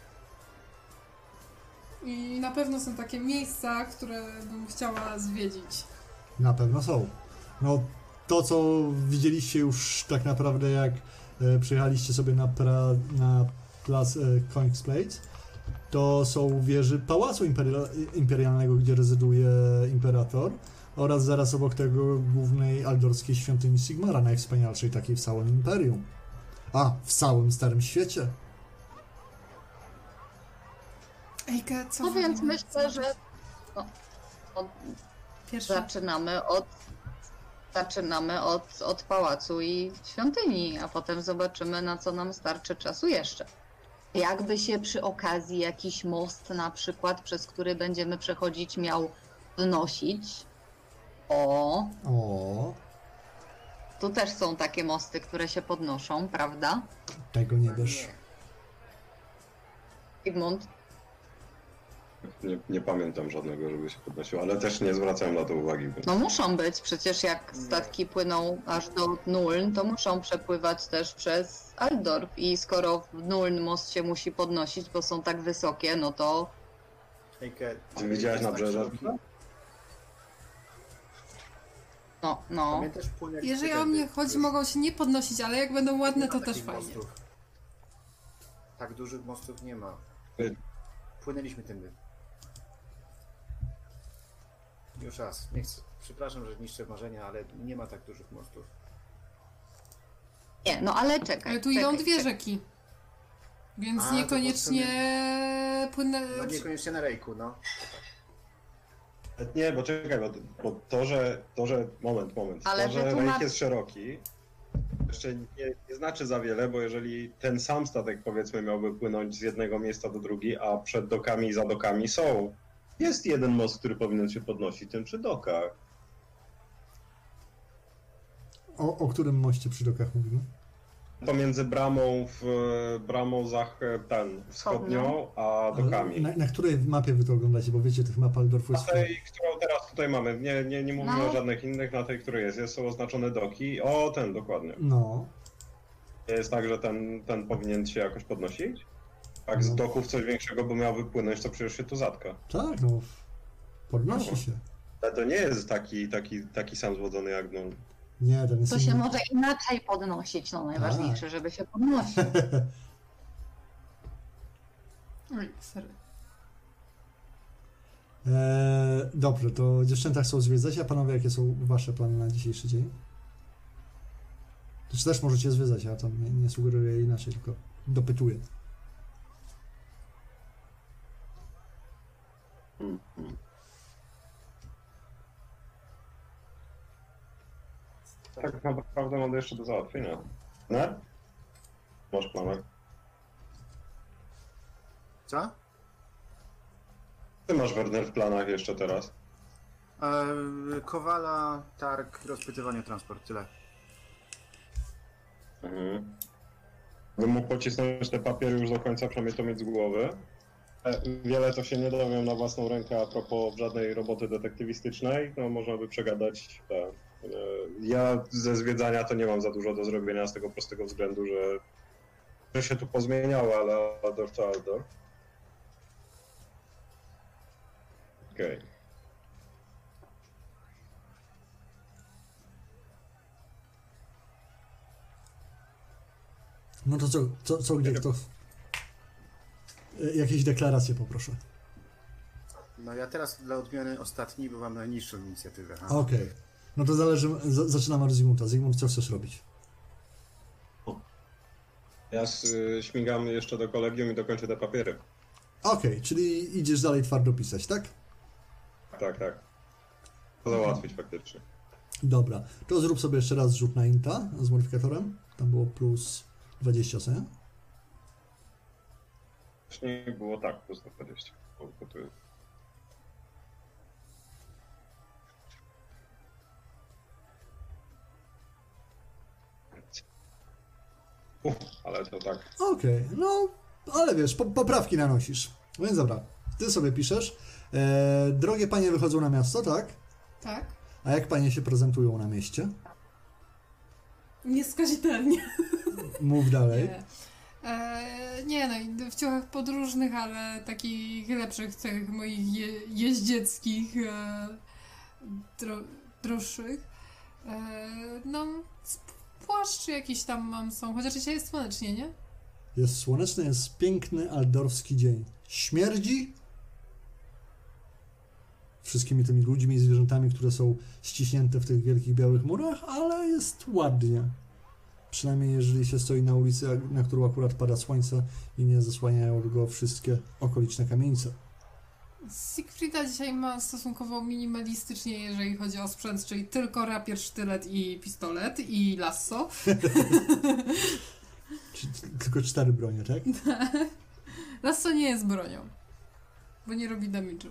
I na pewno są takie miejsca, które bym chciała zwiedzić. Na pewno są. No, to co widzieliście już tak naprawdę, jak e, przyjechaliście sobie na, pra, na plac e, King's Place, to są wieże Pałacu Imperia- Imperialnego, gdzie rezyduje imperator, oraz zaraz obok tego głównej aldorskiej świątyni Sigmara, najwspanialszej takiej w całym Imperium. A, w całym Starym Świecie. Ejka, co No wy więc robicie? myślę, że no, od, Pierwsza. zaczynamy od zaczynamy od, od pałacu i świątyni, a potem zobaczymy, na co nam starczy czasu jeszcze. Jakby się przy okazji jakiś most na przykład, przez który będziemy przechodzić, miał wnosić. O, O, tu też są takie mosty, które się podnoszą, prawda? tego nie wiesz. Sigmund, Nie, nie pamiętam żadnego, żeby się podnosił, ale też nie zwracałem na to uwagi. Więc... no muszą być, przecież jak statki płyną aż do Nuln, to muszą przepływać też przez Altdorf i skoro w Nuln most się musi podnosić, bo są tak wysokie, no to Ejke, Ty widziałeś nabrzeże? no, no. Pamiętasz płyn jak Jeżeli o legendy? mnie chodzi, mogą się nie podnosić, ale jak będą ładne, Nie to ma też takich fajnie. mostów. Tak dużych mostów nie ma. Y- Płynęliśmy tędy. Już raz. Nie chcę. Przepraszam, że niszczę marzenia, ale nie ma tak dużych mostów. Nie, no ale czekaj. Ale tu idą czekaj, dwie czekaj. rzeki. Więc A, to niekoniecznie płynę... No niekoniecznie na rejku, no. Nie, bo czekaj, bo, bo to, że, to, że... Moment, moment. Ale to, że że tu rejk ma- jest szeroki, jeszcze nie, nie znaczy za wiele, bo jeżeli ten sam statek, powiedzmy, miałby płynąć z jednego miejsca do drugiego, a przed dokami i za dokami są... Jest jeden most, który powinien się podnosić, ten przy dokach. O, o którym moście przy dokach mówimy? Pomiędzy bramą w bramą zach, ten, wschodnią, a dokami. Na, na której mapie wy to oglądacie? Bo wiecie, tych map Aldorfu Na jest... tej, którą teraz tutaj mamy, nie, nie, nie mówimy No. o żadnych innych, na tej, której jest, jest są oznaczone doki. O, ten, dokładnie. No, Jest tak, że ten, ten powinien się jakoś podnosić? Tak, z No. doków coś większego by miał wypłynąć, to przecież się tu zatka. tak, no. Podnosi No. się. Ale to nie jest taki, taki, taki sam złodzony jak no. Nie, ten jest... To się inny. może inaczej podnosić, no najważniejsze, Tak. żeby się podnosić. Oj, sorry. Eee, dobrze, to dziewczęta chcą zwiedzać, a panowie, jakie są wasze plany na dzisiejszy dzień? Czy też możecie zwyzać, ja tam nie, nie sugeruję inaczej, tylko dopytuję. Tak naprawdę mam jeszcze do załatwienia. Nie? Masz planach. Co? Ty masz, Werner, w planach jeszcze teraz. E, Kowala, targ, rozpytywanie, transport, tyle. Mhm. Bym mógł pocisnąć te papiery już do końca, przynajmniej to mieć z głowy. E, Wiele to się nie dowiem na własną rękę a propos żadnej roboty detektywistycznej. No można by przegadać te. e, Ja ze zwiedzania to nie mam za dużo do zrobienia z tego prostego względu, że, że się tu pozmieniało, ale Aldor to Aldor. Okej. Okay. No to co, co, co gdzie, kto? E, Jakieś deklaracje poproszę. No ja teraz dla odmiany ostatni, bo mam najniższą inicjatywę. ha? Okej. No to zależy, z, zaczynamy od Zygmunta. Zygmunt, co chcesz robić? Ja y, śmigam jeszcze do kolegium i dokończę te papiery. Okej, czyli idziesz dalej twardo pisać, tak? Tak, tak. To załatwić faktycznie. Dobra, to zrób sobie jeszcze raz rzut na inta z modyfikatorem. Tam było plus dwadzieścia, co nie? Wcześniej było tak, plus dwadzieścia. Bo, bo tu jest. Uff, ale to tak. Okej, no, ale wiesz, po, poprawki nanosisz. No więc dobra, ty sobie piszesz. E, drogie panie wychodzą na miasto, tak? Tak? A jak panie się prezentują na mieście? Nieskazitelnie. Mów dalej. Nie. E, nie no, i w ciuchach podróżnych, ale takich lepszych tych moich je, jeździeckich, e, dro, droższych. E, no, płaszcz jakiś tam mam są, chociaż dzisiaj jest słonecznie, nie? Jest słoneczny, jest piękny aldorski dzień. Śmierdzi wszystkimi tymi ludźmi i zwierzętami, które są ściśnięte w tych wielkich białych murach, ale jest ładnie. Przynajmniej jeżeli się stoi na ulicy, na którą akurat pada słońce i nie zasłaniają go wszystkie okoliczne kamienice. Siegfrieda dzisiaj ma stosunkowo minimalistycznie, jeżeli chodzi o sprzęt, czyli tylko rapier, sztylet i pistolet i lasso. Czyli tylko cztery bronie, tak? Lasso nie jest bronią, bo nie robi damage'u.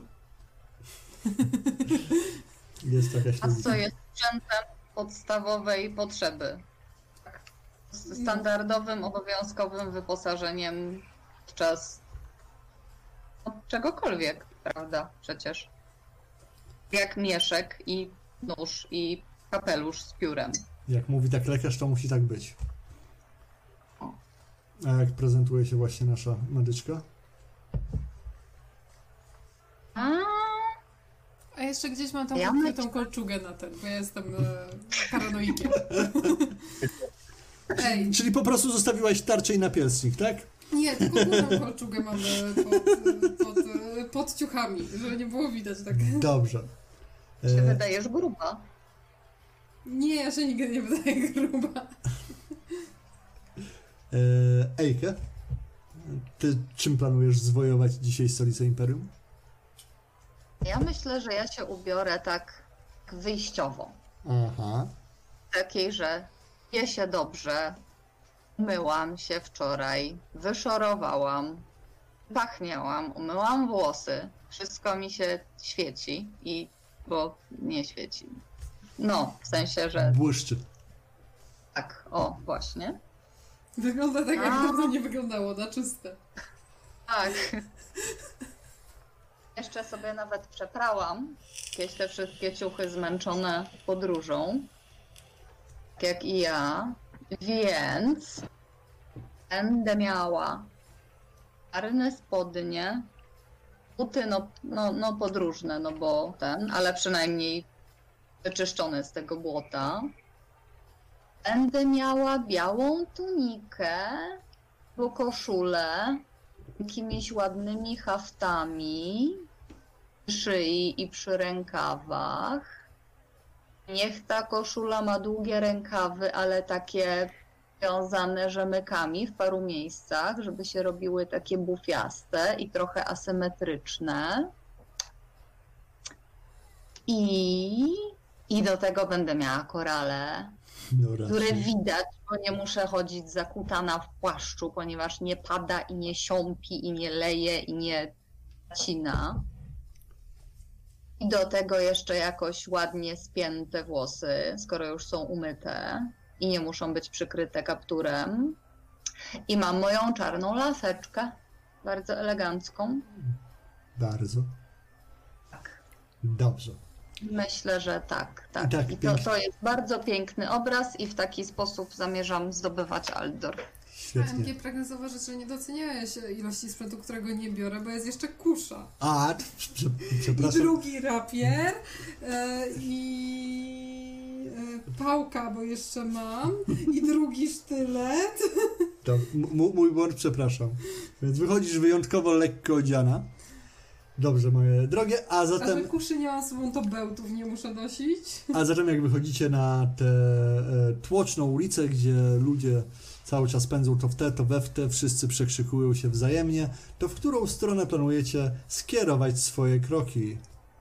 Jest jakaś A logika. co jest sprzętem podstawowej potrzeby? Tak. Z standardowym, obowiązkowym wyposażeniem podczas no, czegokolwiek, prawda? Przecież. Jak mieszek i nóż i kapelusz z piórem. Jak mówi tak lekarz, to musi tak być. A jak prezentuje się właśnie nasza medyczka? A, A jeszcze gdzieś mam tam Ja ukrytą myślę- kolczugę na ten, bo ja jestem e, paranoikiem. Ej, Czyli po prostu zostawiłaś tarczę i napielcnik, tak? nie, tylko górną kolczugę mamy pod, pod, pod ciuchami, żeby nie było widać tak. Dobrze. się E, wydajesz gruba. Nie, ja się nigdy nie wydaję gruba. e, Ejke, ty czym planujesz zwojować dzisiaj stolicę Imperium? Ja myślę, że ja się ubiorę tak wyjściowo. Aha. Takiej, że je się dobrze, myłam się wczoraj, wyszorowałam, pachniałam, umyłam włosy, wszystko mi się świeci i bo nie świeci. No, w sensie, że Błyszczy. tak, o, właśnie. Wygląda tak, jak A. dawno nie wyglądało, na czyste. Tak. Jeszcze sobie nawet przeprałam jakieś te wszystkie ciuchy zmęczone podróżą, tak jak i ja, więc będę miała czarne spodnie, buty no, no, no podróżne, no bo ten, ale przynajmniej wyczyszczone z tego błota. Będę miała białą tunikę, bo koszulę, jakimiś ładnymi haftami przy szyi i przy rękawach. Niech ta koszula ma długie rękawy, ale takie wiązane rzemykami w paru miejscach, żeby się robiły takie bufiaste i trochę asymetryczne. I, i do tego będę miała korale, No które raczej. widać, bo nie muszę chodzić zakutana w płaszczu, ponieważ nie pada i nie siąpi i nie leje i nie cina. I do tego jeszcze jakoś ładnie spięte włosy, skoro już są umyte i nie muszą być przykryte kapturem. I mam moją czarną laseczkę, bardzo elegancką. Bardzo. Tak. Dobrze. Myślę, że tak, tak. Tak, I to, pięknie. to jest bardzo piękny obraz i w taki sposób zamierzam zdobywać Aldor. A M Świetnie. G pragnę zauważyć, że nie doceniałeś ilości sprzętu, którego nie biorę, bo jest jeszcze kusza. A, prze, I przepraszam. drugi rapier e, i e, pałka, bo jeszcze mam i drugi sztylet. To m- mój błąd, przepraszam. Więc wychodzisz wyjątkowo lekko odziana. Dobrze, moje drogie, a A że zatem, kuszy nie mam z sobą, to bełtów nie muszę nosić. a zatem jak wychodzicie na tę e, tłoczną ulicę, gdzie ludzie cały czas pędzą to w te, to we w te, wszyscy przekrzykują się wzajemnie, to w którą stronę planujecie skierować swoje kroki?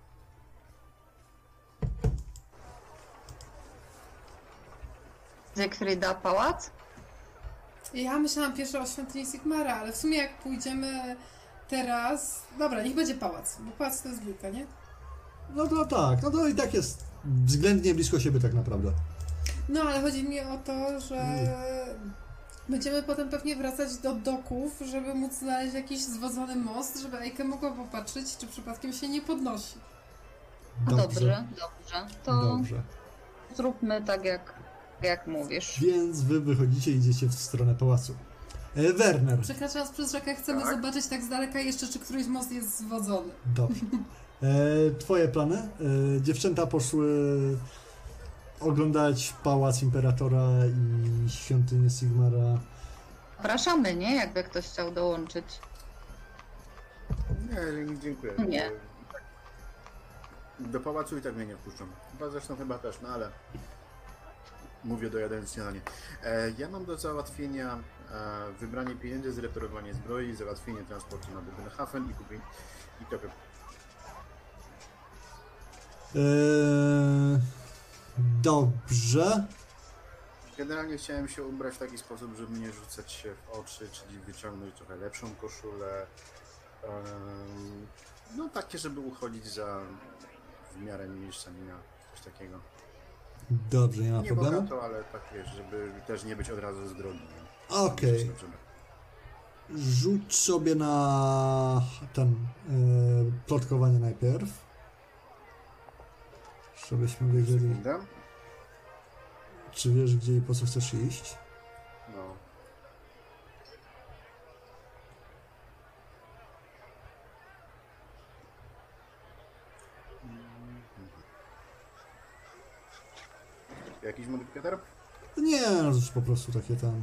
Siegfrieda Pałac? Ja myślałam pierwsze o świątyni Sigmara, ale w sumie jak pójdziemy teraz... Dobra, niech będzie pałac, bo pałac to jest dwójka, nie? No to tak, no to i tak jest względnie blisko siebie tak naprawdę. No, ale chodzi mi o to, że będziemy potem pewnie wracać do doków, żeby móc znaleźć jakiś zwodzony most, żeby Ejke mogła popatrzeć, czy przypadkiem się nie podnosi. Dobrze, dobrze. dobrze. To Dobrze. zróbmy tak, jak, jak mówisz. Więc wy wychodzicie i idziecie w stronę pałacu. E, Werner. Przekraczając przez rzekę chcemy Tak. zobaczyć tak z daleka jeszcze, czy któryś most jest zwodzony. Dobrze. E, twoje plany? E, dziewczęta poszły oglądać pałac Imperatora i świątynię Sigmara. Zapraszamy, nie? Jakby ktoś chciał dołączyć. Nie, dziękuję. Nie. Do pałacu i tak mnie nie wpuszczą. Chyba zresztą chyba też, no ale mówię dojadając śniadanie. E, ja mam do załatwienia e, wybranie pieniędzy, zreperowanie zbroi, załatwienie transportu na Budenhafen i kupienie i trochę. E, dobrze. Generalnie chciałem się ubrać w taki sposób, żeby nie rzucać się w oczy, czyli wyciągnąć trochę lepszą koszulę. Em, no takie, żeby uchodzić za w miarę miejsczanina, coś takiego. Dobrze, nie ma Nie problemu. bogato, ale tak wiesz, żeby też nie być od razu z drogi. nie? Okej. Żeby się dobrze brać. Rzuć sobie na ten e, plotkowanie najpierw. Żebyśmy wiedzieli, Sekundę. czy wiesz, gdzie i po co chcesz iść. No. Jakiś modyfikator? Nie, no to już po prostu takie tam.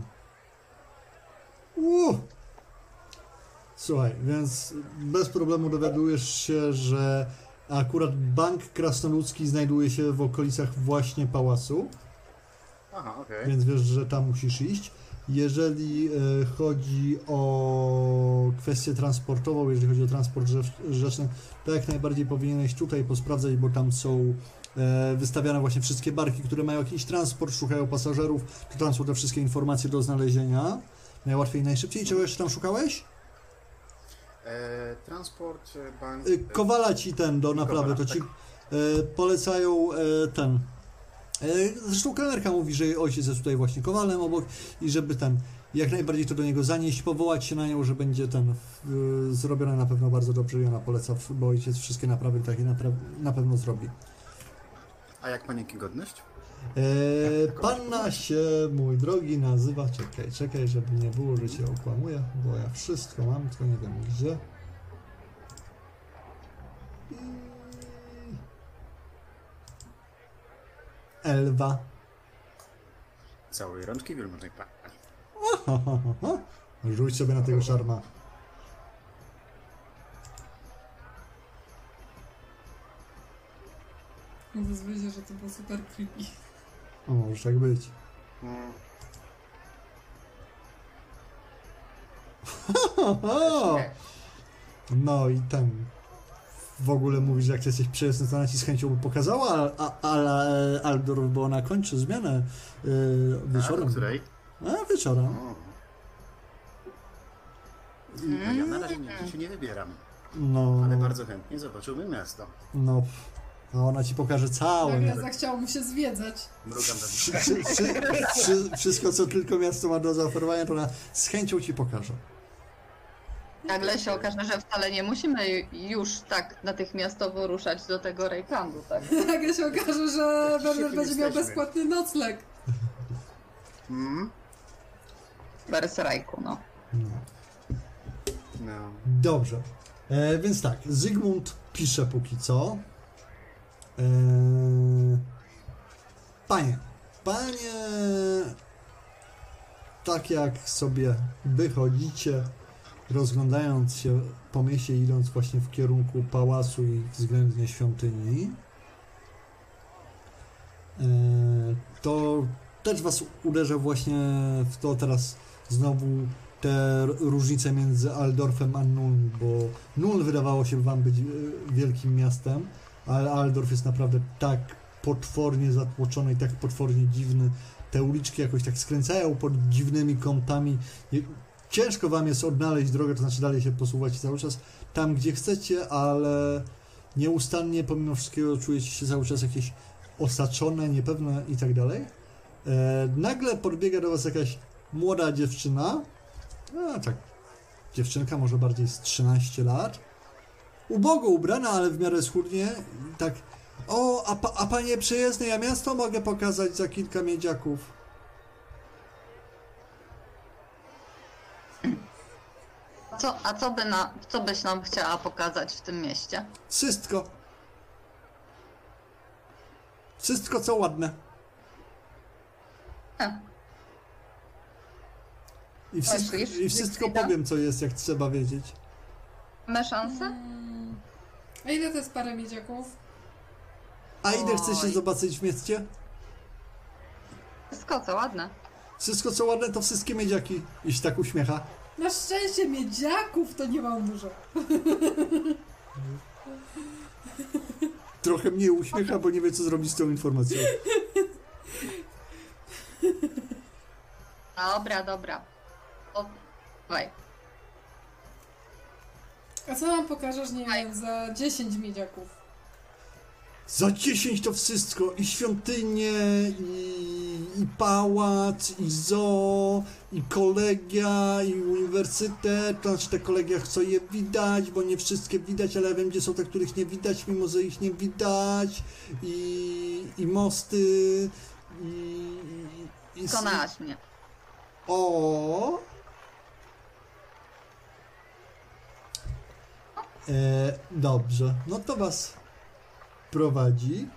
Uuu. Słuchaj, więc bez problemu dowiadujesz się, że akurat bank krasnoludzki znajduje się w okolicach właśnie pałacu, Aha, okej. więc wiesz, że tam musisz iść. Jeżeli e, chodzi o kwestię transportową, jeżeli chodzi o transport rzecz- rzeczny, to jak najbardziej powinieneś tutaj posprawdzać, bo tam są e, wystawiane właśnie wszystkie barki, które mają jakiś transport, szukają pasażerów, to tam są te wszystkie informacje do znalezienia. Najłatwiej i najszybciej. Czego jeszcze tam szukałeś? E, transport, e, bank... E, Kowala ci ten do naprawy, to Kowala, ci e, polecają e, ten. E, zresztą kelnerka mówi, że jej ojciec jest tutaj właśnie kowalem obok i żeby ten, jak najbardziej to do niego zanieść, powołać się na nią, że będzie ten e, zrobione na pewno bardzo dobrze i ona poleca, bo ojciec wszystkie naprawy takie napra na pewno zrobi. A jak panienki godność? E, panna się, mój drogi, nazywa, czekaj, czekaj, żeby nie było, że cię okłamuję, bo ja wszystko mam, tylko nie wiem gdzie. I... Elwa. Całej rączki wielmożnej pani. Ho, ho, ho, ho. Rzuć sobie na tego szarma. Zazwyczaj, że to było super creepy. O, może tak być. Mm. No i ten. W ogóle mówisz, że jak ty jesteś przyjemny, to ona ci z chęcią by pokazała, ale Aldor, bo ona kończy zmianę yy, A, wieczorem. do której? A, wieczorem. O. No ja na razie nigdzie się nie wybieram, No, ale bardzo chętnie zobaczyłbym miasto. no. A ona ci pokaże całe Nagle miasto. zachciało mu się zwiedzać. Mrugam do Wszy, wszy, wszy, wszy, wszystko, co tylko miasto ma do zaoferowania, to ona z chęcią ci pokaże. Nagle się okaże, że wcale nie musimy już tak natychmiastowo ruszać do tego Rejkandu, tak? Nagle się okaże, że Jakiś Werner szybki będzie miał jesteśmy. bezpłatny nocleg. Mm? Berserajku, no. No. No. Dobrze. E, więc tak, Zygmunt pisze póki co. E, panie, panie, tak jak sobie wychodzicie, rozglądając się po mieście, idąc właśnie w kierunku pałacu i względnie świątyni, e, to też was uderzę właśnie w to teraz znowu te różnice między Aldorfem a Nuln, bo Nuln wydawało się wam być e, wielkim miastem, ale Aldorf jest naprawdę tak potwornie zatłoczony i tak potwornie dziwny. Te uliczki jakoś tak skręcają pod dziwnymi kątami. I ciężko wam jest odnaleźć drogę, to znaczy dalej się posuwać cały czas tam, gdzie chcecie, ale nieustannie pomimo wszystkiego czujecie się cały czas jakieś osaczone, niepewne i tak dalej. E, nagle podbiega do was jakaś młoda dziewczyna, a tak, dziewczynka może bardziej z trzynaście lat, ubogo ubrana, ale w miarę schudnie, tak, o, a, pa, a panie przyjezdne, ja miasto mogę pokazać za kilka miedziaków. A co, a co, by na, co byś nam chciała pokazać w tym mieście? Wszystko. Wszystko, co ładne. E, I wszystko, Myślisz, i wszystko Zygfrida? powiem, co jest, jak trzeba wiedzieć. mamy szansę? Mm. A ile to jest parę miedziaków? A ile chcecie Oj. zobaczyć w mieście? Wszystko, co ładne. Wszystko, co ładne, to wszystkie miedziaki. I się tak uśmiecha. Na szczęście miedziaków to nie mam dużo. Trochę mnie uśmiecha, bo nie wie, co zrobić z tą informacją. Dobra, dobra. O, dawaj. A co nam pokażesz, nie wiem, za dziesięć miedziaków? Za dziesięć to wszystko. I świątynie, i, i pałac, i zoo, i kolegia, i uniwersytet. To znaczy te kolegia chcą je widać, bo nie wszystkie widać, ale ja wiem, gdzie są te, których nie widać, mimo że ich nie widać. I, i mosty, i... i, i Przekonałaś mnie. O. E, dobrze, no to was prowadzi.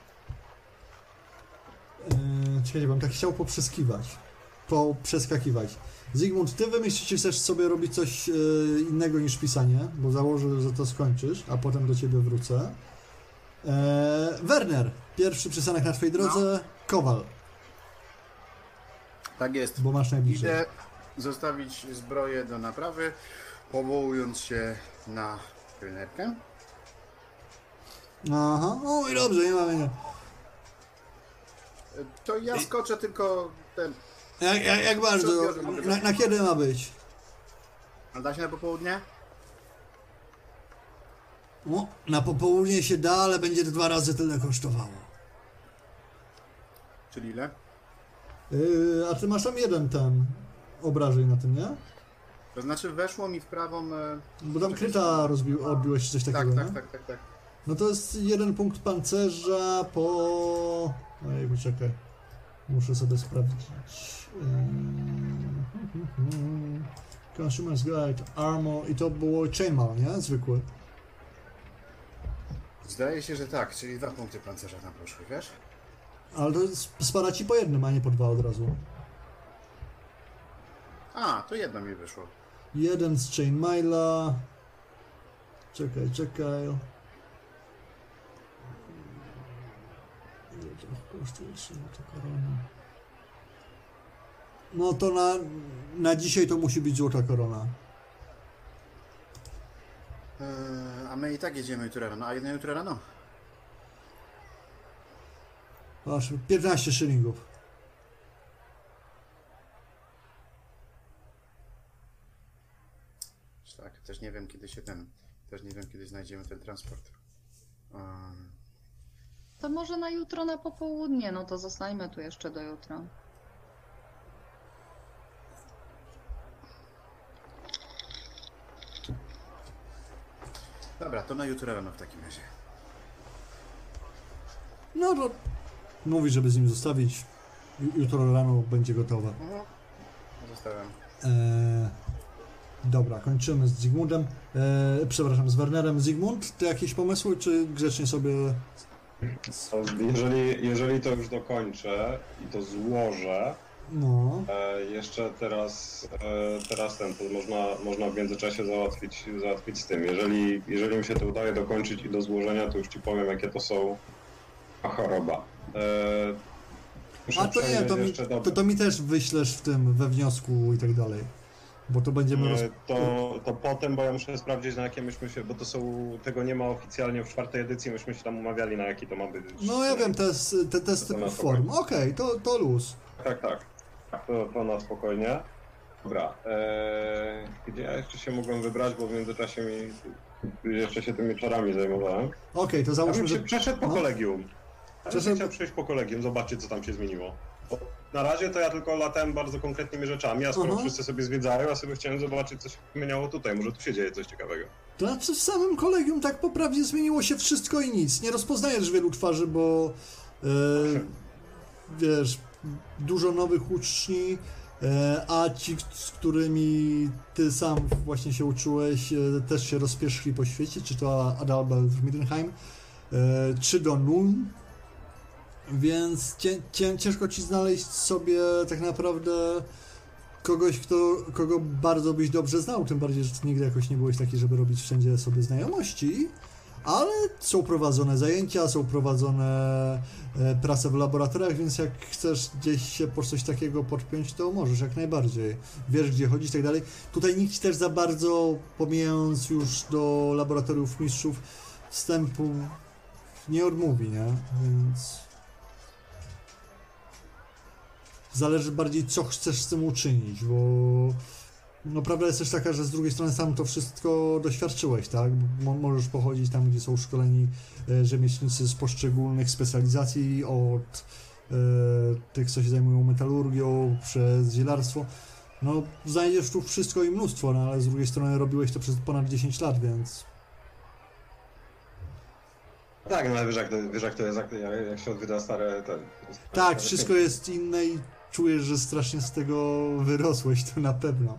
E, czekajcie, bym tak chciał poprzeskiwać. Poprzeskakiwać. Zygmunt, ty wymyślisz, czy chcesz sobie robić coś e, innego niż pisanie, bo założę, że to skończysz, a potem do ciebie wrócę. E, Werner, pierwszy przystanek na twojej drodze, Kowal, Tak jest. bo masz najbliżej. Idę zostawić zbroję do naprawy, powołując się na kelnerkę. Aha, o i dobrze, nie mamy. Nie. To ja skoczę tylko ten... Jak, jak, jak bardzo? Na, na kiedy ma być? A da się na popołudnie? No, na popołudnie się da, ale będzie dwa razy tyle kosztowało. Czyli ile? Yy, a ty masz tam jeden ten obrażeń na tym, nie? To znaczy weszło mi w prawą... e, Bo tam kryta rozbił, odbiłeś czy coś Tak, takiego, tak, nie? tak, tak, tak. No to jest jeden punkt pancerza po... Ojej, poczekaj. Muszę sobie sprawdzić. Yy... Consumer's Guide, Armor i to było Chainmail, nie? Zwykły. Zdaje się, że tak, czyli dwa punkty pancerza tam poszły, wiesz? Ale to sp- spada ci po jednym, a nie po dwa od razu. A, to jedno mi wyszło. Jeden z Chainmaila. Czekaj, czekaj. to kosztuje trzy złote korona. No to na, na dzisiaj to musi być złota korona. Eee, a my i tak jedziemy jutro rano, a jedno jutro rano. Masz piętnaście szylingów. Tak, też nie wiem kiedy się ten, też nie wiem kiedy znajdziemy ten transport. Um, To może na jutro na popołudnie, no to zostańmy tu jeszcze do jutra. dobra, to na jutro rano w takim razie. No to mówi, żeby z nim zostawić. Ju- Jutro rano będzie gotowe. Mhm. Zostałem. Eee, dobra, kończymy z Zygmuntem. Eee, przepraszam, z Wernerem. Zygmunt, ty jakieś pomysły, czy grzecznie sobie... To Jeżeli, jeżeli to już dokończę i to złożę, No, e, jeszcze teraz, e, teraz ten, to można, można w międzyczasie załatwić, załatwić z tym. Jeżeli, jeżeli mi się to udaje dokończyć i do złożenia, to już ci powiem, jakie to są choroba. E, muszę a to nie, przejrzeć to mi, jeszcze do- to, to mi też wyślesz w tym, we wniosku i tak dalej. Bo to będziemy... Roz... E, To, to potem, bo ja muszę sprawdzić, na jakie myśmy się, bo to są, tego nie ma oficjalnie w czwartej edycji, myśmy się tam umawiali, na jaki to ma być. No ja wiem, te, te, te z To na typu spokojnie. form. Okej, to, to luz. Tak, tak. To, to na spokojnie. Dobra. Eee, gdzie ja jeszcze się mogłem wybrać, bo w międzyczasie mi jeszcze się tymi czarami zajmowałem. Okej, to Ja załóżmy, bym się że... przeszedł po no. kolegium. Ja bym Przeszedł- się chciał przejść po kolegium, zobaczyć co tam się zmieniło. Bo na razie to ja tylko latałem bardzo konkretnymi rzeczami, a skoro Aha. wszyscy sobie zwiedzają, ja sobie chciałem zobaczyć co się zmieniało tutaj. Może tu się dzieje coś ciekawego. To znaczy w samym kolegium tak poprawnie zmieniło się wszystko i nic. Nie rozpoznajesz wielu twarzy, bo e, wiesz, dużo nowych uczni, e, a ci, z którymi ty sam właśnie się uczyłeś, e, też się rozpieszli po świecie, czy to Adalbert w Middenheim, e, czy do Nuln. Więc cię, cię, ciężko ci znaleźć sobie tak naprawdę kogoś, kto, kogo bardzo byś dobrze znał, tym bardziej, że ty nigdy jakoś nie byłeś taki, żeby robić wszędzie sobie znajomości, ale są prowadzone zajęcia, są prowadzone e, prace w laboratoriach, więc jak chcesz gdzieś się po coś takiego podpiąć, to możesz jak najbardziej. Wiesz, gdzie chodzić i tak dalej. Tutaj nikt ci też za bardzo, pomijając już do laboratoriów mistrzów, wstępu nie odmówi, nie? Więc... Zależy bardziej, co chcesz z tym uczynić, bo no prawda jest też taka, że z drugiej strony sam to wszystko doświadczyłeś, tak? Mo- możesz pochodzić tam, gdzie są szkoleni e, rzemieślnicy z poszczególnych specjalizacji, od e, tych, co się zajmują metalurgią, przez zielarstwo. No, znajdziesz tu wszystko i mnóstwo, no ale z drugiej strony robiłeś to przez ponad dziesięć lat, więc... Tak, no ale wiesz jak to, wiesz, jak to jest, jak, jak się odwiedza stare... Te, Tak, wszystko jest inne i czujesz, że strasznie z tego wyrosłeś, to na pewno.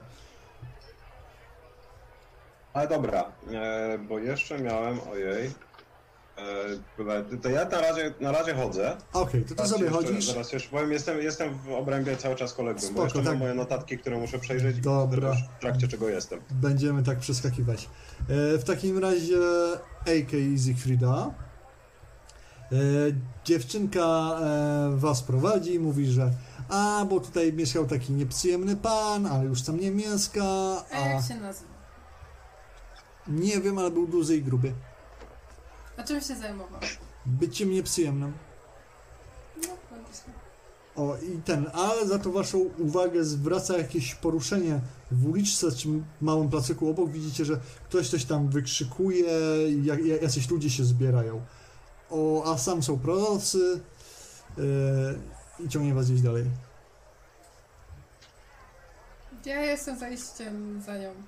Ale dobra, e, bo jeszcze miałem, ojej, e, to ja na razie, na razie chodzę. Okej, to ty Zaraz sobie jeszcze, chodzisz. Zaraz jeszcze powiem, jestem, jestem w obrębie cały czas kolegów, Spoko, bo jeszcze tak. mam moje notatki, które muszę przejrzeć Dobra. i w trakcie czego jestem. Będziemy tak przeskakiwać. E, w takim razie A K Siegfrieda. E, dziewczynka e, was prowadzi, mówi, że a, bo tutaj mieszkał taki nieprzyjemny pan, ale już tam nie mieszka, A a jak się nazywa? nie wiem, ale był duży i gruby. A czym się zajmował? Byciem nieprzyjemnym. No, logicznie. O, i ten, ale za to waszą uwagę zwraca jakieś poruszenie w uliczce, czy małym placyku obok. Widzicie, że ktoś coś tam wykrzykuje, jak, jak, jacyś ludzie się zbierają. O, a sam są prorocy yy, i ciągnie was gdzieś dalej. Ja jestem zajściem za nią.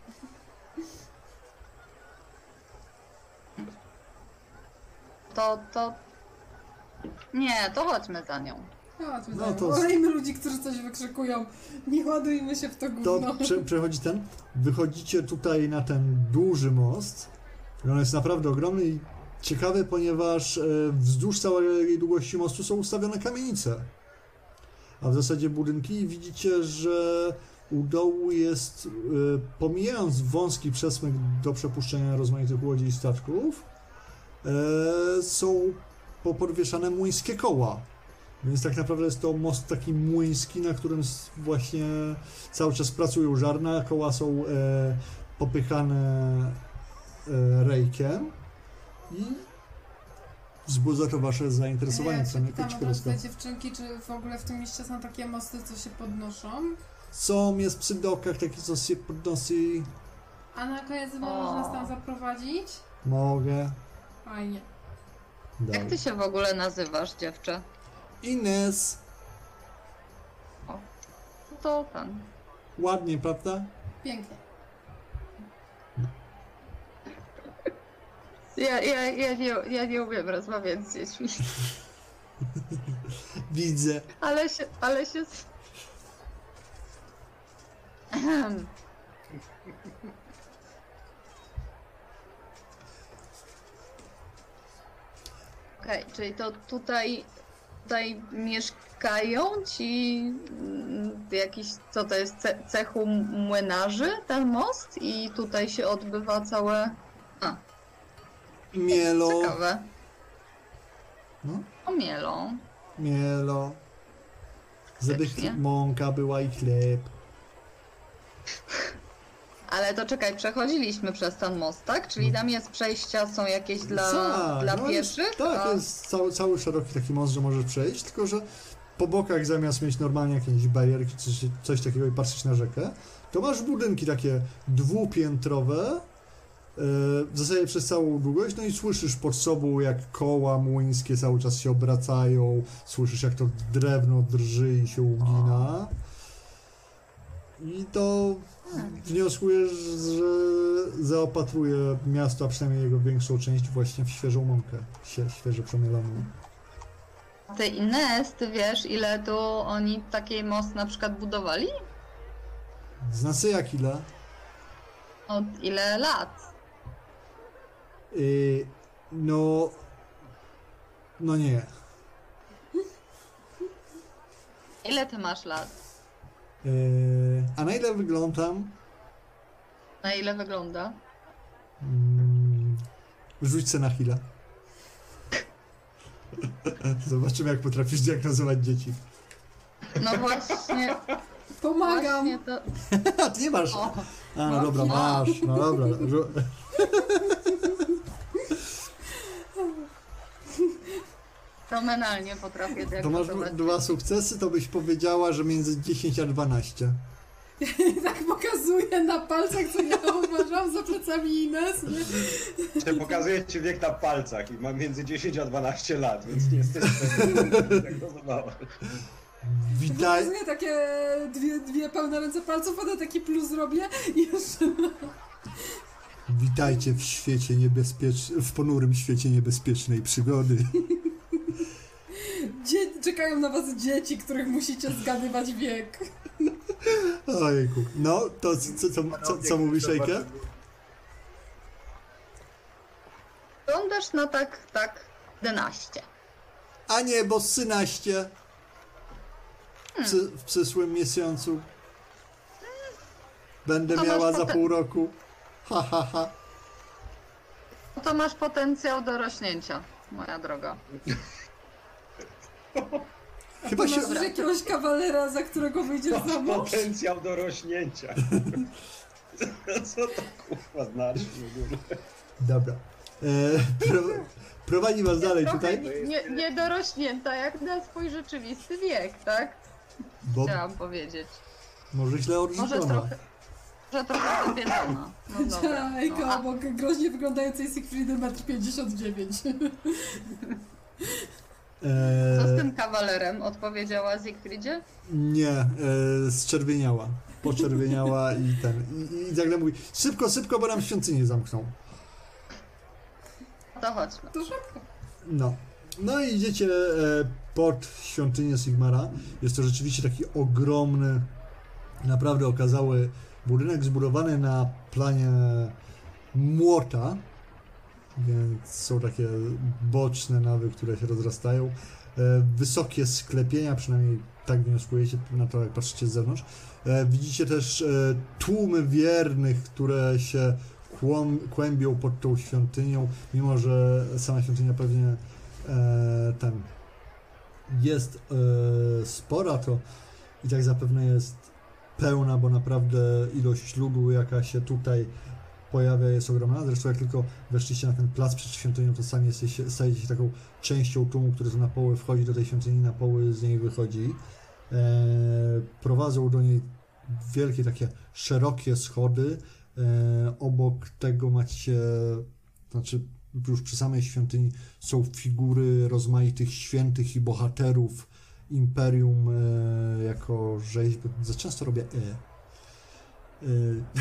To, to... Nie, to chodźmy za nią. Chodźmy No za to- nią. Olejmy ludzi, którzy coś wykrzykują. Nie ładujmy się w to To gówno. prze, przechodzi ten, wychodzicie tutaj na ten duży most. I on jest naprawdę ogromny i ciekawy, ponieważ e, wzdłuż całej długości mostu są ustawione kamienice. A w zasadzie budynki i widzicie, że u dołu jest, e, pomijając wąski przesmyk do przepuszczenia rozmaitych łodzi i statków, e, są popodwieszane młyńskie koła. Więc tak naprawdę jest to most taki młyński, na którym s- właśnie cały czas pracują żarna, koła są e, popychane e, rejkiem i wzbudza to wasze zainteresowanie, Ja co się nie, pytam Kocikolska. od tej dziewczynki, czy w ogóle w tym mieście są takie mosty, co się podnoszą? Są, jest przy dokach taki, co się podnosi. A na koniec dnia O. można nas tam zaprowadzić? Mogę. Fajnie. Jak Dalej. ty się w ogóle nazywasz, dziewczę? Ines. No to ten. Ładnie, prawda? Pięknie. Ja, ja, ja, nie, ja nie umiem rozmawiać z dziećmi. Widzę. Ale się, ale się... Ehem. Okej, czyli to tutaj, tutaj mieszkają ci mm, jakiś, co to jest, ce, cechu młynarzy, ten most? I tutaj się odbywa całe... A, Mielo. ciekawe. No, O mielo. mielo. Żeby Faktycznie. mąka była i chleb. Ale to czekaj, przechodziliśmy przez ten most, tak? Czyli tam jest przejścia, są jakieś dla, Tak, dla no jest- pieszych? Tak, a... jest cały, cały szeroki taki most, że możesz przejść, tylko że po bokach zamiast mieć normalnie jakieś barierki czy coś, coś takiego i patrzeć na rzekę, to masz budynki takie dwupiętrowe, e, w zasadzie przez całą długość, no i słyszysz pod sobą, jak koła młyńskie cały czas się obracają, słyszysz, jak to drewno drży i się ugina. I to wnioskujesz, że zaopatruje miasto, a przynajmniej jego większą część właśnie w świeżą mąkę, sie- świeżo przemieloną. Ty Ines, ty wiesz, ile tu oni taki most na przykład budowali? Znaczy jak ile? Od ile lat? Yy, no... No nie. Ile ty masz lat? Yy, a na ile wyglądam? Na ile wygląda? Mm, rzuć se na chwilę. Zobaczymy, jak potrafisz diagnozować dzieci. No właśnie, Pomagam! właśnie to... A, ty nie masz. O, A, no dobra, no. masz. No dobra. Żu- fenomenalnie potrafię To masz diagnozować. dwa sukcesy, to byś powiedziała, że między dziesięć a dwanaście. I tak pokazuję na palcach, co ja uważam za plecami Ines. Nie? Czy pokazuję ci wiek na palcach i mam między dziesięć a dwanaście lat, więc nie jesteś pewny, jak to zabawa. Witaj. Pokazuję takie dwie, dwie pełne ręce palców, potem taki plus robię i jeszcze... Witajcie w świecie niebezpiecznym, w ponurym świecie niebezpiecznej przygody. Dzie- czekają na was dzieci, których musicie zgadywać wiek. Ojejku. No, to co, co, co, co, co mówisz, Ejke? Wyglądasz na tak, tak, jedenaście. A nie, bo synaście. W, przy, w przyszłym miesiącu. Będę To masz miała za potem- pół roku. Ha, ha, ha. No to masz potencjał do rośnięcia, moja droga. Chyba Ty się... masz jakiegoś kawalera, za którego wyjdziesz za mąż? Potencjał do rośnięcia. Co to kurwa znaczy w ogóle? Dobra. E, pro, prowadzi was dalej Trochę tutaj, nie, nie dorośnięta jak na swój rzeczywisty wiek, tak? bo Chciałam powiedzieć. może źle Może odrzucona. trochę, może trochę wypieczona. No dobra. Ejka, No, a, obok groźnie wyglądającej Siegfriedy metr pięćdziesiąt dziewięć. co z E, tym kawalerem odpowiedziała Siegfriedzie? nie, e, zczerwieniała. Poczerwieniała i ten. I, i nagle mówi, szybko, szybko, bo nam świątynię zamkną. To chodźmy. To szybko. No. No i idziecie e, pod świątynię Sigmara. Jest to rzeczywiście taki ogromny, naprawdę okazały budynek zbudowany na planie młota. Więc są takie boczne nawy, które się rozrastają. E, wysokie sklepienia, przynajmniej tak wnioskujecie na to, jak patrzycie z zewnątrz. E, widzicie też e, tłumy wiernych, które się kłom, kłębią pod tą świątynią, mimo że sama świątynia pewnie e, ten jest e, spora, to i tak zapewne jest pełna, bo naprawdę ilość ludu, jaka się tutaj pojawia, jest ogromna. Zresztą jak tylko weszliście na ten plac przed świątynią, to sami jesteście, stajecie się taką częścią tłumu, który tu na poły wchodzi do tej świątyni, na poły z niej wychodzi. E, prowadzą do niej wielkie takie szerokie schody. E, obok tego macie, znaczy już przy samej świątyni są figury rozmaitych świętych i bohaterów Imperium e, jako rzeźby. Za często robię E. e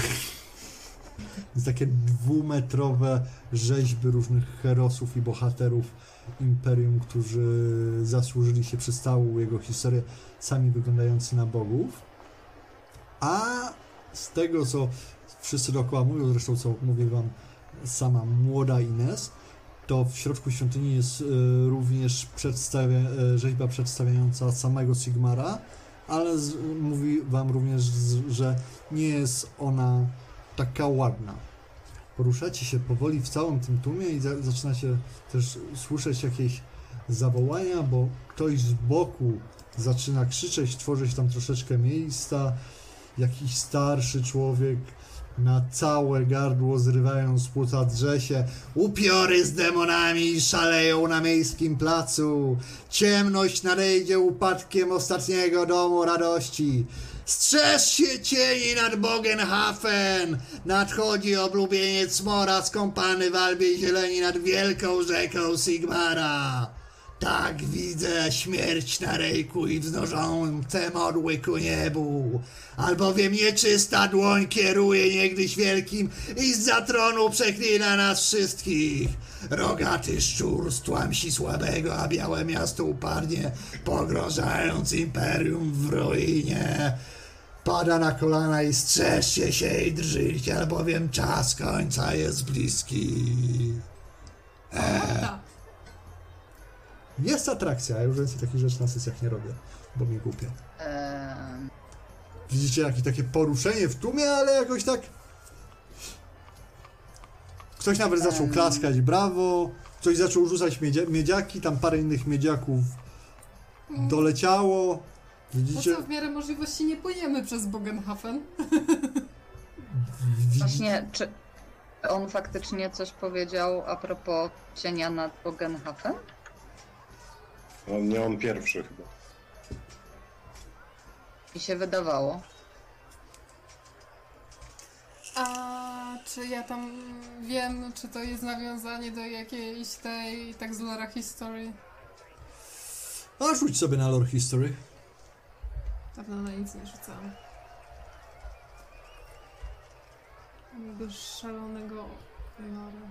Jest takie dwumetrowe rzeźby różnych herosów i bohaterów Imperium, którzy zasłużyli się przez całą jego historię, sami wyglądający na bogów. A z tego, co wszyscy dookoła mówią, zresztą co mówi wam sama młoda Ines, to w środku świątyni jest y, również przedstawia, y, rzeźba przedstawiająca samego Sigmara, ale z, mówi wam również, z, że nie jest ona taka ładna. Poruszacie się powoli w całym tym tłumie i za, zaczynacie też słyszeć jakieś zawołania, bo ktoś z boku zaczyna krzyczeć, tworzyć tam troszeczkę miejsca. Jakiś starszy człowiek na całe gardło zrywając płuca drze się: upiory z demonami szaleją na miejskim placu. Ciemność nadejdzie upadkiem ostatniego domu radości. Strzeż się cieni nad Bogenhafen! Nadchodzi oblubieniec Mora skąpany w albie zieleni nad wielką rzeką Sigmara. Tak widzę śmierć na rejku i wznożoną te modły ku niebu. Albowiem nieczysta dłoń kieruje niegdyś wielkim i zza tronu przeklina nas wszystkich. Rogaty szczur stłamsi słabego, a białe miasto upadnie, pogrążając imperium w ruinie. Pada na kolana i strzeżcie się i drżyjcie, albowiem czas końca jest bliski. Eee. Jest atrakcja, ja już więcej takich rzeczy na sesjach nie robię, bo mi głupio. Eee, Widzicie jakieś takie poruszenie w tłumie, ale jakoś tak... Ktoś nawet zaczął Em. klaskać, brawo, ktoś zaczął rzucać miedzia- miedziaki, tam parę innych miedziaków doleciało. No Widzicie? co, w miarę możliwości nie płyniemy przez Bogenhafen. Widzi- właśnie, czy on faktycznie coś powiedział a propos cienia nad Bogenhafen? No, nie on pierwszy chyba. Mi się wydawało. A czy ja tam wiem, czy to jest nawiązanie do jakiejś tej, tak z lore history? A rzuć sobie na lore history. Dawno na nic nie rzucałam. Mojego szalonego lore.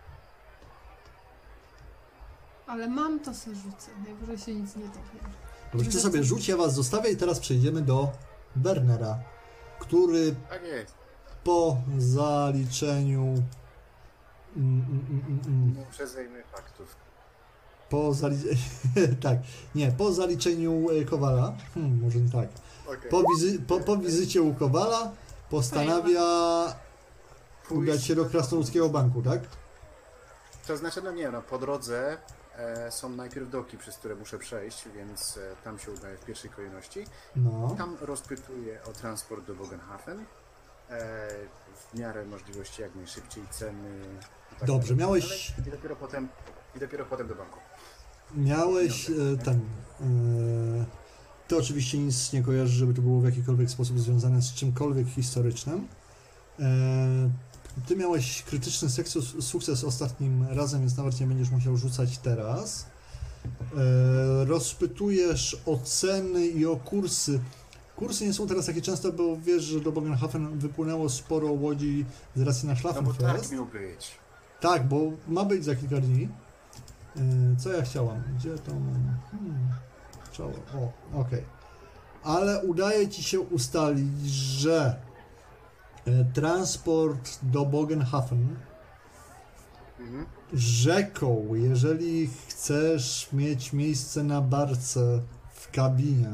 Ale mam, to se rzucę. Najwyżej się nic nie dowiem. Dobrze, ty sobie rzuć, ja was zostawię i teraz przejdziemy do Wernera, który Tak jest. po zaliczeniu... Mm, mm, mm, mm, Nie przezajmy faktów. po zaliczeniu... tak, nie, po zaliczeniu e, Kowala, hmm, może nie tak, Okay. po, wizy... po, po wizycie u Kowala postanawia udać się do Krasnoludzkiego Banku, tak? To znaczy, no nie, no po drodze e, są najpierw doki, przez które muszę przejść, więc e, tam się udaję w pierwszej kolejności. No, Tam rozpytuję o transport do Bogenhafen. E, w miarę możliwości jak najszybciej, ceny. I tak dobrze, dalej. miałeś... I dopiero potem, i dopiero potem do banku. Miałeś e, ten... E, ty oczywiście nic nie kojarzysz, żeby to było w jakikolwiek sposób związane z czymkolwiek historycznym. E, ty miałeś krytyczny sukces, sukces ostatnim razem, więc nawet nie będziesz musiał rzucać teraz. E, rozpytujesz o ceny i o kursy. Kursy nie są teraz takie częste, bo wiesz, że do Bogenhafen wypłynęło sporo łodzi z racji na No bo tak Schlafenfest. miał być. Tak, bo ma być za kilka dni. Yy, co ja chciałam? Gdzie to mam? Hmm. Czoło. O, okej. Ale udaje ci się ustalić, że e, transport do Bogenhafen Mhm. rzeką, jeżeli chcesz mieć miejsce na barce w kabinie,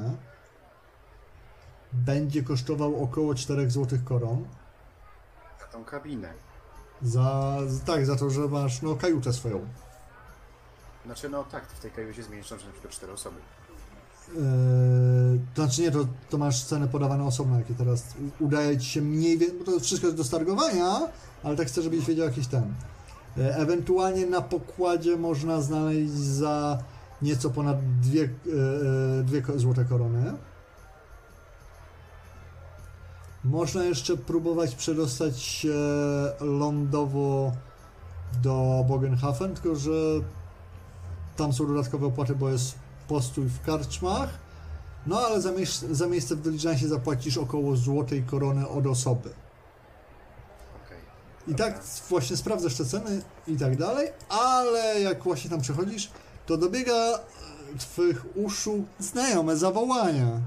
będzie kosztował około cztery złote koron. Za tą kabinę. Za, tak, za to, że masz no, kajutę swoją. Znaczy, no tak, w tej kajucie zmieszczą się na przykład cztery osoby. to znaczy nie, to, to masz ceny podawane osobno, jakie teraz udaje ci się mniej więcej, bo to wszystko jest do stargowania, ale tak chcę, żebyś wiedział jakiś ten. E, ewentualnie na pokładzie można znaleźć za nieco ponad dwie, e, dwie ko- złote korony. Można jeszcze próbować przedostać się lądowo do Bogenhafen, tylko że tam są dodatkowe opłaty, bo jest postój w karczmach. No ale za, mie- za miejsce w Diligencie zapłacisz około złotej korony od osoby. Okej. I tak właśnie sprawdzasz te ceny i tak dalej, ale jak właśnie tam przechodzisz, to dobiega e, twych uszu znajome zawołania.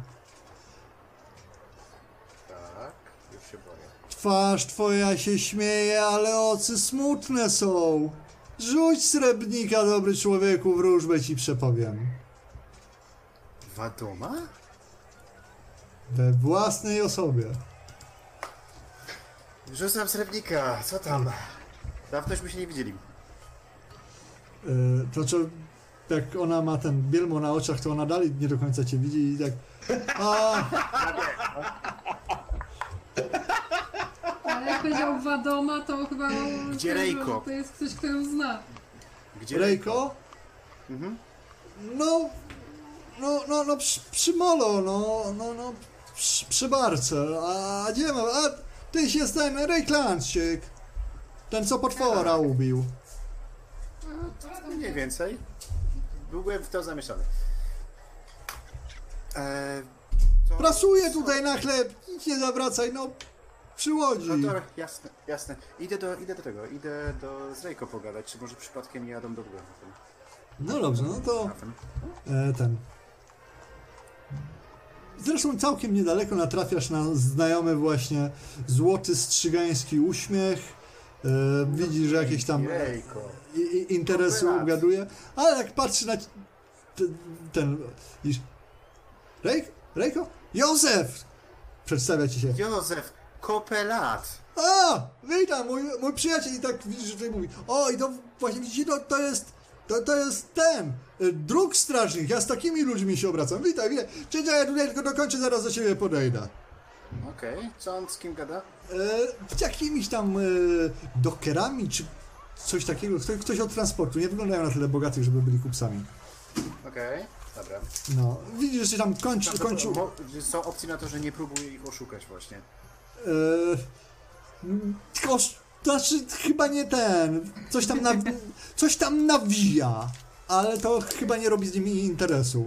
Tak, już się boję. Twarz twoja się śmieje, ale oczy smutne są. Rzuć srebrnika, dobry człowieku, wróżbę ci przepowiem. Wadoma? We własnej osobie. Rzucam srebrnika, co tam? Dawnośmy się nie widzieli. Yy, to czy jak ona ma ten bielmo na oczach, to ona dalej nie do końca cię widzi i tak... A, Ale jak powiedział Wadoma, to chyba... Gdzie Rejko? To jest ktoś, kto ją zna. Gdzie Rejko? Mhm. No... No, no, no, przy, przy molo, no, no, no, przy, przy barce, a gdzie ma, a tyś jest ten Rejklanczyk, ten co potwora ubił. No, mniej więcej. Byłem w to zamieszany. Eee, to... Prasuje tutaj na chleb, nic nie zawracaj, no, przy łodzi. No to jasne, jasne. Idę do, idę do tego, idę do z Rejko pogadać, czy może przypadkiem nie jadą do góry. No dobrze, no to e, ten. Zresztą całkiem niedaleko natrafiasz na znajomy właśnie złoty strzygański uśmiech. E, widzisz, że jakieś tam e, Rejko. i, i, interesy Rewelacja. ugaduje, ale jak patrzy na c- ten, ten widzisz, Rej, Rejko? Józef! Przedstawia ci się. Józef, kopelat. A! Witam, mój, mój przyjaciel i tak widzisz, że tutaj mówi. O, i to właśnie widzicie, to, to jest. To, to jest ten, y, dróg strażnik, ja z takimi ludźmi się obracam. Witaj, witaj. Cześć, ja tutaj tylko dokończę, zaraz do ciebie podejdę. Okej, okay. Co on z kim gada? E, z jakimiś tam e, dokerami, czy coś takiego, ktoś, ktoś od transportu. Nie wyglądają na tyle bogatych, żeby byli kupcami. Okej, okay. Dobra. No, widzisz, że tam kończy, Tam kończył... Bo, są opcje na to, że nie próbuję ich oszukać właśnie. E, m, tylko, znaczy, chyba nie ten, coś tam, na, coś tam nawija, ale to chyba nie robi z nimi interesu.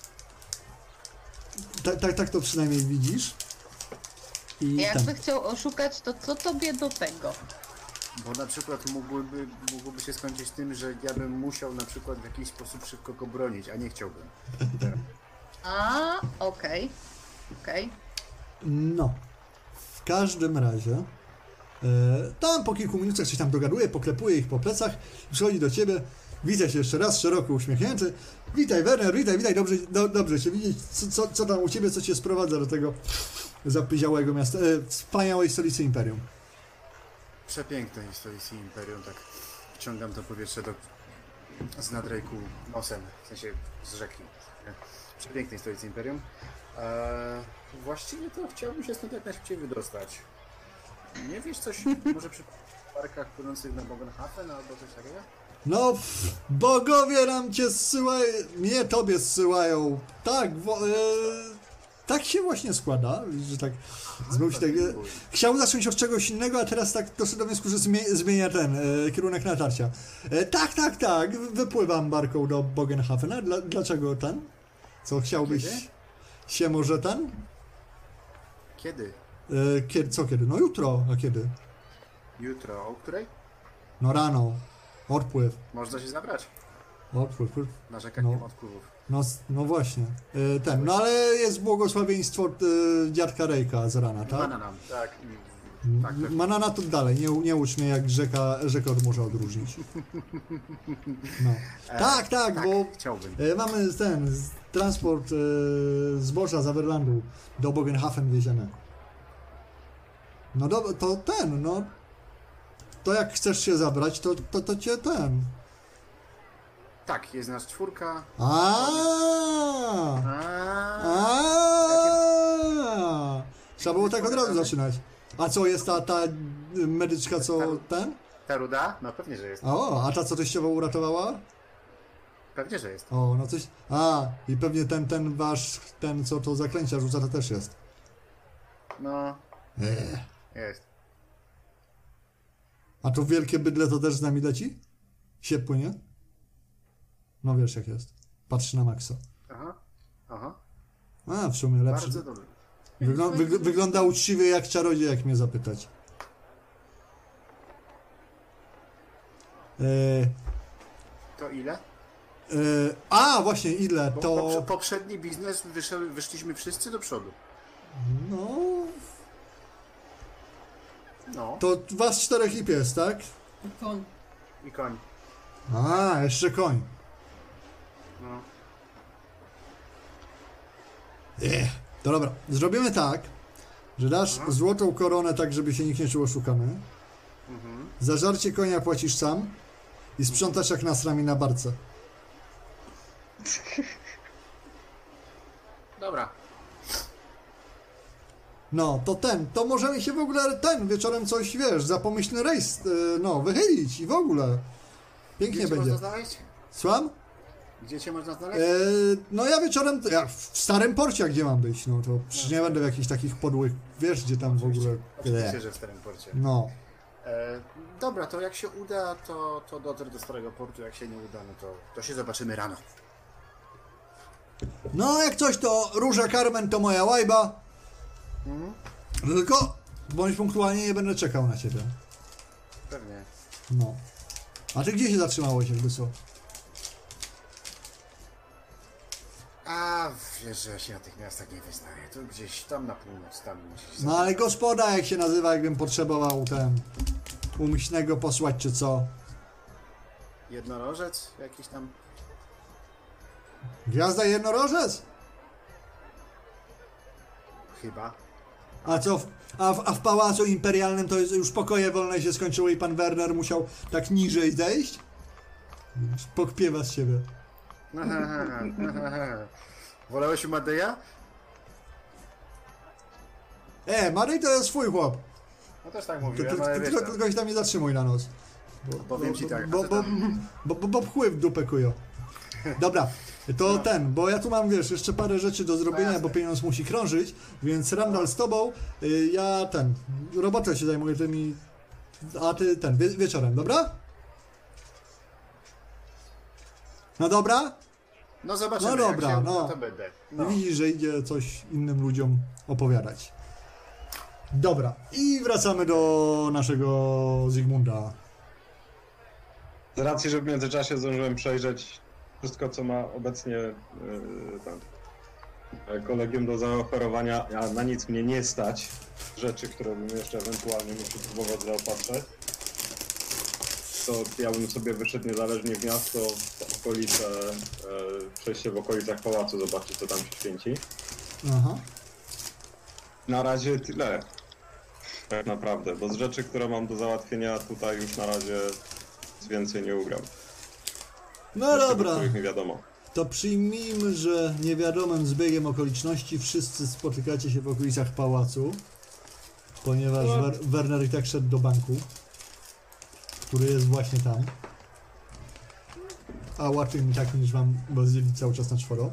Tak, tak, tak to przynajmniej widzisz. I Jakby ten. chciał oszukać, to co tobie do tego? Bo na przykład mógłby, mógłby się skończyć tym, że ja bym musiał na przykład w jakiś sposób szybko go bronić, a nie chciałbym. A, okej. Okej. No, w każdym razie e, tam po kilku minutach coś tam dogaduje, poklepuje ich po plecach, przychodzi do ciebie, witaj się jeszcze raz, szeroko uśmiechnięty. Witaj Werner, witaj, witaj, dobrze, do, dobrze cię widzieć, co, co, co tam u ciebie, co cię sprowadza do tego zapyziałego miasta, e, wspaniałej stolicy Imperium. Przepięknej stolicy Imperium, tak wciągam to powietrze do z nadrejku nosem, w sensie z rzeki. Przepięknej stolicy Imperium. Eee, właściwie to chciałbym się stąd jak najszybciej wydostać. Nie wiesz coś, może przy parkach płynących na Bogenhafen albo coś takiego? No, pff, bogowie nam cię zsyłają, mnie tobie zsyłają, tak, wo, e, tak się właśnie składa, że tak zmył tak, e, chciał zacząć od czegoś innego, a teraz tak doszedł do wniosku, że zmienia, zmienia ten e, kierunek natarcia. E, tak, tak, tak, wypływam barką do Bogenhafena, Dla, dlaczego ten? Co, chciałbyś Kiedy? się może ten? Kiedy? E, kiedy, co kiedy? No jutro, a kiedy? Jutro. O której? No rano, odpływ, Można się zabrać. odpływ, Na rzekach No. nie ma odpływów. no, no właśnie, e, ten, no ale jest błogosławieństwo e, dziadka Rejka z rana, tak? Banana, tak. Tak, M- pewnie. Manana to dalej, nie, nie ucz mnie jak rzeka, rzekę od morza odróżnić. No. Tak, tak, tak, bo chciałbym. e, mamy ten z- transport e, zboża z Averlandu do Bogenhafen wieziemy. No dobra, to ten, no. To jak chcesz się zabrać, to, to, to cię ten. Tak, jest nas czwórka. Aaaa! A, Aaaa! Trzeba było tak od razu zaczynać. A co, jest ta, ta medyczka, co ten? ta ruda? No pewnie, że jest. O, a ta, co teściowo uratowała? Pewnie, że jest. O, no coś... A, i pewnie ten, ten wasz, ten, co to zaklęcia rzuca, to też jest. No, Eee. jest. A to wielkie bydle to też z nami leci? Się płynie? No wiesz jak jest. Patrzy na Maxa. Aha, aha. A, w sumie lepszy. Bardzo dobry. Wyglą wygl wygląda uczciwie jak czarodziej, jak mnie zapytać. Eee, To ile? eee, a, właśnie, ile? Bo To... poprze- poprzedni biznes wyszedł, wyszliśmy wszyscy do przodu. No... No, To was czterech i pies, tak? Koń. i koń. A, jeszcze koń. No. Ech. To dobra, zrobimy tak, że dasz Mhm. złotą koronę tak, żeby się nikt nie czuł oszukany. Mhm. Za żarcie konia płacisz sam i sprzątasz jak nasrami na barce. Dobra. No, to ten, to możemy się w ogóle ten wieczorem coś, wiesz, za pomyślny rejs, yy, no, wychylić i w ogóle. Pięknie Gdzie cię będzie. można znaleźć? Słucham? Gdzie cię można znaleźć? Yy, no ja wieczorem, ja w Starym Porcie, a gdzie mam być, no to przecież nie będę w jakichś takich podłych, wiesz, gdzie tam w ogóle... Oczywiście, że w Starym Porcie. No. E, dobra, to jak się uda, to, to dotrę do Starego Portu. Jak się nie uda, no to, to się zobaczymy rano. No, jak coś, to Róża Carmen to moja łajba. Mhm. Tylko bądź punktualnie, nie będę czekał na ciebie. Pewnie. No. A ty gdzie się zatrzymałeś, jakby co? A wiesz, że ja się na tych miastach nie wyznaję. To gdzieś tam na północ, tam musisz. No ale gospoda, jak się nazywa, jakbym potrzebował ten umyślnego posłać, czy co? Jednorożec jakiś tam. Gwiazda Jednorożec? Chyba. A co, w, a, w, a w Pałacu Imperialnym to jest, już pokoje wolne się skończyły i pan Werner musiał tak niżej zejść? Pokpiewa z siebie. Wolałeś u Madeja? E, Maryj to jest swój chłop. No też tak Ty, ty, mówiłem, ale ty, wiesz tylko, tam, tylko się tam nie zatrzymuj na noc. powiem ci tak. a Bo, ty bo, tam- bo, bo, bo pchły w dupę kujo. Dobra, to ten, bo ja tu mam, wiesz, jeszcze parę rzeczy do zrobienia, No jasne. bo pieniądz musi krążyć, więc Randall z tobą, y, ja ten, robotę się zajmuję tymi, a ty ten, wie, wieczorem, dobra? No dobra? No zobaczymy, No dobra, jak się no. uda, to będę. No. Widzisz, że idzie coś innym ludziom opowiadać. Dobra, i wracamy do naszego Zygmunda. Z racji, że w międzyczasie zdążyłem przejrzeć wszystko, co ma obecnie yy, tam, e, kolegium do zaoferowania, a na nic mnie nie stać. Rzeczy, które bym jeszcze ewentualnie mógł próbować zaopatrzeć. To ja bym sobie wyszedł niezależnie w miasto, w okolice, e, przejście w okolicach pałacu, zobaczyć, co tam się święci. Aha. Na razie tyle. Tak naprawdę, bo z rzeczy, które mam do załatwienia tutaj już na razie nic więcej nie ugram. No Rzeczy, dobra. o których mi wiadomo. To przyjmijmy, że niewiadomym zbiegiem okoliczności wszyscy spotykacie się w okolicach pałacu, ponieważ No. Wer Werner i tak szedł do banku, który jest właśnie tam. A łatwiej mi tak niż wam rozdzielić cały czas na czworo.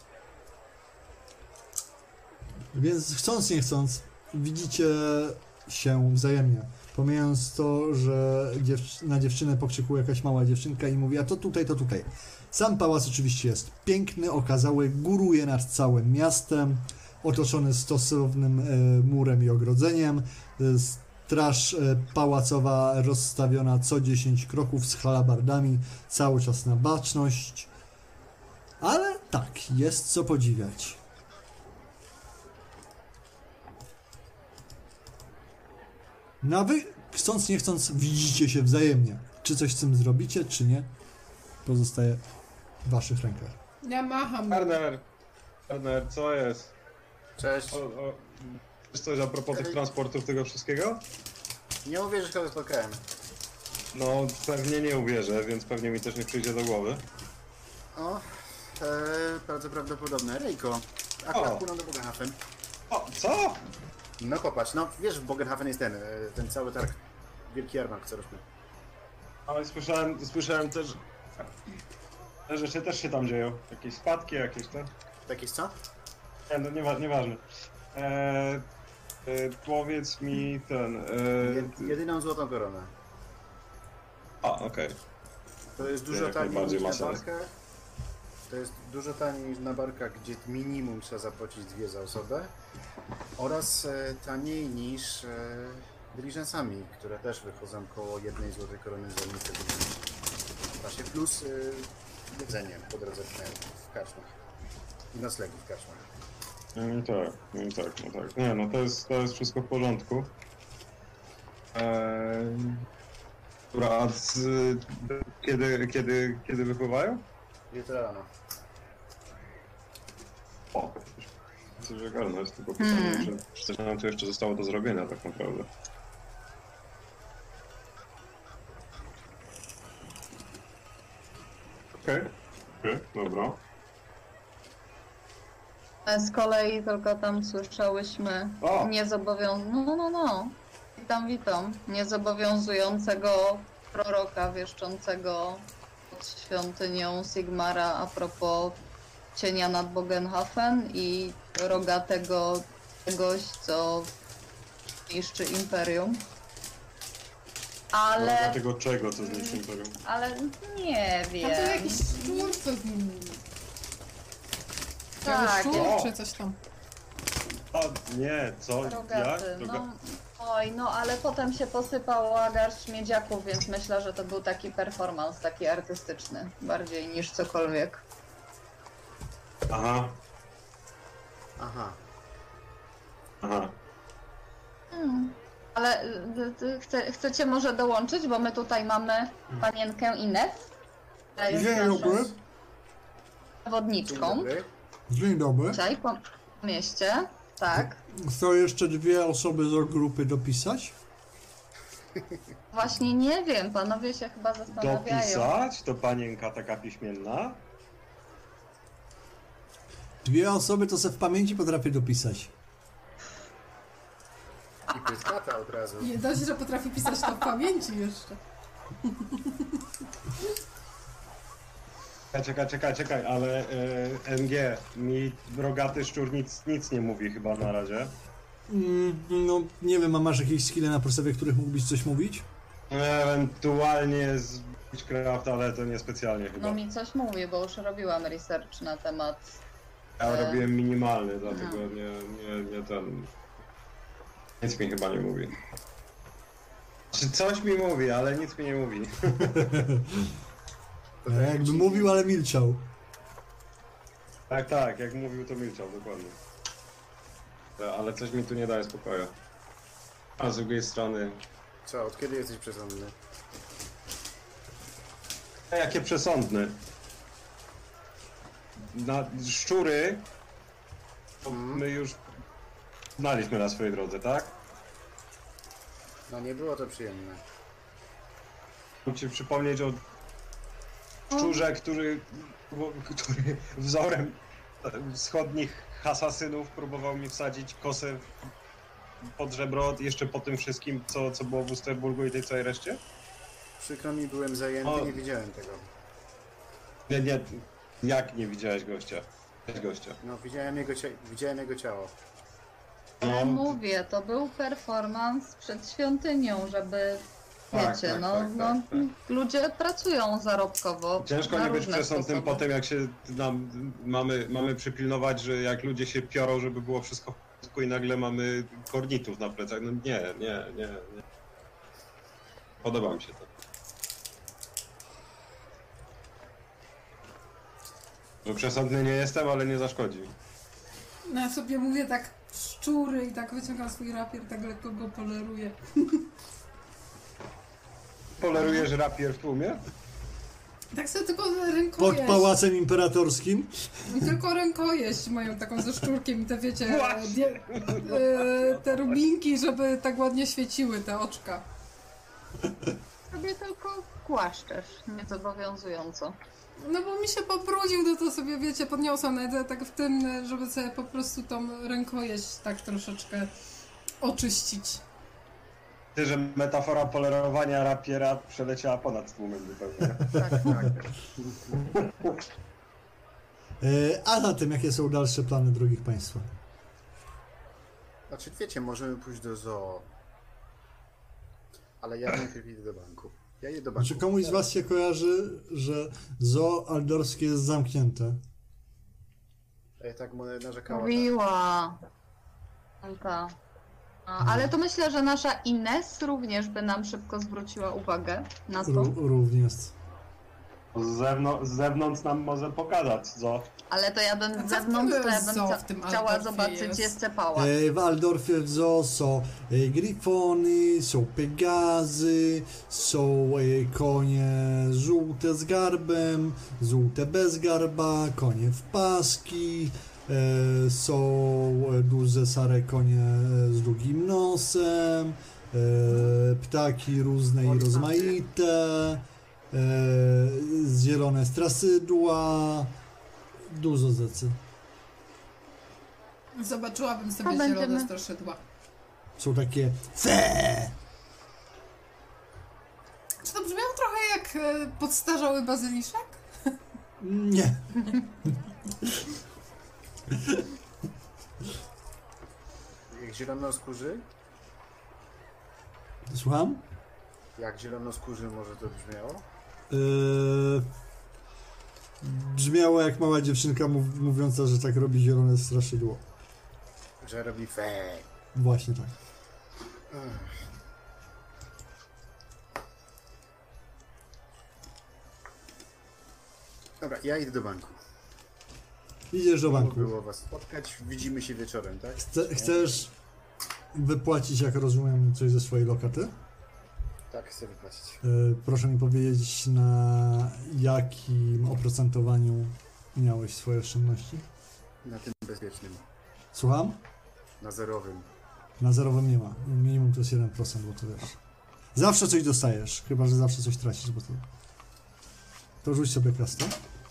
Więc chcąc nie chcąc, widzicie się wzajemnie. Pomijając to, że dziew na dziewczynę pokrzykuje jakaś mała dziewczynka i mówi, a to tutaj, to tutaj. Sam pałac oczywiście jest piękny, okazały, góruje nad całym miastem, otoczony stosownym e, murem i ogrodzeniem. E, straż e, pałacowa rozstawiona co dziesięć kroków z halabardami, cały czas na baczność. Ale tak, jest co podziwiać. No a wy, chcąc nie chcąc, widzicie się wzajemnie. Czy coś z tym zrobicie, czy nie, pozostaje w waszych rękach. Ja macham. Werner! Werner, co jest? Cześć. O, o, wiesz coś a propos tych transportów, tego wszystkiego? Nie uwierzysz, kogo spotkałem. No, pewnie nie uwierzę, więc pewnie mi też nie przyjdzie do głowy. O, e, bardzo prawdopodobne. Rejko, akurat O. płyną do Bogenhafen. O, co? No popatrz, no wiesz, w Bogenhafen jest ten, e, ten cały targ, wielki jarmark coroczny. Ale słyszałem, słyszałem też, te rzeczy też się tam dzieją. Jakieś spadki, jakieś te. Jakieś co? Nie, no niewa, nieważne. E, e, powiedz mi ten... E, Jed, jedyną złotą koronę. a, okej. To jest dużo Jak taniej najbardziej niż ma na sens. barkach. To jest dużo taniej niż na barkach, gdzie minimum trzeba zapłacić dwie za osobę. Oraz e, taniej niż e, diligencami, które też wychodzą koło jednej złotej korony za unicę Właśnie plus e, jedzenie po drodze w, w karczmach. I noclegi w karczmach. Mm, tak, mm, tak, no tak. Nie, no to jest, to jest wszystko w porządku. Eee, dobra, a z, kiedy, kiedy, kiedy wypływają? Jutro rano. O, coś ogarnąć, tylko pytanie, Hmm. czy, czy coś nam tu jeszcze zostało do zrobienia tak naprawdę. Okej, okay. okej, okay, dobra. Z kolei tylko tam słyszałyśmy O! niezobowiąz... No, no, no. Witam, witam. Niezobowiązującego proroka wieszczącego pod świątynią Sigmara a propos cienia nad Bogenhafen i rogatego czegoś, co niszczy imperium. No, Ale... dlatego czego, co z niczym powiem. ale nie A to wiem. jakiś szczur, co... Tak, szczur, jest- czy coś tam. A, nie, co? Rogaty, Jak? Roga... no. Oj, no ale potem się posypała garść miedziaków, więc myślę, że to był taki performance, taki artystyczny, bardziej niż cokolwiek. Aha, Aha. aha. Hmm. Ale y, y, chce, chcecie może dołączyć, bo my tutaj mamy panienkę Ines, która jest Dzień naszą dobry. Dzień przewodniczką dobry. Dzień dobry. dzisiaj po mieście. Tak. Chcą jeszcze dwie osoby z grupy dopisać? Właśnie nie wiem, panowie się chyba zastanawiają. Dopisać? To panienka taka piśmienna? Dwie osoby to se w pamięci potrafię dopisać. I pyskata od razu. Nie dość, że potrafi pisać to w pamięci jeszcze. Czekaj, czekaj, czekaj, czekaj, ale e, M G, mi rogaty szczur nic, nic nie mówi chyba na razie. Mm, no, nie wiem, a masz jakieś skille na podstawie których mógłbyś coś mówić? Ewentualnie z Witchcraft, ale to niespecjalnie chyba. No mi coś mówi, bo już robiłam research na temat. Ja e, robiłem minimalny, dlatego nie, nie, nie ten... Nic mi chyba nie mówi. Czy coś mi mówi, ale nic mi nie mówi. To Ja tak jakby ci- mówił, ale milczał. Tak, tak, jak mówił to milczał, dokładnie. E, Ale coś mi tu nie daje spokoju. A z drugiej strony... Co, od kiedy jesteś przesądny? E, Jakie przesądne. Na szczury to Mhm. my już znaliśmy na swojej drodze, tak? No nie było to przyjemne. Chcę ci przypomnieć o szczurze, który, który wzorem wschodnich asasynów próbował mi wsadzić kosę pod żebro jeszcze po tym wszystkim, co, co było w Usterburgu i tej całej reszcie? Przykro mi, byłem zajęty, O. nie widziałem tego. Nie, nie, jak nie widziałeś gościa? Widziałeś gościa. No, widziałem jego, cia- widziałem jego ciało. Ale No. mówię, to był performance przed świątynią, żeby Tak, wiecie, tak, no, tak, no tak, tak. ludzie pracują zarobkowo. Ciężko na nie być różne przesądnym sposoby. po tym, jak się nam, mamy, mamy przypilnować, że jak ludzie się piorą, żeby było wszystko w porządku i nagle mamy kornitów na plecach. No nie, nie, nie, nie. Podoba mi się to. Że przesądny nie jestem, ale nie zaszkodzi. No ja sobie mówię tak szczury i tak wyciągam swój rapier, tak lekko go poleruję. Polerujesz rapier w tłumie? Tak sobie tylko Pod rękojeść. pałacem imperatorskim? I tylko rękojeść mają taką ze szczurkiem i te wiecie, Właśnie. die, e, te rubinki, żeby tak ładnie świeciły te oczka. Sobie tylko głaszczesz, niezobowiązująco. No bo mi się pobrudził, no to sobie, wiecie, podniosłam nawet tak w tym, żeby sobie po prostu tą rękojeść tak troszeczkę oczyścić. Ty, że metafora polerowania rapiera przeleciała ponad tłumem zupełnie. Tak, tak. E, a zatem, jakie są dalsze plany drogich państwa? Znaczy, wiecie, możemy pójść do zoo. Ale ja najpierw idę do banku. Ja idę do banku. Czy komuś z was się kojarzy, że zoo aldorskie jest zamknięte? Ja tak mu narzekała. Mówiła. Anka. A, ale to myślę, że nasza Ines również by nam szybko zwróciła uwagę na to. Ró- również. Z, zewnątrz, z zewnątrz nam może pokazać, co? Ale to ja A bym co z w zewnątrz, to ja ogóle bym zoo chcia- w tym chciała Altdorfie zobaczyć jest? jeszcze pałac. E, w Altdorfie w zoo są e, gryfony, są pegazy, są e, konie żółte z garbem, żółte bez garba, konie w paski, e, są e, duże szare konie e, z długim nosem, e, ptaki różne i rozmaite, e, zielone strasydła, dużo rzeczy. Zobaczyłabym sobie To zielone będziemy- straszydła. Są takie fe. Czy to brzmiało trochę jak e, podstarzały bazyliszek? Nie. Jak zielonoskórzy? Słucham? Jak zielonoskórzy może to brzmiało? Yy... Brzmiało jak mała dziewczynka mów, mówiąca, że tak robi zielone straszydło. Że robi fe. Właśnie tak. Dobra, ja idę do banku. Idziesz do Miło banku. było was spotkać. Widzimy się wieczorem, tak? Chce, chcesz wypłacić, jak rozumiem, coś ze swojej lokaty? Tak, chcę wypłacić. Yy, proszę mi powiedzieć, na jakim oprocentowaniu miałeś swoje oszczędności? Na tym bezpiecznym. Słucham? Na zerowym. Na zerowym nie ma. Minimum to jest jeden procent, bo to wiesz. Zawsze coś dostajesz, chyba że zawsze coś tracisz, bo to... To rzuć sobie kastę.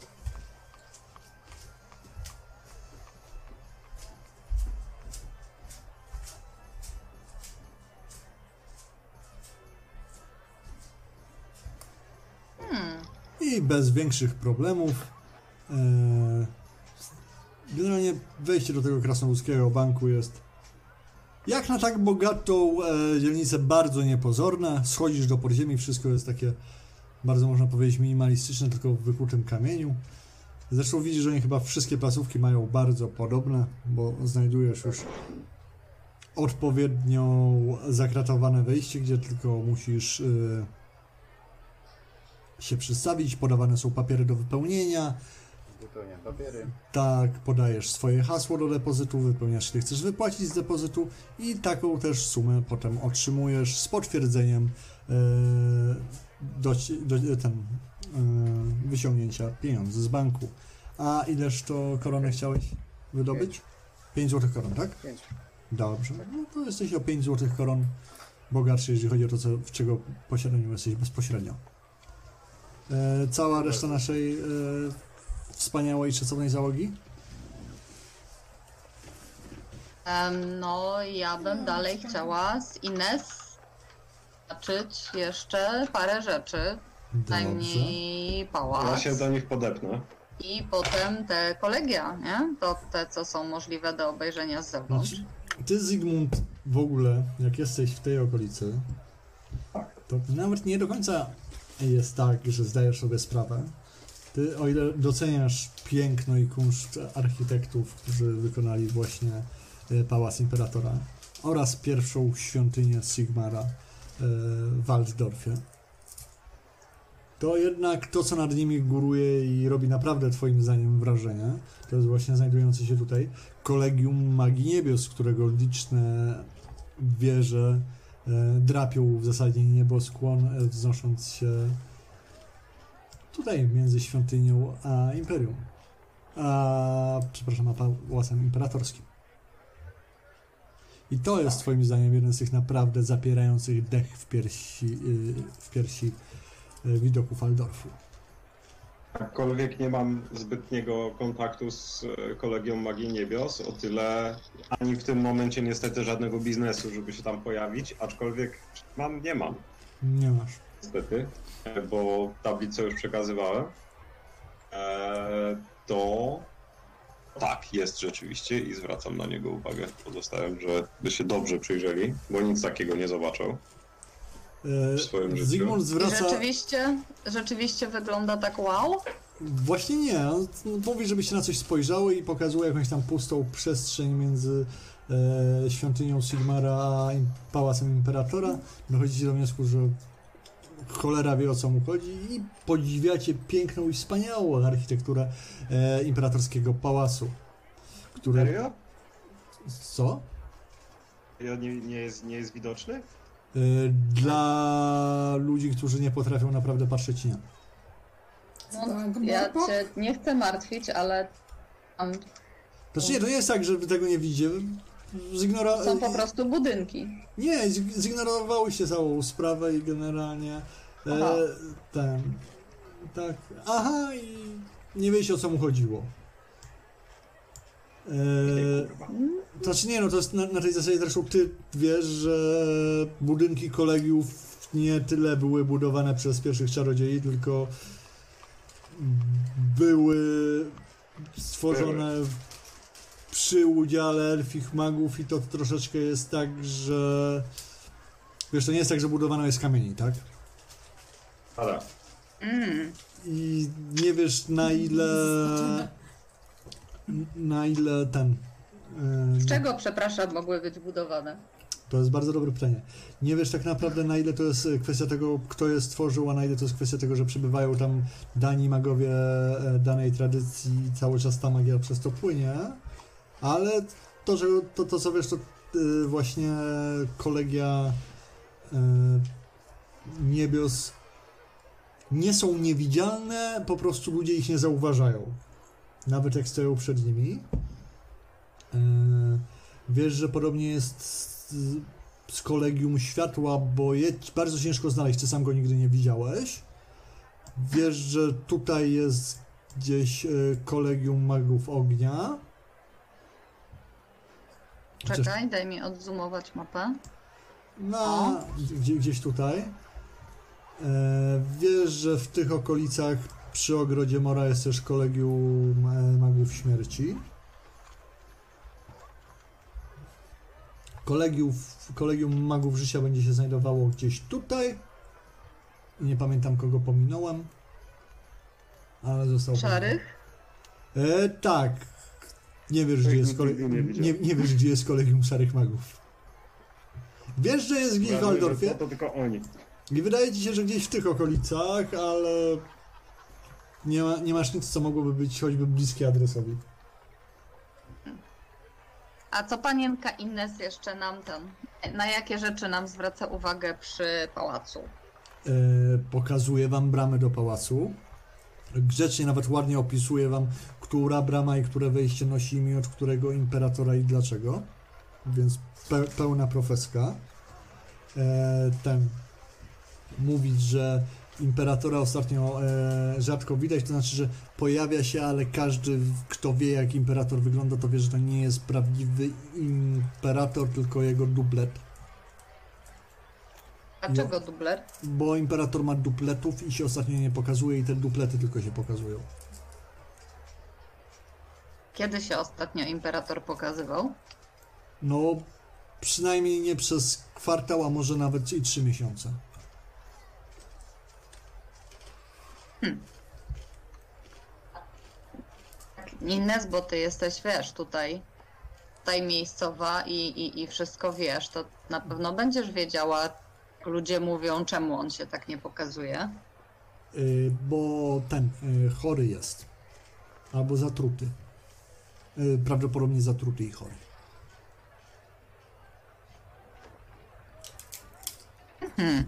Hmm. I bez większych problemów e, generalnie wejście do tego krasnoludzkiego banku jest jak na tak bogatą e, dzielnicę bardzo niepozorne. Schodzisz do podziemi, wszystko jest takie bardzo, można powiedzieć, minimalistyczne, tylko w wykutym kamieniu. Zresztą widzisz, że oni chyba wszystkie placówki mają bardzo podobne, bo znajdujesz już odpowiednio zakratowane wejście, gdzie tylko musisz e, się przedstawić, podawane są papiery do wypełnienia, Wypełniam papiery. tak, podajesz swoje hasło do depozytu, wypełniasz, ile chcesz wypłacić z depozytu i taką też sumę potem otrzymujesz z potwierdzeniem e, do, do, ten, e, wyciągnięcia pieniędzy z banku. A ileż to korony chciałeś wydobyć? pięć złotych koron, tak? Pięć. Dobrze, no to jesteś o pięć złotych koron bogatszy, jeżeli chodzi o to, co, w czego posiadaniu jesteś bezpośrednio. E, cała reszta naszej e, wspaniałej i szacownej załogi? Em, no, ja bym dalej chciała z Ines zobaczyć jeszcze parę rzeczy. Dobrze. Najmniej Ja pałac. się do nich podepnę. I potem te kolegia, nie? To te, co są możliwe do obejrzenia z zewnątrz. Znaczy, ty, Zygmunt, w ogóle, jak jesteś w tej okolicy, to nawet nie do końca jest tak, że zdajesz sobie sprawę. Ty, o ile doceniasz piękno i kunszt architektów, którzy wykonali właśnie e, Pałac Imperatora oraz pierwszą świątynię Sigmara e, w Altdorfie, to jednak to, co nad nimi góruje i robi naprawdę twoim zdaniem wrażenie, to jest właśnie znajdujące się tutaj Kolegium Magii Niebios, którego liczne wieże e, drapią w zasadzie nieboskłon, e, wznosząc się tutaj między świątynią a Imperium. A, przepraszam, a Pałacem Imperatorskim. I to jest twoim zdaniem jeden z tych naprawdę zapierających dech w piersi, y, w piersi y, widoków Altdorfu. Jakkolwiek nie mam zbytniego kontaktu z e, Kolegium Magii Niebios, o tyle ani w tym momencie niestety żadnego biznesu, żeby się tam pojawić, aczkolwiek mam, nie mam. Nie masz. Niestety, e, bo tablicę już przekazywałem. E, to tak, jest rzeczywiście i zwracam na niego uwagę. Pozostałem, żeby się dobrze przyjrzeli, bo nic takiego nie zobaczą w swoim E, życiu. Zygmunt I zwraca... rzeczywiście, rzeczywiście wygląda tak wow. Właśnie nie. On mówi, żebyście na coś spojrzały i pokazuje jakąś tam pustą przestrzeń między e, świątynią Sigmara a im, pałacem Imperatora. Dochodzicie do wniosku, że cholera wie, o co mu chodzi i podziwiacie piękną i wspaniałą architekturę e, imperatorskiego pałacu. Który... Serio? Co? Ja nie, nie, jest, nie jest widoczny? E, dla ludzi, którzy nie potrafią naprawdę patrzeć nie. No, Tak, ja Marko? cię nie chcę martwić, ale tam Znaczy nie, to nie jest tak, że wy tego nie widzicie. Zignora... są po prostu budynki. Nie, z- zignorowałyście całą sprawę i generalnie e, Aha. ten, tak, aha i nie wiecie, o co mu chodziło. E, Kurwa. to znaczy nie, no to jest na, na tej zasadzie zresztą ty wiesz, że budynki kolegiów nie tyle były budowane przez pierwszych czarodziei, tylko były stworzone przy udziale elfich magów i to troszeczkę jest tak, że wiesz, to nie jest tak, że budowane jest z kamieni, tak? Ale Mm. I nie wiesz na ile na ile ten Z em, czego, przepraszam, mogły być budowane? to jest bardzo dobre pytanie. Nie wiesz tak naprawdę na ile to jest kwestia tego, kto je stworzył, a na ile to jest kwestia tego, że przebywają tam dani magowie e, danej tradycji i cały czas ta magia przez to płynie, ale to, że to, to co wiesz, to y, właśnie kolegia y, niebios nie są niewidzialne, po prostu ludzie ich nie zauważają. Nawet jak stoją przed nimi. Y, wiesz, że podobnie jest z, z kolegium światła, bo je bardzo ciężko znaleźć, ty sam go nigdy nie widziałeś. Wiesz, że tutaj jest gdzieś y, kolegium magów ognia. Chociaż- Czekaj, daj mi odzoomować mapę. No, gdzie, gdzieś tutaj. E, wiesz, że w tych okolicach przy ogrodzie Mora jest też kolegium e, magów śmierci. Kolegiów, kolegium magów życia będzie się znajdowało gdzieś tutaj. Nie pamiętam, kogo pominąłem. Ale został. Szarych? E, tak. Nie wiesz, gdzie jest, kole... Nigdy nie widział. nie, nie wiesz, gdzie jest kolegium szarych magów. Wiesz, że jest w wrażenie, że Gilgaldorfie to, to tylko oni. i wydaje ci się, że gdzieś w tych okolicach, ale nie, ma, nie masz nic, co mogłoby być choćby bliskie adresowi. A co panienka Ines jeszcze nam tam, na jakie rzeczy nam zwraca uwagę przy pałacu? E, pokazuje wam bramę do pałacu. Grzecznie, nawet ładnie opisuje wam, która brama i które wejście nosi imię od którego imperatora i dlaczego. Więc pe, pełna profeska. E, ten mówić, że imperatora ostatnio e, rzadko widać, to znaczy, że pojawia się, ale każdy, kto wie, jak imperator wygląda, to wie, że to nie jest prawdziwy imperator, tylko jego dublet. Dlaczego dubler? Bo imperator ma dupletów i się ostatnio nie pokazuje i te duplety tylko się pokazują. Kiedy się ostatnio imperator pokazywał? No, przynajmniej nie przez kwartał, a może nawet i trzy miesiące. Ines, bo ty jesteś, wiesz, tutaj, tutaj miejscowa i, i, i wszystko wiesz, to na pewno będziesz wiedziała, jak ludzie mówią, czemu on się tak nie pokazuje. Yy, bo ten yy, chory jest. Albo zatruty. Yy, prawdopodobnie zatruty i chory. Hmm.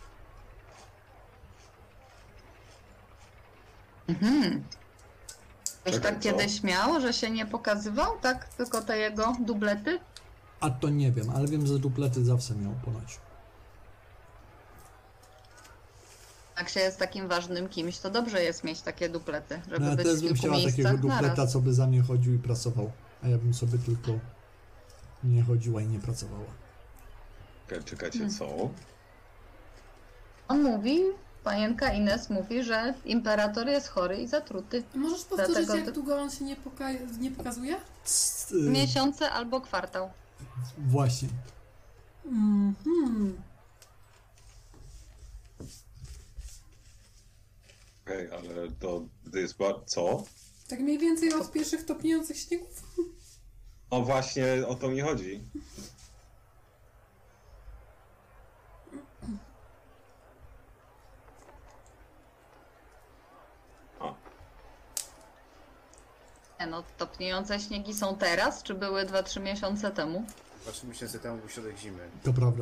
Mhm. Już Czekaj, tak co? kiedyś miał, że się nie pokazywał, tak? Tylko te jego dublety? A to nie wiem, ale wiem, że duplety zawsze miał ponoć. Tak jak się jest takim ważnym kimś, to dobrze jest mieć takie duplety, żeby No ja być też w bym kilku chciała takiego miejscach dupleta, naraz. co by za mnie chodził i pracował. A ja bym sobie tylko nie chodziła i nie pracowała. Czekaj, Czekajcie, Hmm. co? On mówi, panienka Ines mówi, że imperator jest chory i zatruty. Możesz powtórzyć, Dlatego jak to- długo on się nie, poka- nie pokazuje? C- y, Miesiące albo kwartał. Właśnie. Mhm. Okej, ale to, to jest ba- co? Tak mniej więcej od pierwszych topniejących śniegów. No właśnie o to mi chodzi. A, Nie no, topniejące śniegi są teraz, czy były dwa trzy miesiące temu? Dwa trzy miesiące temu był środek zimy, To prawda.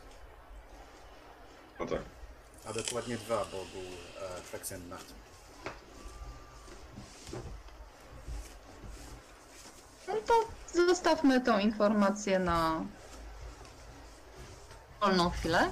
no tak. a dokładnie dwa, bo był e, Fexennacht. No to zostawmy tą informację na wolną chwilę.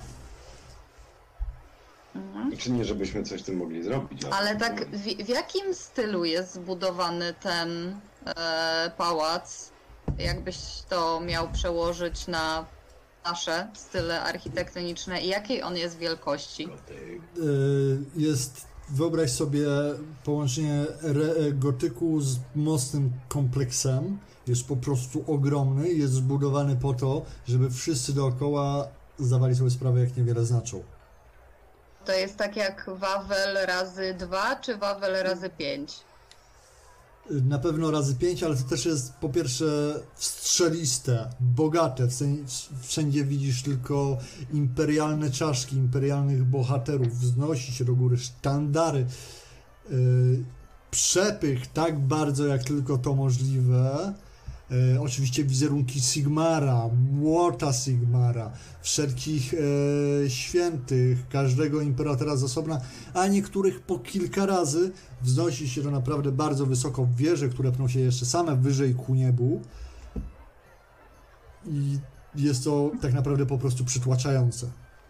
Mhm. Znaczy nie, żebyśmy coś z tym mogli zrobić. Ale tak, w, w jakim stylu jest zbudowany ten e, pałac? Jakbyś to miał przełożyć na nasze style architektoniczne i jakiej on jest wielkości? Y, Jest, wyobraź sobie połączenie re, gotyku z mocnym kompleksem. Jest po prostu ogromny, jest zbudowany po to, żeby wszyscy dookoła zdawali sobie sprawę, jak niewiele znaczą. To jest tak jak Wawel razy dwa, czy Wawel razy pięć? Na pewno razy pięć, ale to też jest po pierwsze strzeliste, bogate. W sen- Wszędzie widzisz tylko imperialne czaszki, imperialnych bohaterów. Wznosi się do góry sztandary. Yy, przepych tak bardzo, jak tylko to możliwe. Yy, oczywiście wizerunki Sigmara, młota Sigmara, wszelkich yy, świętych, każdego imperatora z osobna, a niektórych po kilka razy. Wznosi się to naprawdę bardzo wysoko w wieże, które pną się jeszcze same wyżej ku niebu. I jest to tak naprawdę po prostu przytłaczające.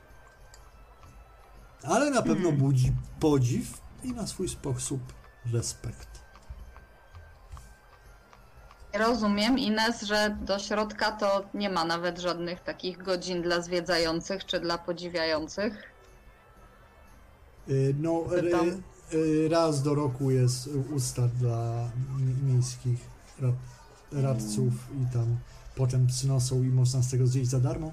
Ale na pewno budzi podziw i na swój sposób respekt. Rozumiem, Ines, że do środka to nie ma nawet żadnych takich godzin dla zwiedzających czy dla podziwiających. Y, No, Pytam. r- y, raz do roku jest usta dla mi- miejskich rad, radców i tam potem przynoszą i można z tego zjeść za darmo.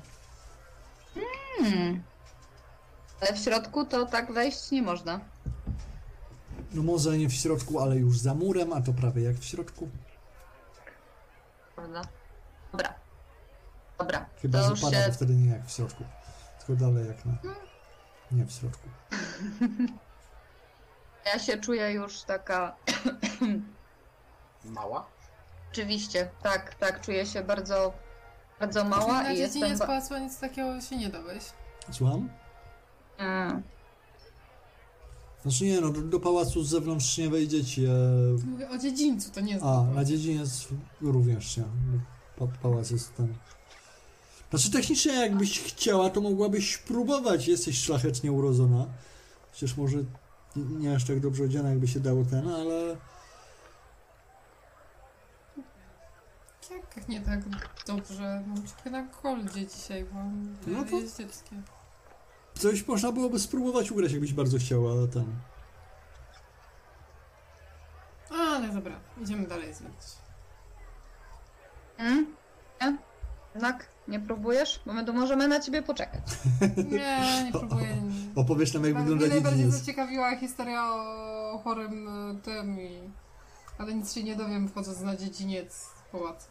Hmm. Ale w środku to tak wejść nie można. No może nie w środku, ale już za murem, a to prawie jak w środku. Prawda? Dobra. Dobra. Chyba, to że już pada, się... to wtedy nie jak w środku. Tylko dalej jak na... Nie w środku. Ja się czuję już taka... Mała? Oczywiście, tak, tak, czuję się bardzo, bardzo mała Na i dziedzinie jestem... z Ba... pałacu nic takiego się nie da wejść. Słucham? Mm. Znaczy nie, no do, do pałacu z zewnątrz nie wejdziecie. Mówię o dziedzińcu, to nie jest A, pałac. na dziedzinie jest również nie. Pa, pałac jest ten. Znaczy technicznie jakbyś chciała, to mogłabyś spróbować. Jesteś szlachetnie urodzona. Chociaż może nie, nie aż tak dobrze odziana, jakby się dało ten, ale... Jak nie tak dobrze? Mam ciuchy na koldzie dzisiaj, bo No no to- jest dzieckie. Coś można byłoby spróbować ugrać, jakbyś bardzo chciała, ale ten... Ale dobra, idziemy dalej zwiedzić. Mm? Nie? Jednak nie próbujesz? Bo my tu możemy na ciebie poczekać. Nie, nie próbuję. Opowiesz nam, jak Mnie wygląda najbardziej dziedziniec. zaciekawiła historia o chorym y, tym i... Ale nic się nie dowiem wchodząc na dziedziniec pałacu.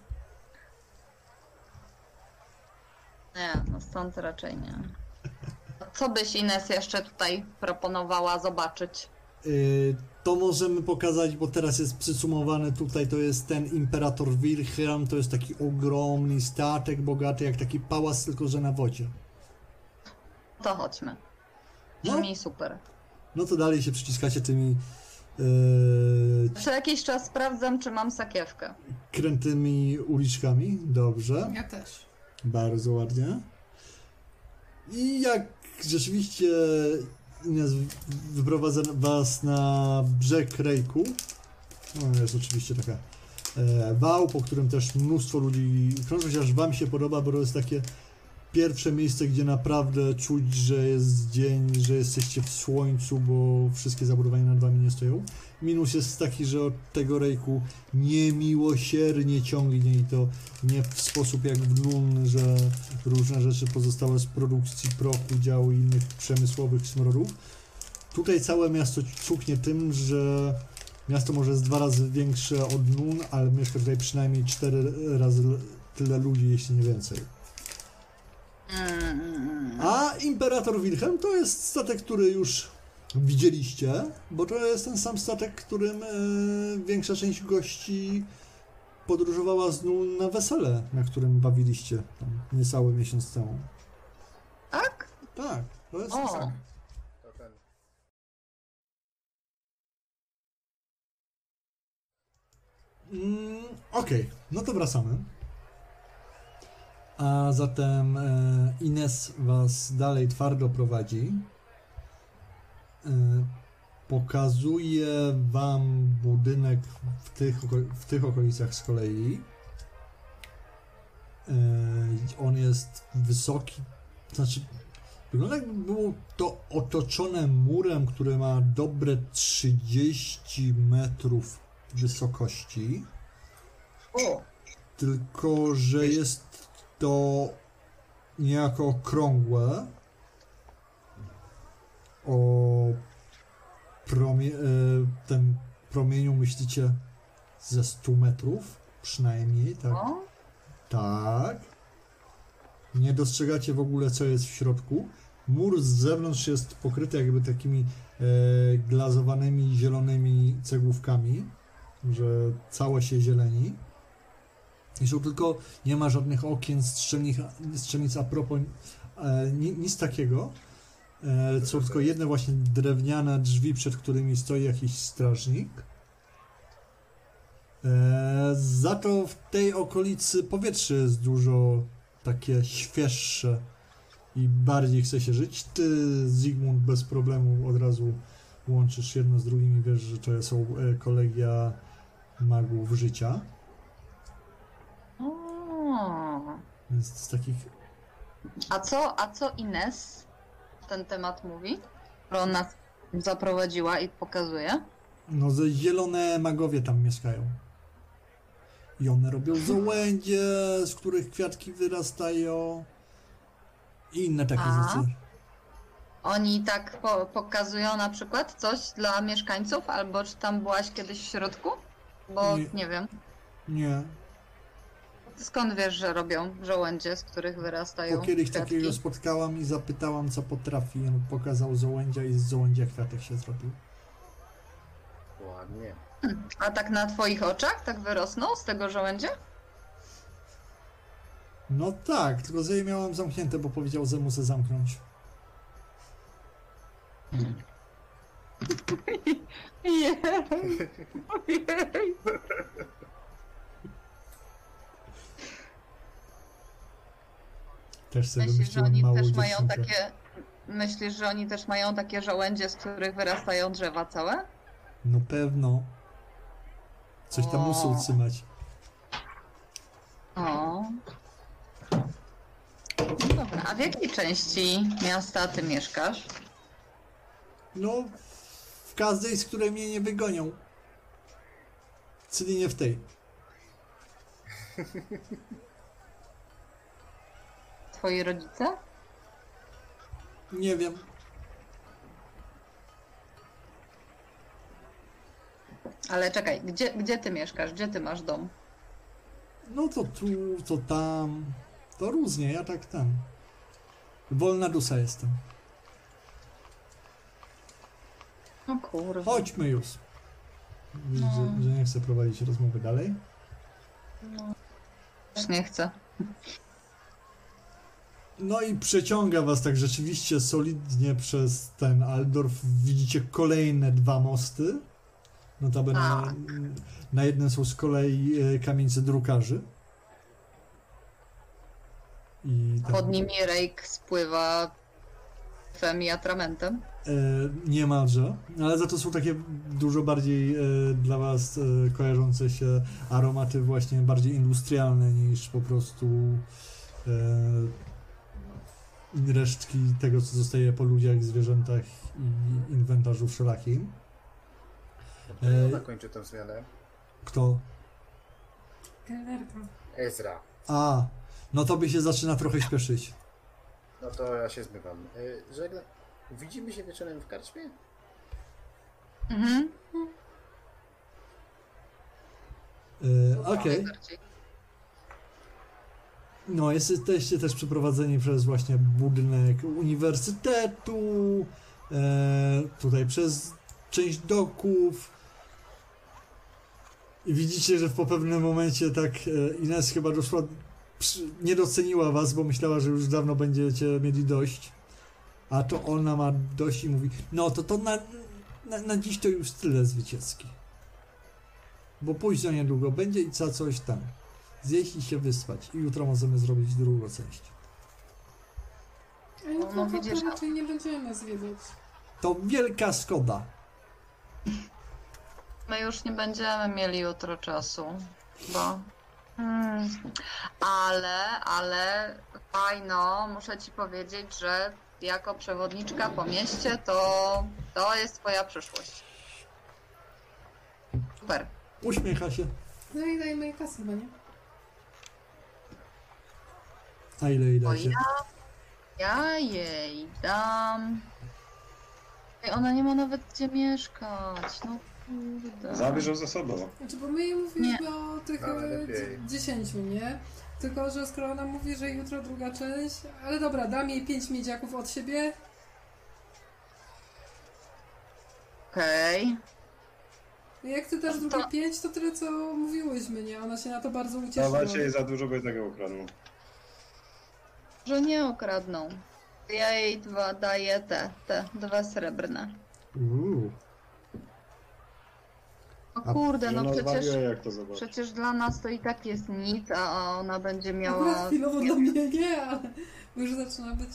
Nie, no stąd raczej nie. Co byś, Ines, jeszcze tutaj proponowała zobaczyć? Yy, to możemy pokazać, bo teraz jest przysumowany tutaj, to jest ten Imperator Wilhelm, to jest taki ogromny statek, bogaty, jak taki pałac, tylko że na wodzie. To chodźmy. No. Brzmi super. No to dalej się przyciskacie tymi yy, Co jakiś czas sprawdzam, czy mam sakiewkę. krętymi uliczkami. Dobrze, Ja też. bardzo ładnie. I jak rzeczywiście Ines wyprowadza was na brzeg Rejku. No, jest oczywiście taka e, wał, po którym też mnóstwo ludzi krąży, chociaż wam się podoba, bo to jest takie pierwsze miejsce, gdzie naprawdę czuć, że jest dzień, że jesteście w słońcu, bo wszystkie zabudowania nad wami nie stoją. Minus jest taki, że od tego Rejku niemiłosiernie ciągnie i to nie w sposób jak w Nun, że różne rzeczy pozostałe z produkcji prochu, działu i innych przemysłowych smrodów. Tutaj całe miasto cuknie tym, że miasto może jest dwa razy większe od Nun, ale mieszka tutaj przynajmniej cztery razy tyle ludzi, jeśli nie więcej. A Imperator Wilhelm to jest statek, który już widzieliście, bo to jest ten sam statek, którym e, większa część gości podróżowała z Nun na wesele, na którym bawiliście tam niecały miesiąc temu. Tak? Tak, to jest O. ten sam. To ten. Mm, Okej, no to wracamy. A zatem e, Ines was dalej twardo prowadzi. E, pokazuje wam budynek w tych, oko- w tych okolicach z kolei. E, on jest wysoki, znaczy wygląda jakby było to otoczone murem, który ma dobre trzydzieści metrów wysokości. O, Tylko że jest to niejako okrągłe. O promie- e, tym promieniu myślicie ze stu metrów przynajmniej, tak? o. Tak. Nie dostrzegacie w ogóle, co jest w środku. Mur z zewnątrz jest pokryty jakby takimi e, glazowanymi zielonymi cegłówkami, że całe się zieleni. I są tylko, nie ma żadnych okien, strzelnic, strzelnic a propos, e, ni, nic takiego. E, są tylko jedne właśnie drewniane drzwi, przed którymi stoi jakiś strażnik. E, za to w tej okolicy powietrze jest dużo takie świeższe i bardziej chce się żyć. Ty, Zygmunt, bez problemu od razu łączysz jedno z drugim i wiesz, że to są e, kolegia magów życia. O. Więc z takich... A co, a co Ines na ten temat mówi? Że ona zaprowadziła i pokazuje? No, ze zielone magowie tam mieszkają. I one robią żołędzie, z których kwiatki wyrastają. I inne takie A? rzeczy. Oni tak po, pokazują na przykład coś dla mieszkańców? Albo czy tam byłaś kiedyś w środku? Bo Nie. nie, wiem. Nie. Skąd wiesz, że robią żołędzie, z których wyrastają Bo kiedyś kwiatki? takiego spotkałam i zapytałam, co potrafi. On pokazał żołędzia i z żołędzia kwiatek się zrobił. Ładnie. A tak na twoich oczach tak wyrosną z tego żołędzia? No tak, tylko że je miałam zamknięte, bo powiedział, że muszę zamknąć. Jej. Ojej. Też sobie Myślisz, że wymyśliłem oni małą też mają dziewczynkę. takie... Myślisz, że oni też mają takie żołędzie, z których wyrastają drzewa całe? No pewno. Coś tam O. muszą trzymać. O. No dobra, a w jakiej części miasta ty mieszkasz? No, w każdej, z której mnie nie wygonią. Czyli nie w tej. Twoi rodzice? Nie wiem. Ale czekaj, gdzie, gdzie ty mieszkasz? Gdzie ty masz dom? No to tu, to tam. To różnie, ja tak tam. Wolna dusza jestem. O kurwa. Chodźmy już. Widzę, No. że, że nie chcę prowadzić rozmowy dalej. No, też nie chcę. No i przeciąga was tak rzeczywiście solidnie przez ten Aldorf. Widzicie kolejne dwa mosty. Notabene na, Tak. na jednym są z kolei e, kamienice drukarzy. I tam, Pod nimi Rejk spływa fem i atramentem. E, niemalże, ale za to są takie dużo bardziej e, dla was e, kojarzące się aromaty właśnie bardziej industrialne niż po prostu e, resztki tego, co zostaje po ludziach, zwierzętach i inwentarzu wszelakim. E... Ona kończy tę zmianę. Kto? Kelnerka. Ezra. A, no to by się zaczyna trochę śpieszyć. No to ja się zmywam. E, żegna... Widzimy się wieczorem w karczmie? Mhm. E, Okej. Okay. No, jesteście też przeprowadzeni przez właśnie budynek uniwersytetu, e, tutaj przez część doków. I widzicie, że po pewnym momencie tak e, Ines chyba doszła, przy, nie doceniła was, bo myślała, że już dawno będziecie mieli dość. A to ona ma dość i mówi, no to to na, na, na dziś to już tyle z wycieczki. Bo późno niedługo będzie i trzeba coś tam zjeść i się wyspać. I jutro możemy zrobić drugą część. A jutro No, to widzisz, raczej nie będziemy zwiedzać. To wielka szkoda. My już nie będziemy mieli jutro czasu, bo... Hmm. Ale, ale fajno, muszę ci powiedzieć, że jako przewodniczka po mieście, to to jest twoja przyszłość. Super. Uśmiecha się. No i dajmy jej kasę, chyba nie? A ile jej Bo dacie? ja, ja jej dam... Ej, ona nie ma nawet gdzie mieszkać, no kurde. Zabierz ją ze sobą. Znaczy, bo my jej mówiliśmy o tych Ale e, lepiej. dzie- dziesięciu, nie? Tylko, że skoro ona mówi, że jutro druga część, ale dobra, dam jej pięć miedziaków od siebie. Okej. Jak ty dasz No drugie to- pięć, to tyle co mówiłyśmy, nie? Ona się na to bardzo ucieszyła. Dawacie jej za dużo, bo i tego ukradną. Że nie okradną. Ja jej dwa daję te, te dwa srebrne. Uuu. O A kurde, no Ona przecież, zbawiła, jak to zobaczy. przecież dla nas to i tak jest nic, a ona będzie Akurat miała... chwilowo dla mnie nie, ale już zaczyna być.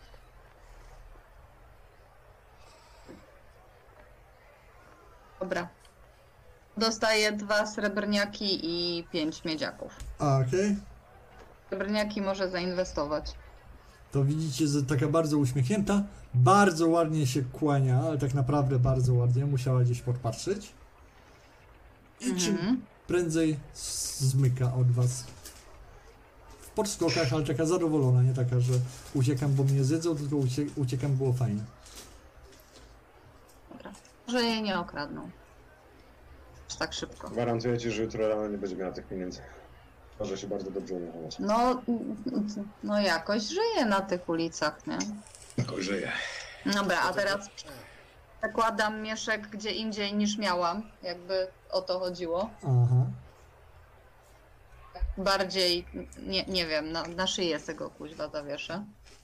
Dobra. Dostaję dwa srebrniaki i pięć miedziaków. A, okej. Srebrniaki może zainwestować. To widzicie, że taka bardzo uśmiechnięta, bardzo ładnie się kłania, ale tak naprawdę bardzo ładnie, musiała gdzieś podpatrzeć. I czym Mhm. prędzej zmyka od was. W podskokach, ale taka zadowolona, nie taka, że uciekam, bo mnie zjedzą, tylko ucie- uciekam, było fajnie. Dobra. Że jej nie okradną. Aż tak szybko. Gwarantuję ci, że jutro rano nie będzie miała tych pieniędzy. Może się bardzo dobrze umieć. No, no jakoś żyje na tych ulicach, nie? Tylko żyje. Dobra, a teraz przekładam mieszek gdzie indziej niż miałam, jakby o to chodziło. Aha. Bardziej, nie, nie wiem, na, na szyję sobie go kuźwa zawieszę.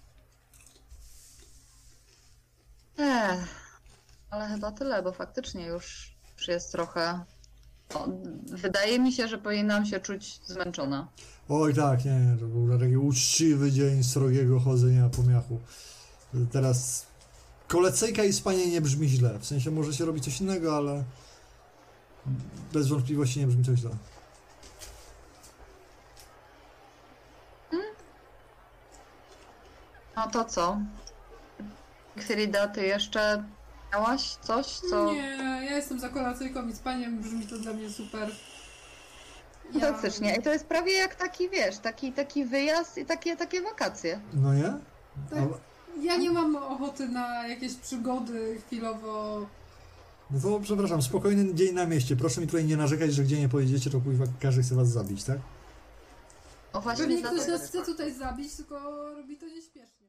Ech, ale chyba tyle, bo faktycznie już, już jest trochę... O, wydaje mi się, że powinnam się czuć zmęczona. Oj tak, nie, to był taki uczciwy dzień srogiego chodzenia po miachu. Teraz kolecyjka i spanie nie brzmi źle, w sensie może się robi coś innego, ale bez wątpliwości nie brzmi to źle. No to co? Frida, ty jeszcze miałaś coś, co... Nie, ja jestem za kolacyjką i spaniem, brzmi to dla mnie super. No faktycznie. I to jest prawie jak taki, wiesz, taki, taki wyjazd i takie, takie wakacje. No nie? Tak. Ja nie mam ochoty na jakieś przygody chwilowo. No to przepraszam, spokojny dzień na mieście. Proszę mi tutaj nie narzekać, że gdzie nie pojedziecie, to kuźwa każdy chce was zabić, tak? O właśnie Pewnie za ktoś to... nas chce tutaj zabić, tylko robi to nieśpiesznie.